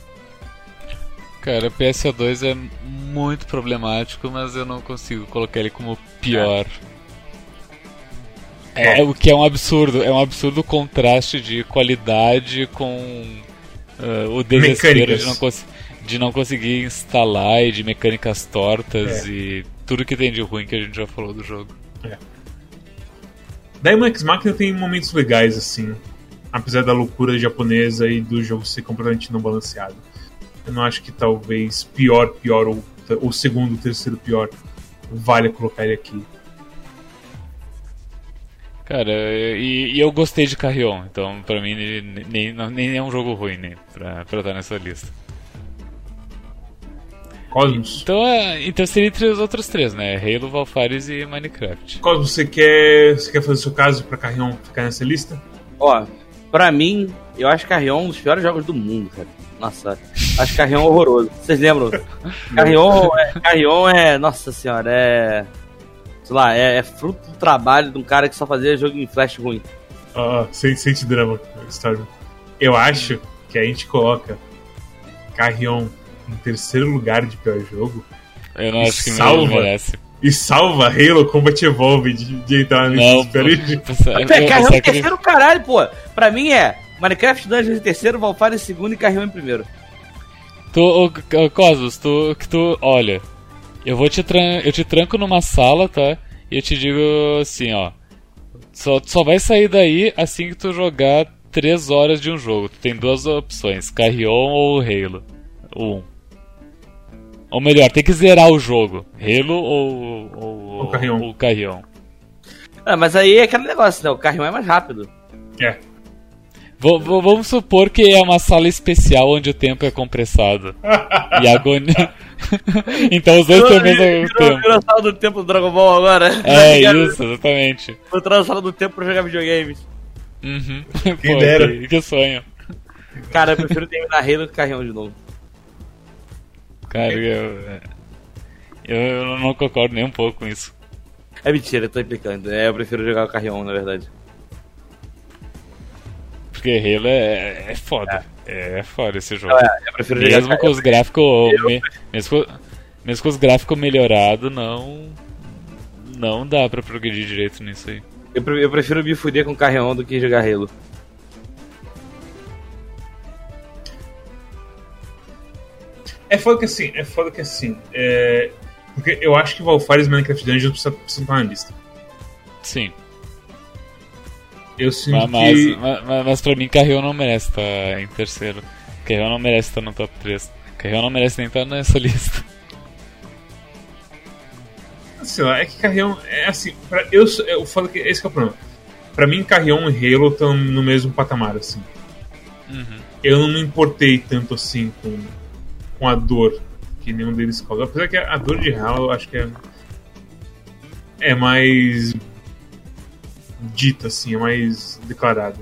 Cara, PSO2 é muito problemático, mas eu não consigo colocar ele como pior. O que é um absurdo o contraste de qualidade com o desespero de não conseguir instalar e de mecânicas tortas e tudo que tem de ruim que a gente já falou do jogo. Demon X Machina tem momentos legais assim, apesar da loucura japonesa e do jogo ser completamente não balanceado. Eu não acho que talvez pior ou segundo, terceiro pior valha colocar ele aqui. Cara, e eu gostei de Carrion, então pra mim nem é um jogo ruim nem pra estar nessa lista. Cosmos? Então seria entre os outros três, né? Halo, Valfaris e Minecraft. Cosmos, você quer fazer seu caso pra Carrion ficar nessa lista? Ó, pra mim, eu acho Carrion um dos piores jogos do mundo, cara. Nossa, acho Carrion horroroso. Vocês lembram? Carrion é... Nossa senhora, sei lá, é fruto do trabalho de um cara que só fazia jogo em flash ruim. Sente drama, Storm. Eu acho que a gente coloca Carrion em terceiro lugar de pior jogo. Eu não acho que merece. E salva Halo Combat Evolved de entrar nesse Carrion em terceiro, caralho, pô. Pra mim é Minecraft Dungeons em terceiro, Valfaris em segundo e Carrion em primeiro. Cosmos, olha, eu te tranco numa sala, tá? E eu te digo assim, ó. Só vai sair daí assim que tu jogar 3 horas de um jogo. Tu tem 2 opções, Carrion ou Halo. Ou melhor, tem que zerar o jogo. Halo ou Carrion. Mas aí é aquele negócio, né? O Carrion é mais rápido. Vamos supor que é uma sala especial onde o tempo é compressado. E a agonia... Então os dois têm o mesmo tempo. Virou a sala do tempo do Dragon Ball agora. Isso, exatamente. Vou entrar na sala do tempo pra jogar videogames. Quem dera. Que sonho. Cara, eu prefiro terminar Halo que Carrion de novo. Cara, eu não concordo nem um pouco com isso. É mentira, eu tô implicando. Eu prefiro jogar o Carrion, na verdade. Porque Halo é foda. É foda esse jogo. Eu prefiro mesmo jogar com os gráficos. Mesmo com os gráficos melhorados, não dá pra progredir direito nisso aí. Eu prefiro me fuder com Carrion do que jogar Halo. É foda que assim. Porque eu acho que Valfaris e Minecraft Dungeons precisam estar na lista. Sim. Eu sinto que... Mas pra mim, Carrion não merece estar em terceiro. Carrion não merece estar no top 3. Carrion não merece nem estar nessa lista. Sei lá, é que Carrion é assim. Eu falo que esse que é o problema. Pra mim, Carrion e Halo estão no mesmo patamar, assim. Eu não me importei tanto assim com a dor que nenhum deles causa. Apesar que a dor de Halo eu acho que é mais dita, assim, é mais declarada.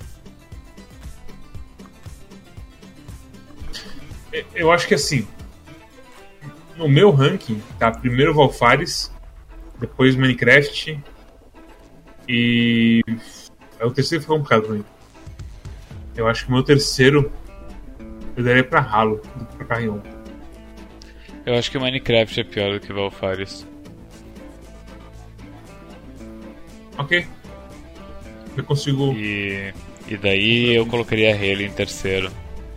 Eu acho que assim, no meu ranking, tá primeiro Valfaris, depois Minecraft e o terceiro ficou um bocado pra mim. Eu acho que o meu terceiro eu daria pra Halo, pra Carrion. Eu acho que o Minecraft é pior do que o Valfaris. Ok. Eu consigo... E daí eu colocaria Halo em terceiro.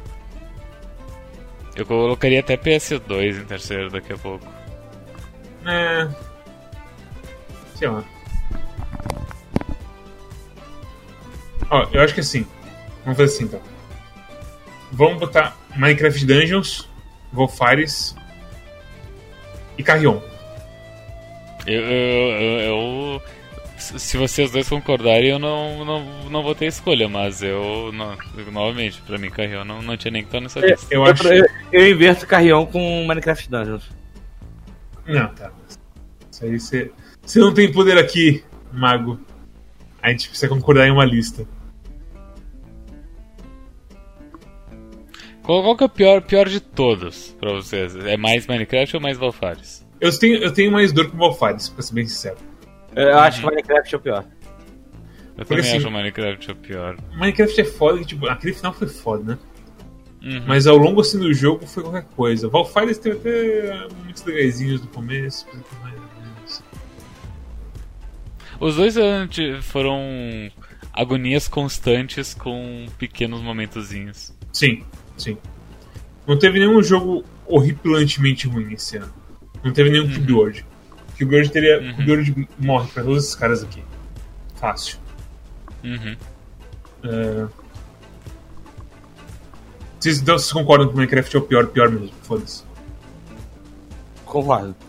Eu colocaria até PS2 em terceiro daqui a pouco. Sei lá. Ó, eu acho que assim. Vamos fazer assim então. Vamos botar Minecraft Dungeons, Wolfares e Carrion. Se vocês dois concordarem, eu não vou ter escolha, mas novamente, pra mim, Carrion não tinha nem que estar nessa lista. Eu inverto Carrion com Minecraft Dungeons. Não, tá. Isso aí você não tem poder aqui, mago. A gente precisa concordar em uma lista. Qual que é o pior de todos pra vocês? É mais Minecraft ou mais Wolfares? Eu tenho mais dor com Wolfares, pra ser bem sincero. Eu acho que Minecraft é o pior. Eu também acho o Minecraft o pior. Minecraft é foda, tipo, aquele final foi foda, né? Mas ao longo assim do jogo foi qualquer coisa. Wolfares teve até muitos legaisinhos no começo. Os dois foram agonias constantes com pequenos momentozinhos. Sim. Não teve nenhum jogo horripilantemente ruim esse ano. Não teve nenhum Cube World. Cube World teria. Cube World morre pra todos esses caras aqui. Fácil. Vocês concordam que o Minecraft é o pior mesmo? Foda-se. Concordo.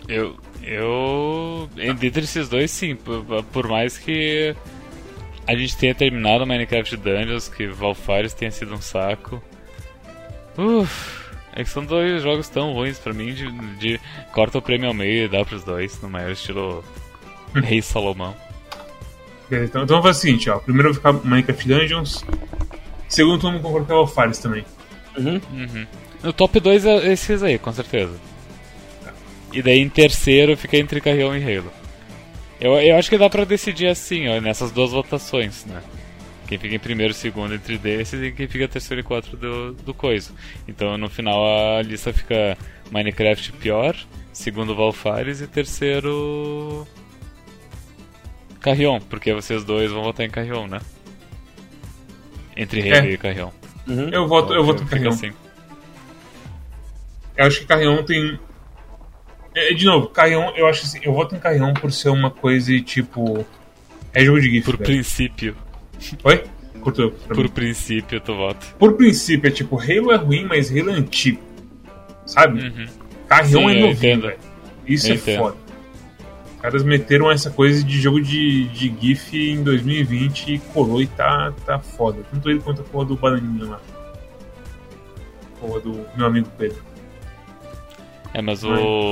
Entre esses dois, sim. Por mais que a gente tenha terminado o Minecraft Dungeons, que Wolfares tenha sido um saco. É que são dois jogos tão ruins pra mim de corta o prêmio ao meio e dá pros dois, no maior estilo Rei Salomão. Então vamos fazer o seguinte, ó. Primeiro eu vou ficar Minecraft Dungeons. Segundo, todo mundo concorda com Wolfares também. No top 2 é esses aí, com certeza. E daí em terceiro fica entre Carrion e Halo. Eu acho que dá pra decidir assim, ó, nessas duas votações, né? Quem fica em primeiro e segundo entre desses e quem fica terceiro e quarto do coisa. Então no final a lista fica Minecraft pior, segundo Wolfares e terceiro Carrion, porque vocês dois vão votar em Carrion, né? Entre Halo e Carrion. Eu voto em Carrion. Assim. Eu acho que Carrion tem... De novo, Carrion, eu acho assim, eu voto em Carrion por ser uma coisa tipo... É jogo de GIF, por princípio. Oi? Curtou? Por princípio, tu vota. Por princípio, é tipo, Halo é ruim, mas Halo é antigo. Sabe? Carrion é novinho, velho. Isso é foda. Os caras meteram essa coisa de jogo de GIF em 2020 e colou e tá foda. Tanto ele quanto a porra do Bananinha lá. Porra do meu amigo Pedro. Mas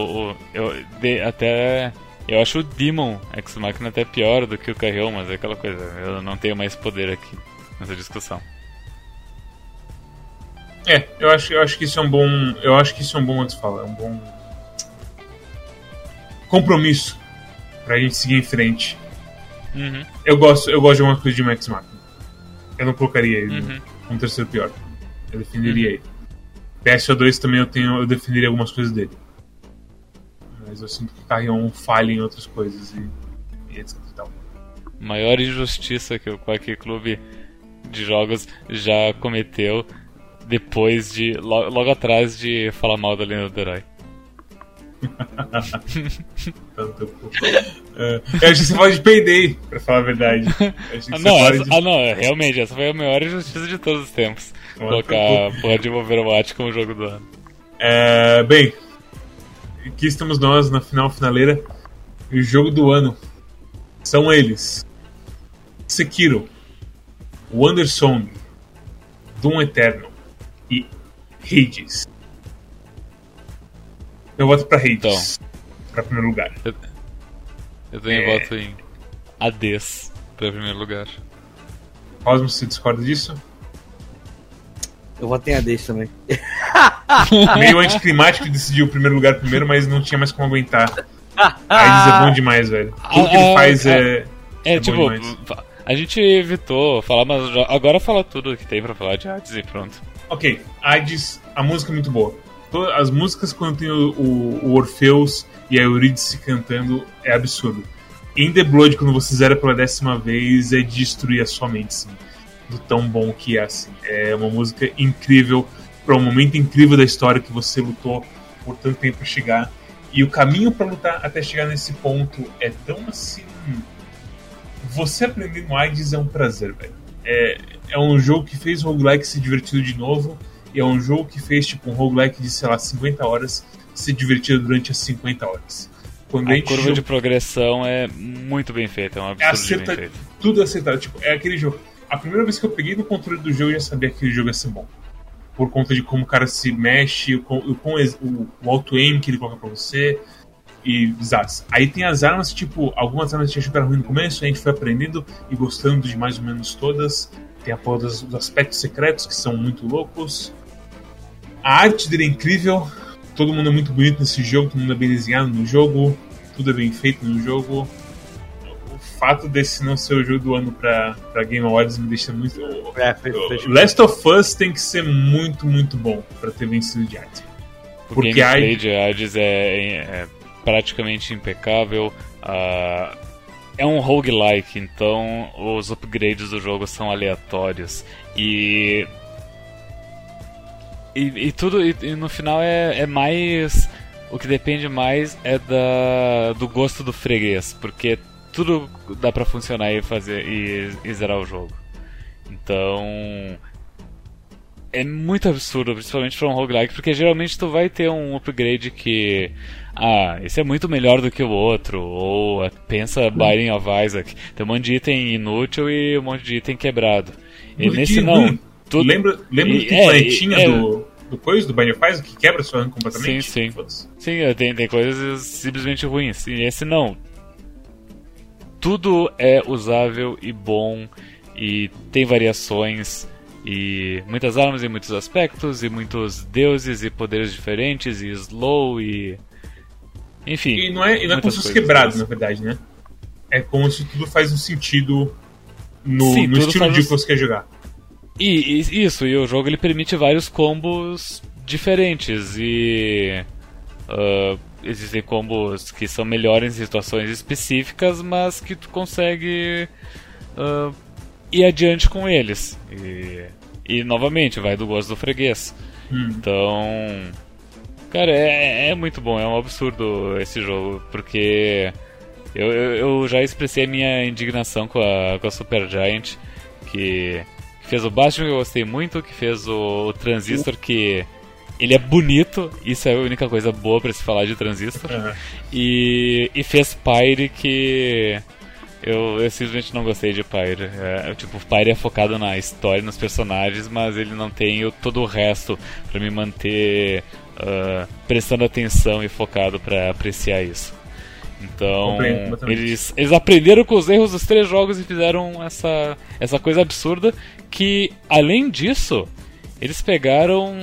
eu acho o Demon Ex Machina até pior do que o Carrion, mas é aquela coisa, eu não tenho mais poder aqui nessa discussão. Eu acho que isso é um bom. Eu acho que isso é um bom antes de falar, é um bom compromisso pra gente seguir em frente. Eu gosto de algumas coisas de Ex Machina. Eu não colocaria ele como terceiro pior. Eu defenderia ele. PSO2 também eu defenderia algumas coisas dele. Mas eu sinto que Carrion falha em outras coisas e etc e tal. Maior injustiça que qualquer clube de jogos já cometeu depois de... Logo atrás de falar mal da Lenda do Herói. Eu acho que você fala de Payday, pra falar a verdade. Realmente, essa foi a maior injustiça de todos os tempos. Colocar a porra de Overwatch como jogo do ano. Bem, aqui estamos nós na finaleira. E o jogo do ano são eles: Sekiro, Wandersong, Doom Eternal e Hades. Eu voto pra Hades, pra primeiro lugar. Eu também voto em Hades pra primeiro lugar. Cosmos, você discorda disso? Eu voto em Hades também. Meio anticlimático de decidir o primeiro lugar primeiro, mas não tinha mais como aguentar. Hades é bom demais, velho. Tudo que ele faz é tipo, bom demais. A gente evitou falar, mas agora fala tudo que tem pra falar de Hades e pronto. Ok, Hades, a música é muito boa. As músicas quando tem o Orpheus e a Eurídice cantando é absurdo. In the Blood, quando você zera pela 10ª vez, é destruir a sua mente, assim, do tão bom que é, assim. É uma música incrível, para um momento incrível da história que você lutou por tanto tempo pra chegar. E o caminho pra lutar até chegar nesse ponto é tão assim... Você aprender no Hades é um prazer, velho. É um jogo que fez o roguelike se divertir de novo, e é um jogo que fez tipo um roguelike de, sei lá, 50 horas se divertir durante as 50 horas. Quando a curva de progressão é muito bem feita, é um absurdo bem feito. Tudo acertado, tipo, é aquele jogo. A primeira vez que eu peguei no controle do jogo, eu já sabia que aquele jogo ia ser bom. Por conta de como o cara se mexe, o auto-aim que ele coloca pra você, e zaz. Aí tem as armas, tipo, algumas armas a gente achou que era ruim no começo, a gente foi aprendendo e gostando de mais ou menos todas. Tem a porra dos aspectos secretos, que são muito loucos. A arte dele é incrível, todo mundo é muito bonito nesse jogo, todo mundo é bem desenhado no jogo, tudo é bem feito no jogo. O fato desse não ser o jogo do ano pra Game Awards me deixa muito... Last of Us tem que ser muito, muito bom pra ter vencido de arte. O gameplay de Hades é praticamente impecável. É um roguelike, então os upgrades do jogo são aleatórios. E tudo, e no final é mais... O que depende mais é do gosto do freguês, porque tudo dá pra funcionar e fazer e zerar o jogo. Então é muito absurdo, principalmente pra um roguelike, porque geralmente tu vai ter um upgrade que... esse é muito melhor do que o outro. Ou pensa Binding of Isaac, tem um monte de item inútil e um monte de item quebrado. E nesse não. Tudo... Lembra do planetinha do coisa, do Binding of Isaac, que quebra sua RAM completamente? Sim. Sim, tem coisas simplesmente ruins. E esse não. Tudo é usável e bom, e tem variações, e muitas armas e muitos aspectos, e muitos deuses e poderes diferentes, e slow, e... Enfim. E não é como se fosse quebrado, na verdade, né? É como se tudo faz um sentido no estilo de que você quer jogar. E o jogo ele permite vários combos diferentes, e... existem combos que são melhores em situações específicas, mas que tu consegue ir adiante com eles. E novamente, vai do gosto do freguês. Então, cara, é muito bom, é um absurdo esse jogo, porque eu já expressei a minha indignação com a Supergiant, que fez o Bastion, que eu gostei muito, que fez o Transistor, que... Ele é bonito, isso é a única coisa boa pra se falar de Transistor. E fez Pyre, que eu simplesmente não gostei de Pyre. O Pyre é focado na história, nos personagens, mas ele não tem todo o resto pra me manter prestando atenção e focado pra apreciar isso. Então, eles aprenderam com os erros dos 3 jogos e fizeram essa coisa absurda, que, além disso, eles pegaram...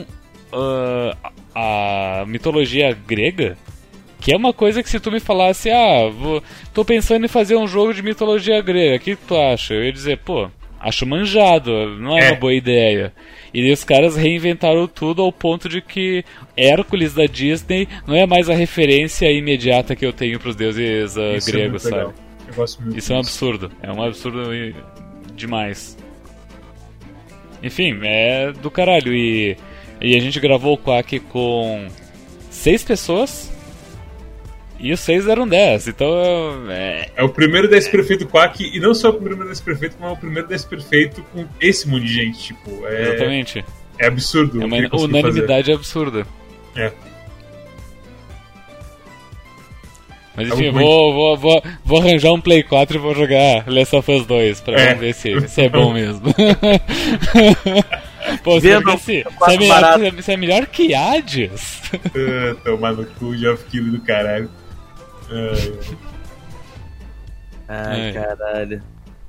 a mitologia grega, que é uma coisa que se tu me falasse, tô pensando em fazer um jogo de mitologia grega, o que tu acha? Eu ia dizer, acho manjado, não é uma boa ideia. E daí os caras reinventaram tudo ao ponto de que Hércules da Disney não é mais a referência imediata que eu tenho pros deuses gregos, sabe? Eu gosto muito Isso é um absurdo, demais. Enfim, é do caralho. E a gente gravou o Quack com 6 pessoas e os 6 eram 10, então é o primeiro 10 perfeito Quack, e não só o primeiro 10 perfeito, mas o primeiro 10 perfeito com esse monte de gente, tipo, exatamente. É absurdo. É uma unanimidade absurda. Mas enfim, vou arranjar um Play 4 e vou jogar Last of Us 2 pra ver se é bom mesmo. Pô, você é melhor que Hades? Tomar no cu, Geoff Keighley do caralho. Caralho.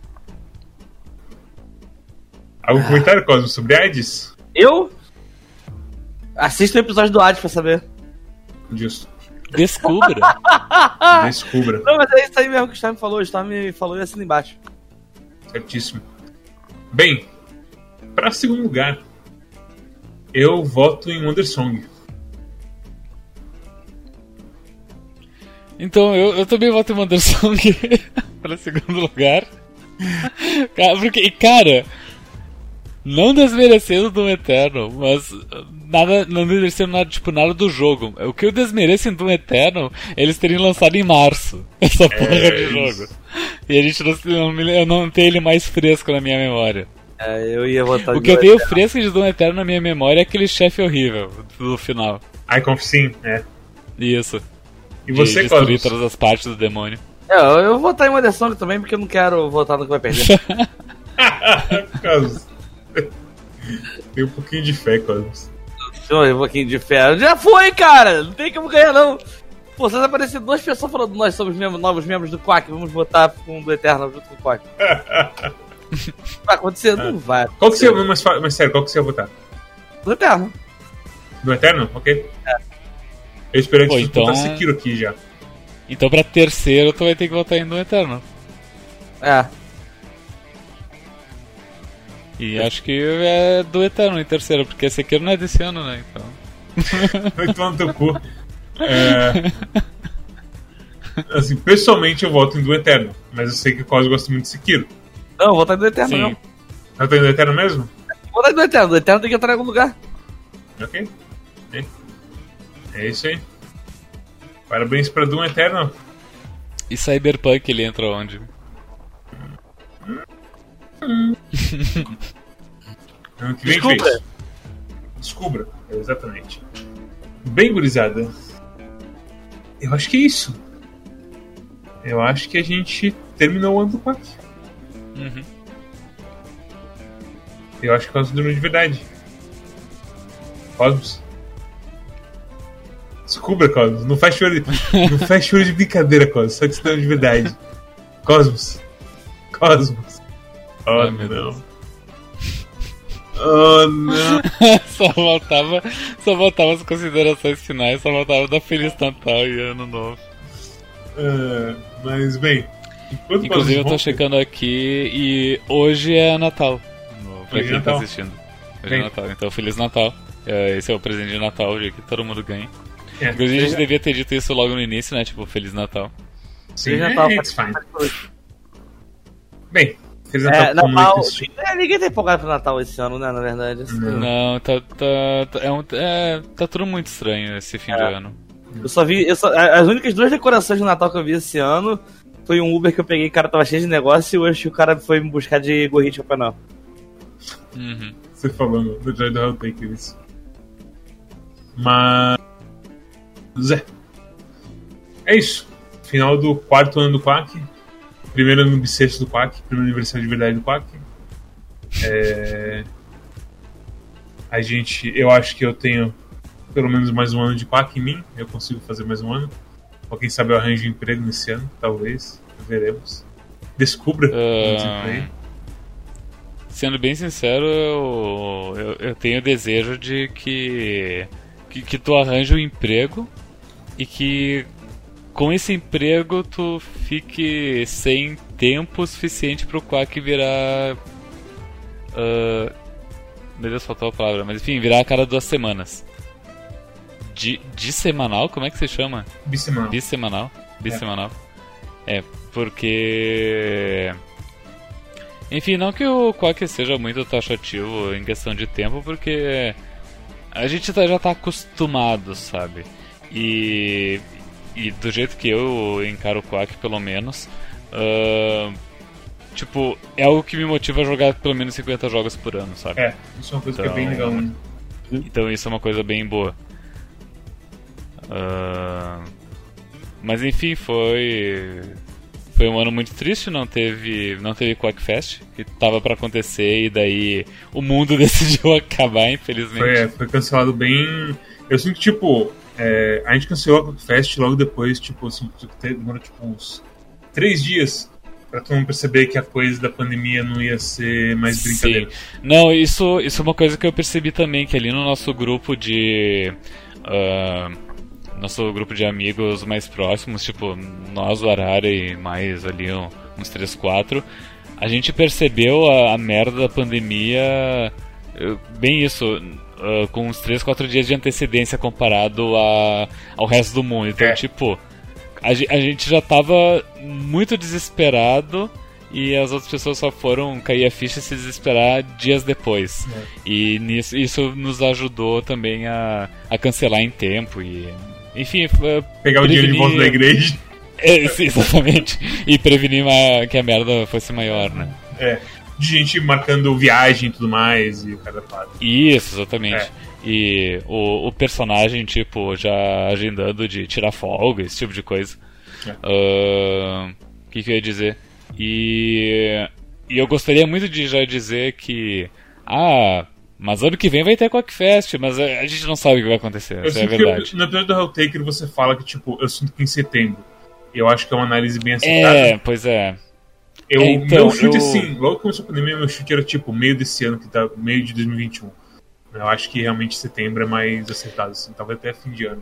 Algum comentário, Cosmo, sobre Hades? Eu? Assista o episódio do Hades pra saber. Justo. Descubra. Não, mas é isso aí mesmo que o Storm me falou. O Storm me falou e assina embaixo. Certíssimo. Bem, pra segundo lugar, eu voto em Wondersong. Então, eu também voto em Wonder Song pra segundo lugar. Porque, cara, não desmerecendo Doom Eternal, mas não desmerecendo nada, tipo, nada do jogo. O que eu desmereço em Doom Eternal é eles terem lançado em março essa porra de jogo. E a gente eu não tenho ele mais fresco na minha memória. Eu ia votar o que eu tenho fresco de Doom Eternal na minha memória é aquele chefe horrível do final. Icon of Sin, Isso. E você, destruir todas as partes do demônio. Eu vou votar em Wonder Song também, porque eu não quero votar no que vai perder. Cosmos. Tem um pouquinho de fé, Cosmos. Um pouquinho de fé. Já foi, cara! Não tem como ganhar, não. Pô, vocês apareceram 2 pessoas falando nós somos novos membros do Quack, vamos votar com o do Eternal junto com o Quack. Vai acontecer? Não vai. Qual que você ia, mas sério, qual que você ia votar? Do Eternal. Do Eternal? Ok. Eu esperei que você votasse Sekiro aqui já. Então pra terceiro tu vai ter que votar em Doom Eternal. E acho que é Doom Eternal em terceiro, porque Sekiro não é desse ano, né? Então. Vai tomar no teu cu. Assim, pessoalmente eu voto em Doom Eternal, mas eu sei que o Cosmo gosta muito de Sekiro. Não, eu vou votar em Doom Eternal, não. Vai votar em Doom Eternal mesmo? Vou votar em Doom Eternal. Doom Eternal tem que entrar em algum lugar. Ok. É isso aí. Parabéns pra Doom Eternal. E Cyberpunk, ele entra onde? Ano que vem Descubra, exatamente. Bem, gurizada. Eu acho que é isso. Eu acho que a gente terminou o ano do Quack. Eu acho que Cosmos dormiu de verdade. Cosmos. Descubra, Cosmos. Não faz choro de brincadeira, Cosmos. Só que você dormiu de verdade. Cosmos. Oh, não. Oh, não. Só faltava as considerações finais, só faltava dar Feliz Natal e Ano Novo. Mas, bem... Inclusive eu tô checando aqui e hoje é Natal. Pra quem tá assistindo. Hoje é Natal, então Feliz Natal. Esse é o presente de Natal, o dia que todo mundo ganha. Inclusive a gente devia ter dito isso logo no início, né? Tipo, Feliz Natal. Sim, Natal, it's fine. Bem, Feliz Natal. Natal, ninguém tá empolgado pro Natal esse ano, né? Na verdade. Assim. Não, tá tudo muito estranho esse fim de ano. Eu só vi. As únicas 2 decorações de Natal que eu vi esse ano foi um Uber que eu peguei, o cara tava cheio de negócio e hoje o cara foi me buscar de gorrinho de Papai Noel. Você falando do Joy do Helltake isso. Mas. É isso. Final do 4º ano do Quack. Primeiro ano bissexto do Quack. Primeiro aniversário de verdade do Quack. Eu acho que eu tenho pelo menos mais um ano de Quack em mim. Eu consigo fazer mais um ano. Ou quem sabe eu arranjo um emprego nesse ano. Talvez. Veremos. Descubra. Sendo bem sincero, eu tenho o desejo de que tu arranje um emprego e que com esse emprego tu fique sem tempo suficiente pro Quack virar... meu Deus, faltou a palavra, mas enfim, virar a cada 2 semanas. De semanal? Como é que se chama? Bissemanal. Bissemanal. Porque... Enfim, não que o Quack seja muito taxativo em questão de tempo, porque a gente já tá acostumado, sabe? E do jeito que eu encaro o Quack, pelo menos, tipo, é algo que me motiva a jogar pelo menos 50 jogos por ano, sabe? Isso é uma coisa que é bem legal, né? Então isso é uma coisa bem boa. Mas enfim, foi um ano muito triste, não teve Quack Fest, que tava pra acontecer e daí o mundo decidiu acabar, infelizmente. Foi cancelado bem... Eu sinto que, tipo, a gente cancelou a Quack Fest logo depois, tipo, assim, demorou tipo uns 3 dias pra todo mundo perceber que a coisa da pandemia não ia ser mais brincadeira. Sim. Não, isso é uma coisa que eu percebi também, que ali no nosso grupo de... nosso grupo de amigos mais próximos, tipo, nós, o Arara e mais ali uns 3, 4, a gente percebeu a merda da pandemia, bem isso, com uns 3, 4 dias de antecedência comparado ao resto do mundo. Então, tipo, a gente já tava muito desesperado e as outras pessoas só foram cair a ficha e se desesperar dias depois. E isso nos ajudou também a cancelar em tempo e... Enfim... Pegar o dinheiro de volta da igreja. Sim, exatamente. E prevenir que a merda fosse maior, né? De gente marcando viagem e tudo mais, e o cara fala. Isso, exatamente. E o personagem, tipo, já agendando de tirar folga, esse tipo de coisa. O que eu ia dizer? E eu gostaria muito de já dizer que... mas ano que vem vai ter Quackfest, mas a gente não sabe o que vai acontecer, isso é verdade. No episódio do Helltaker você fala que, tipo, eu sinto que em setembro. Eu acho que é uma análise bem acertada. Pois é. Meu chute, assim, logo que começou a pandemia, meu chute era, tipo, meio desse ano, que tá meio de 2021. Eu acho que realmente setembro é mais acertado, assim, talvez até fim de ano.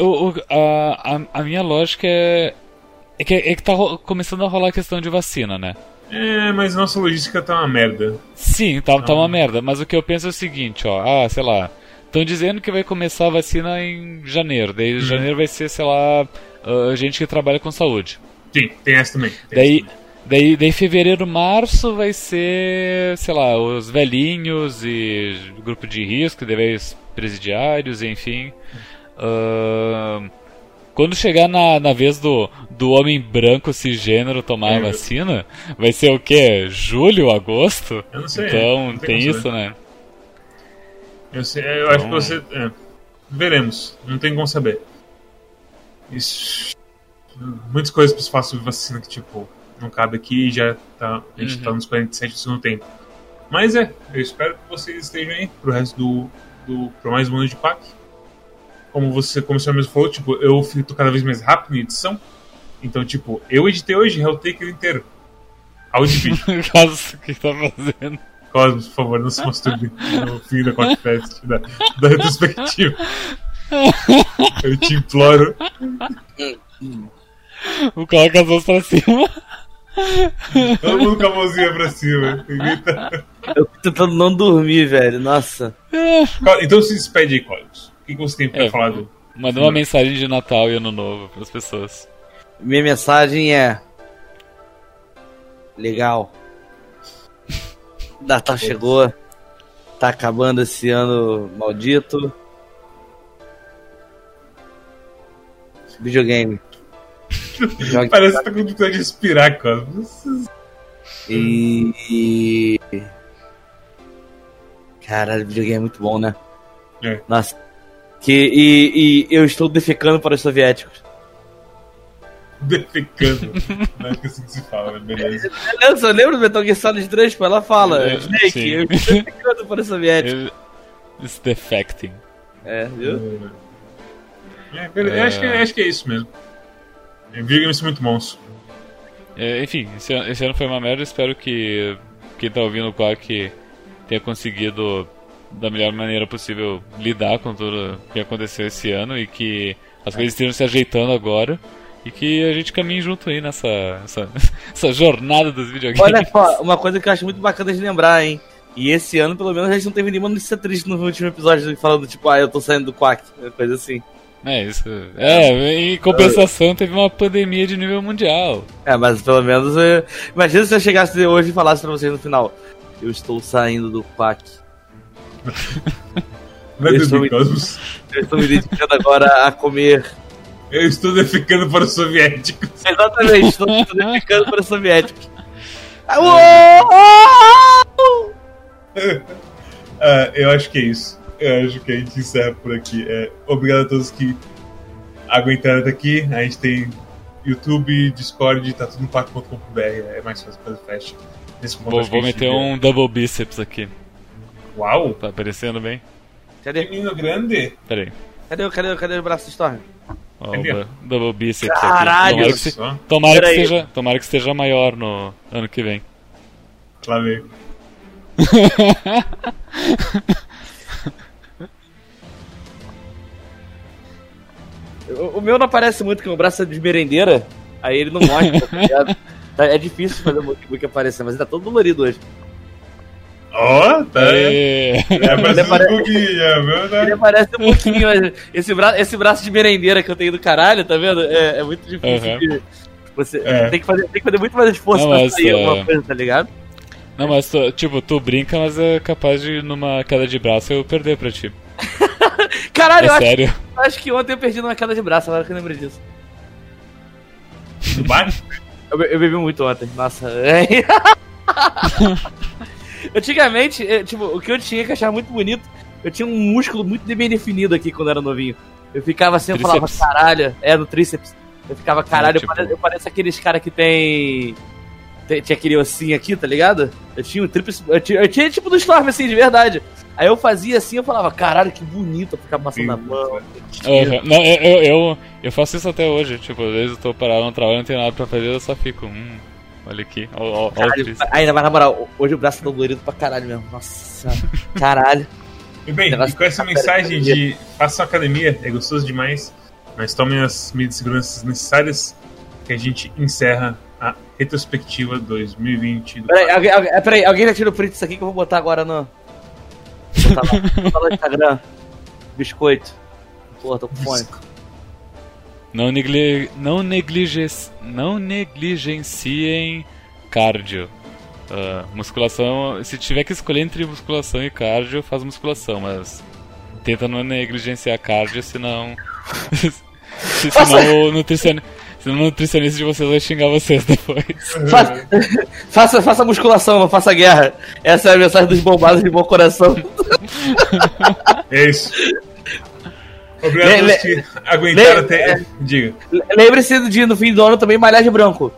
A minha lógica é que tá começando a rolar a questão de vacina, né? Mas nossa logística tá uma merda. Sim, tá uma merda, mas o que eu penso é o seguinte, sei lá, estão dizendo que vai começar a vacina em janeiro, daí janeiro vai ser, sei lá, gente que trabalha com saúde. Sim, tem essa também. Daí fevereiro, março vai ser, sei lá, os velhinhos e grupo de risco, daí os presidiários, enfim. Quando chegar na vez do homem branco cisgênero tomar a vacina, vai ser o quê? Julho, agosto? Eu não sei. Então não tem isso, né? Eu acho que você... veremos, não tem como saber. Muitas coisas pra se falar sobre vacina que, tipo... não cabe aqui e já tá, a gente tá nos 47 do segundo tempo. Mas eu espero que vocês estejam aí pro resto pro mais um ano de PAC. Como você mesmo falou, tipo, eu fico cada vez mais rápido em edição. Então, tipo, eu editei hoje Helltaker inteiro. Áudio e vídeo. Cosmos, o que tá fazendo? Cosmos, por favor, não se masturbe no fim da Quackfest, da retrospectiva. Eu te imploro. Coloca as mãos pra cima. Todo mundo com a mãozinha pra cima. Eu tô tentando não dormir, velho. Nossa. Então se despede aí, Cosmos. O que você tem pra falar do... Manda uma mensagem de Natal e Ano Novo pras pessoas. Minha mensagem é... legal. Natal chegou. Tá acabando esse ano maldito. Videogame. Parece que tá com dificuldade de respirar, Cosmos. Caralho, videogame é muito bom, né? Nossa. E eu estou defecando para os soviéticos. Defecando. Não é assim que se fala, mas beleza. Eu lembro do Metal Gear Solid 3, pô, ela fala, Snake, sim. eu estou defecando para os soviéticos. It's defecting. Viu? Acho que é isso mesmo. Videogames são muito bons. Enfim, esse ano foi uma merda. Espero que quem tá ouvindo o Quack tenha conseguido da melhor maneira possível lidar com tudo que aconteceu esse ano e que as coisas estejam se ajeitando agora e que a gente caminhe junto aí nessa essa jornada dos videogames. Olha só, uma coisa que eu acho muito bacana de lembrar, hein? E esse ano, pelo menos, a gente não teve nenhuma notícia triste no último episódio falando, tipo, eu tô saindo do Quack, coisa assim. Isso. Em compensação, teve uma pandemia de nível mundial. Mas pelo menos... Imagina se eu chegasse hoje e falasse pra vocês no final: eu estou saindo do Quack. Eu estou me dedicando agora a comer. Eu estou defecando para os soviéticos. Exatamente, estou defecando para os soviéticos. Eu acho que é isso. Eu acho que a gente encerra por aqui. Obrigado a todos que aguentaram até aqui. A gente tem YouTube, Discord, tá tudo no pac.com.br. É mais fácil fazer fast. Vou meter um double bíceps aqui. Uau! Tá aparecendo bem? Cadê? Menino grande. Peraí. Cadê o braço do Storm? Double bíceps. Caralho! Aqui. Tomara que esteja maior no ano que vem. Lá vem. O meu não aparece muito, porque o meu braço é de merendeira. Aí ele não mostra, tá ligado? É difícil fazer o Mokibuki aparecer, mas ele tá todo dolorido hoje. Tá Ele parece um pouquinho. Esse braço de merendeira que eu tenho do caralho, tá vendo? É muito difícil. Você tem que fazer muito mais esforço pra sair alguma coisa, tá ligado? Não, mas tu brinca, mas é capaz de numa queda de braço eu perder pra ti. Caralho, eu acho que ontem eu perdi numa queda de braço, agora que eu lembrei disso. No bar? Eu bebi muito ontem, nossa. Antigamente, o que eu tinha que achar muito bonito, eu tinha um músculo muito bem definido aqui quando eu era novinho. Eu ficava assim, eu falava, caralho, no tríceps. Eu ficava, caralho, eu pareço aqueles caras que tinha aquele ossinho aqui, tá ligado? Eu tinha um tríceps, eu tinha tipo do Storm, assim, de verdade. Aí eu fazia assim, eu falava, caralho, que bonito, eu ficava passando a mão. Não, eu faço isso até hoje, tipo, às vezes eu tô parado no trabalho, não tenho nada pra fazer, eu só fico, olha aqui, olha isso. Ainda mais na moral, hoje o braço tá dolorido pra caralho mesmo, nossa, caralho. E bem, e com essa mensagem de façam academia, é gostoso demais, mas tomem as medidas de segurança necessárias, que a gente encerra a retrospectiva 2020. Peraí, alguém já tira o print disso aqui que eu vou botar agora no... Botar no Instagram. Biscoito. Porra, tô com fome. Não negligenciem cardio. Musculação, se tiver que escolher entre musculação e cardio, faz musculação, mas tenta não negligenciar cardio, senão o nutricionista de vocês vai xingar vocês depois. Faça musculação, não faça guerra. Essa é a mensagem dos bombados de bom coração. É isso. Obrigado a todos que aguentaram até... Diga. Lembre-se de, no fim do ano, também malhar de branco.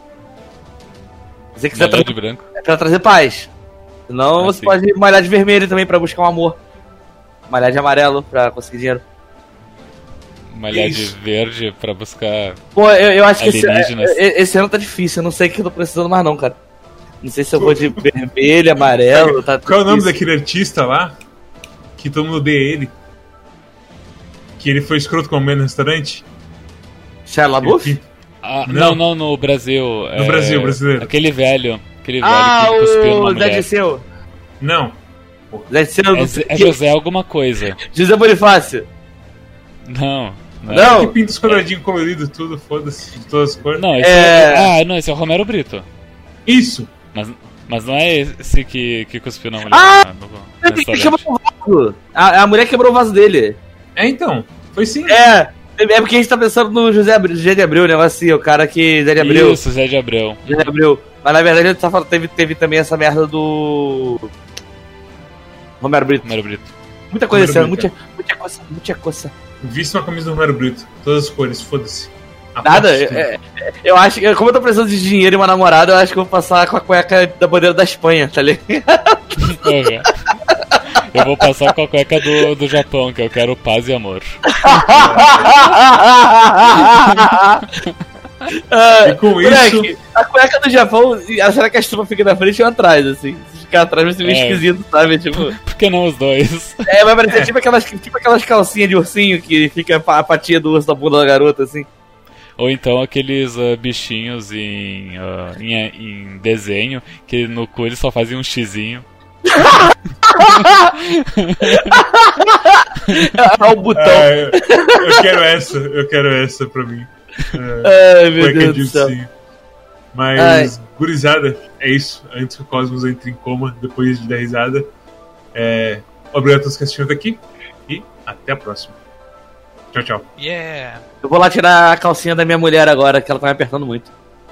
Você quiser de branco? É pra trazer paz. Senão você pode malhar de vermelho também pra buscar um amor. Malhar de amarelo pra conseguir dinheiro. Malhar de verde pra buscar. Pô, eu acho que esse ano tá difícil. Eu não sei o que eu tô precisando mais, não, cara. Não sei se eu vou de vermelho, amarelo. Tá qual é o nome daquele artista lá? Que todo mundo odeia ele. Que ele foi escroto com a mulher no restaurante? Shia LaBeouf? Não, no Brasil. No Brasil, brasileiro. Aquele velho que cuspiu numa mulher. Zé Disseu. Não. Zé Disseu. É José alguma coisa. José Bonifácio. Não. Que pinta os quadradinhos coloridos, tudo, foda-se, de todas as cores. Não, esse é o Romero Brito. Isso! Mas não é esse que cuspiu na mulher. Que quebrou o vaso. A mulher quebrou o vaso dele. Então, foi sim. É porque a gente tá pensando no José de Abreu, o negócio assim, o cara que... Zé de Abreu. Isso, Zé de Abreu. Zé de Abreu. Mas na verdade ele tá falando, teve também essa merda do... Romero Brito. Muita coisa esse ano, muita coisa. Vista uma camisa do Romero Brito, todas as cores, foda-se. Nada, eu acho que, como eu tô precisando de dinheiro e uma namorada, eu acho que eu vou passar com a cueca da bandeira da Espanha, tá ligado? Eu vou passar com a cueca do Japão, que eu quero paz e amor. E com isso... A cueca do Japão, será que a estufa fica na frente ou atrás, assim? Se ficar atrás vai ser meio esquisito, sabe? Tipo... Por que não os dois? Vai parecer tipo aquelas calcinhas de ursinho que fica a patinha do urso da bunda da garota, assim. Ou então aqueles bichinhos em desenho, que no cu eles só fazem um xizinho. O botão. Eu quero essa pra mim. Ai, meu Deus do céu. Mas, gurizada, é isso. Antes que o Cosmos entre em coma, depois de dar risada. Obrigado a todos que assistiram aqui. E até a próxima. Tchau. Yeah. Eu vou lá tirar a calcinha da minha mulher agora, que ela tá me apertando muito.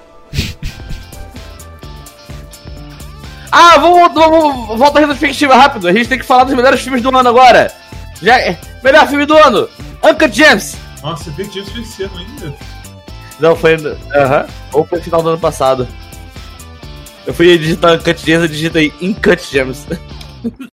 Vamos voltar à retrospectiva rápido. A gente tem que falar dos melhores filmes do ano agora. Melhor filme do ano: Uncut Gems. Nossa, Uncut Gems foi esse ano ainda. Não, foi ainda. Ou foi no final do ano passado. Eu fui digitar Uncut Gems, eu digitei Uncut Gems.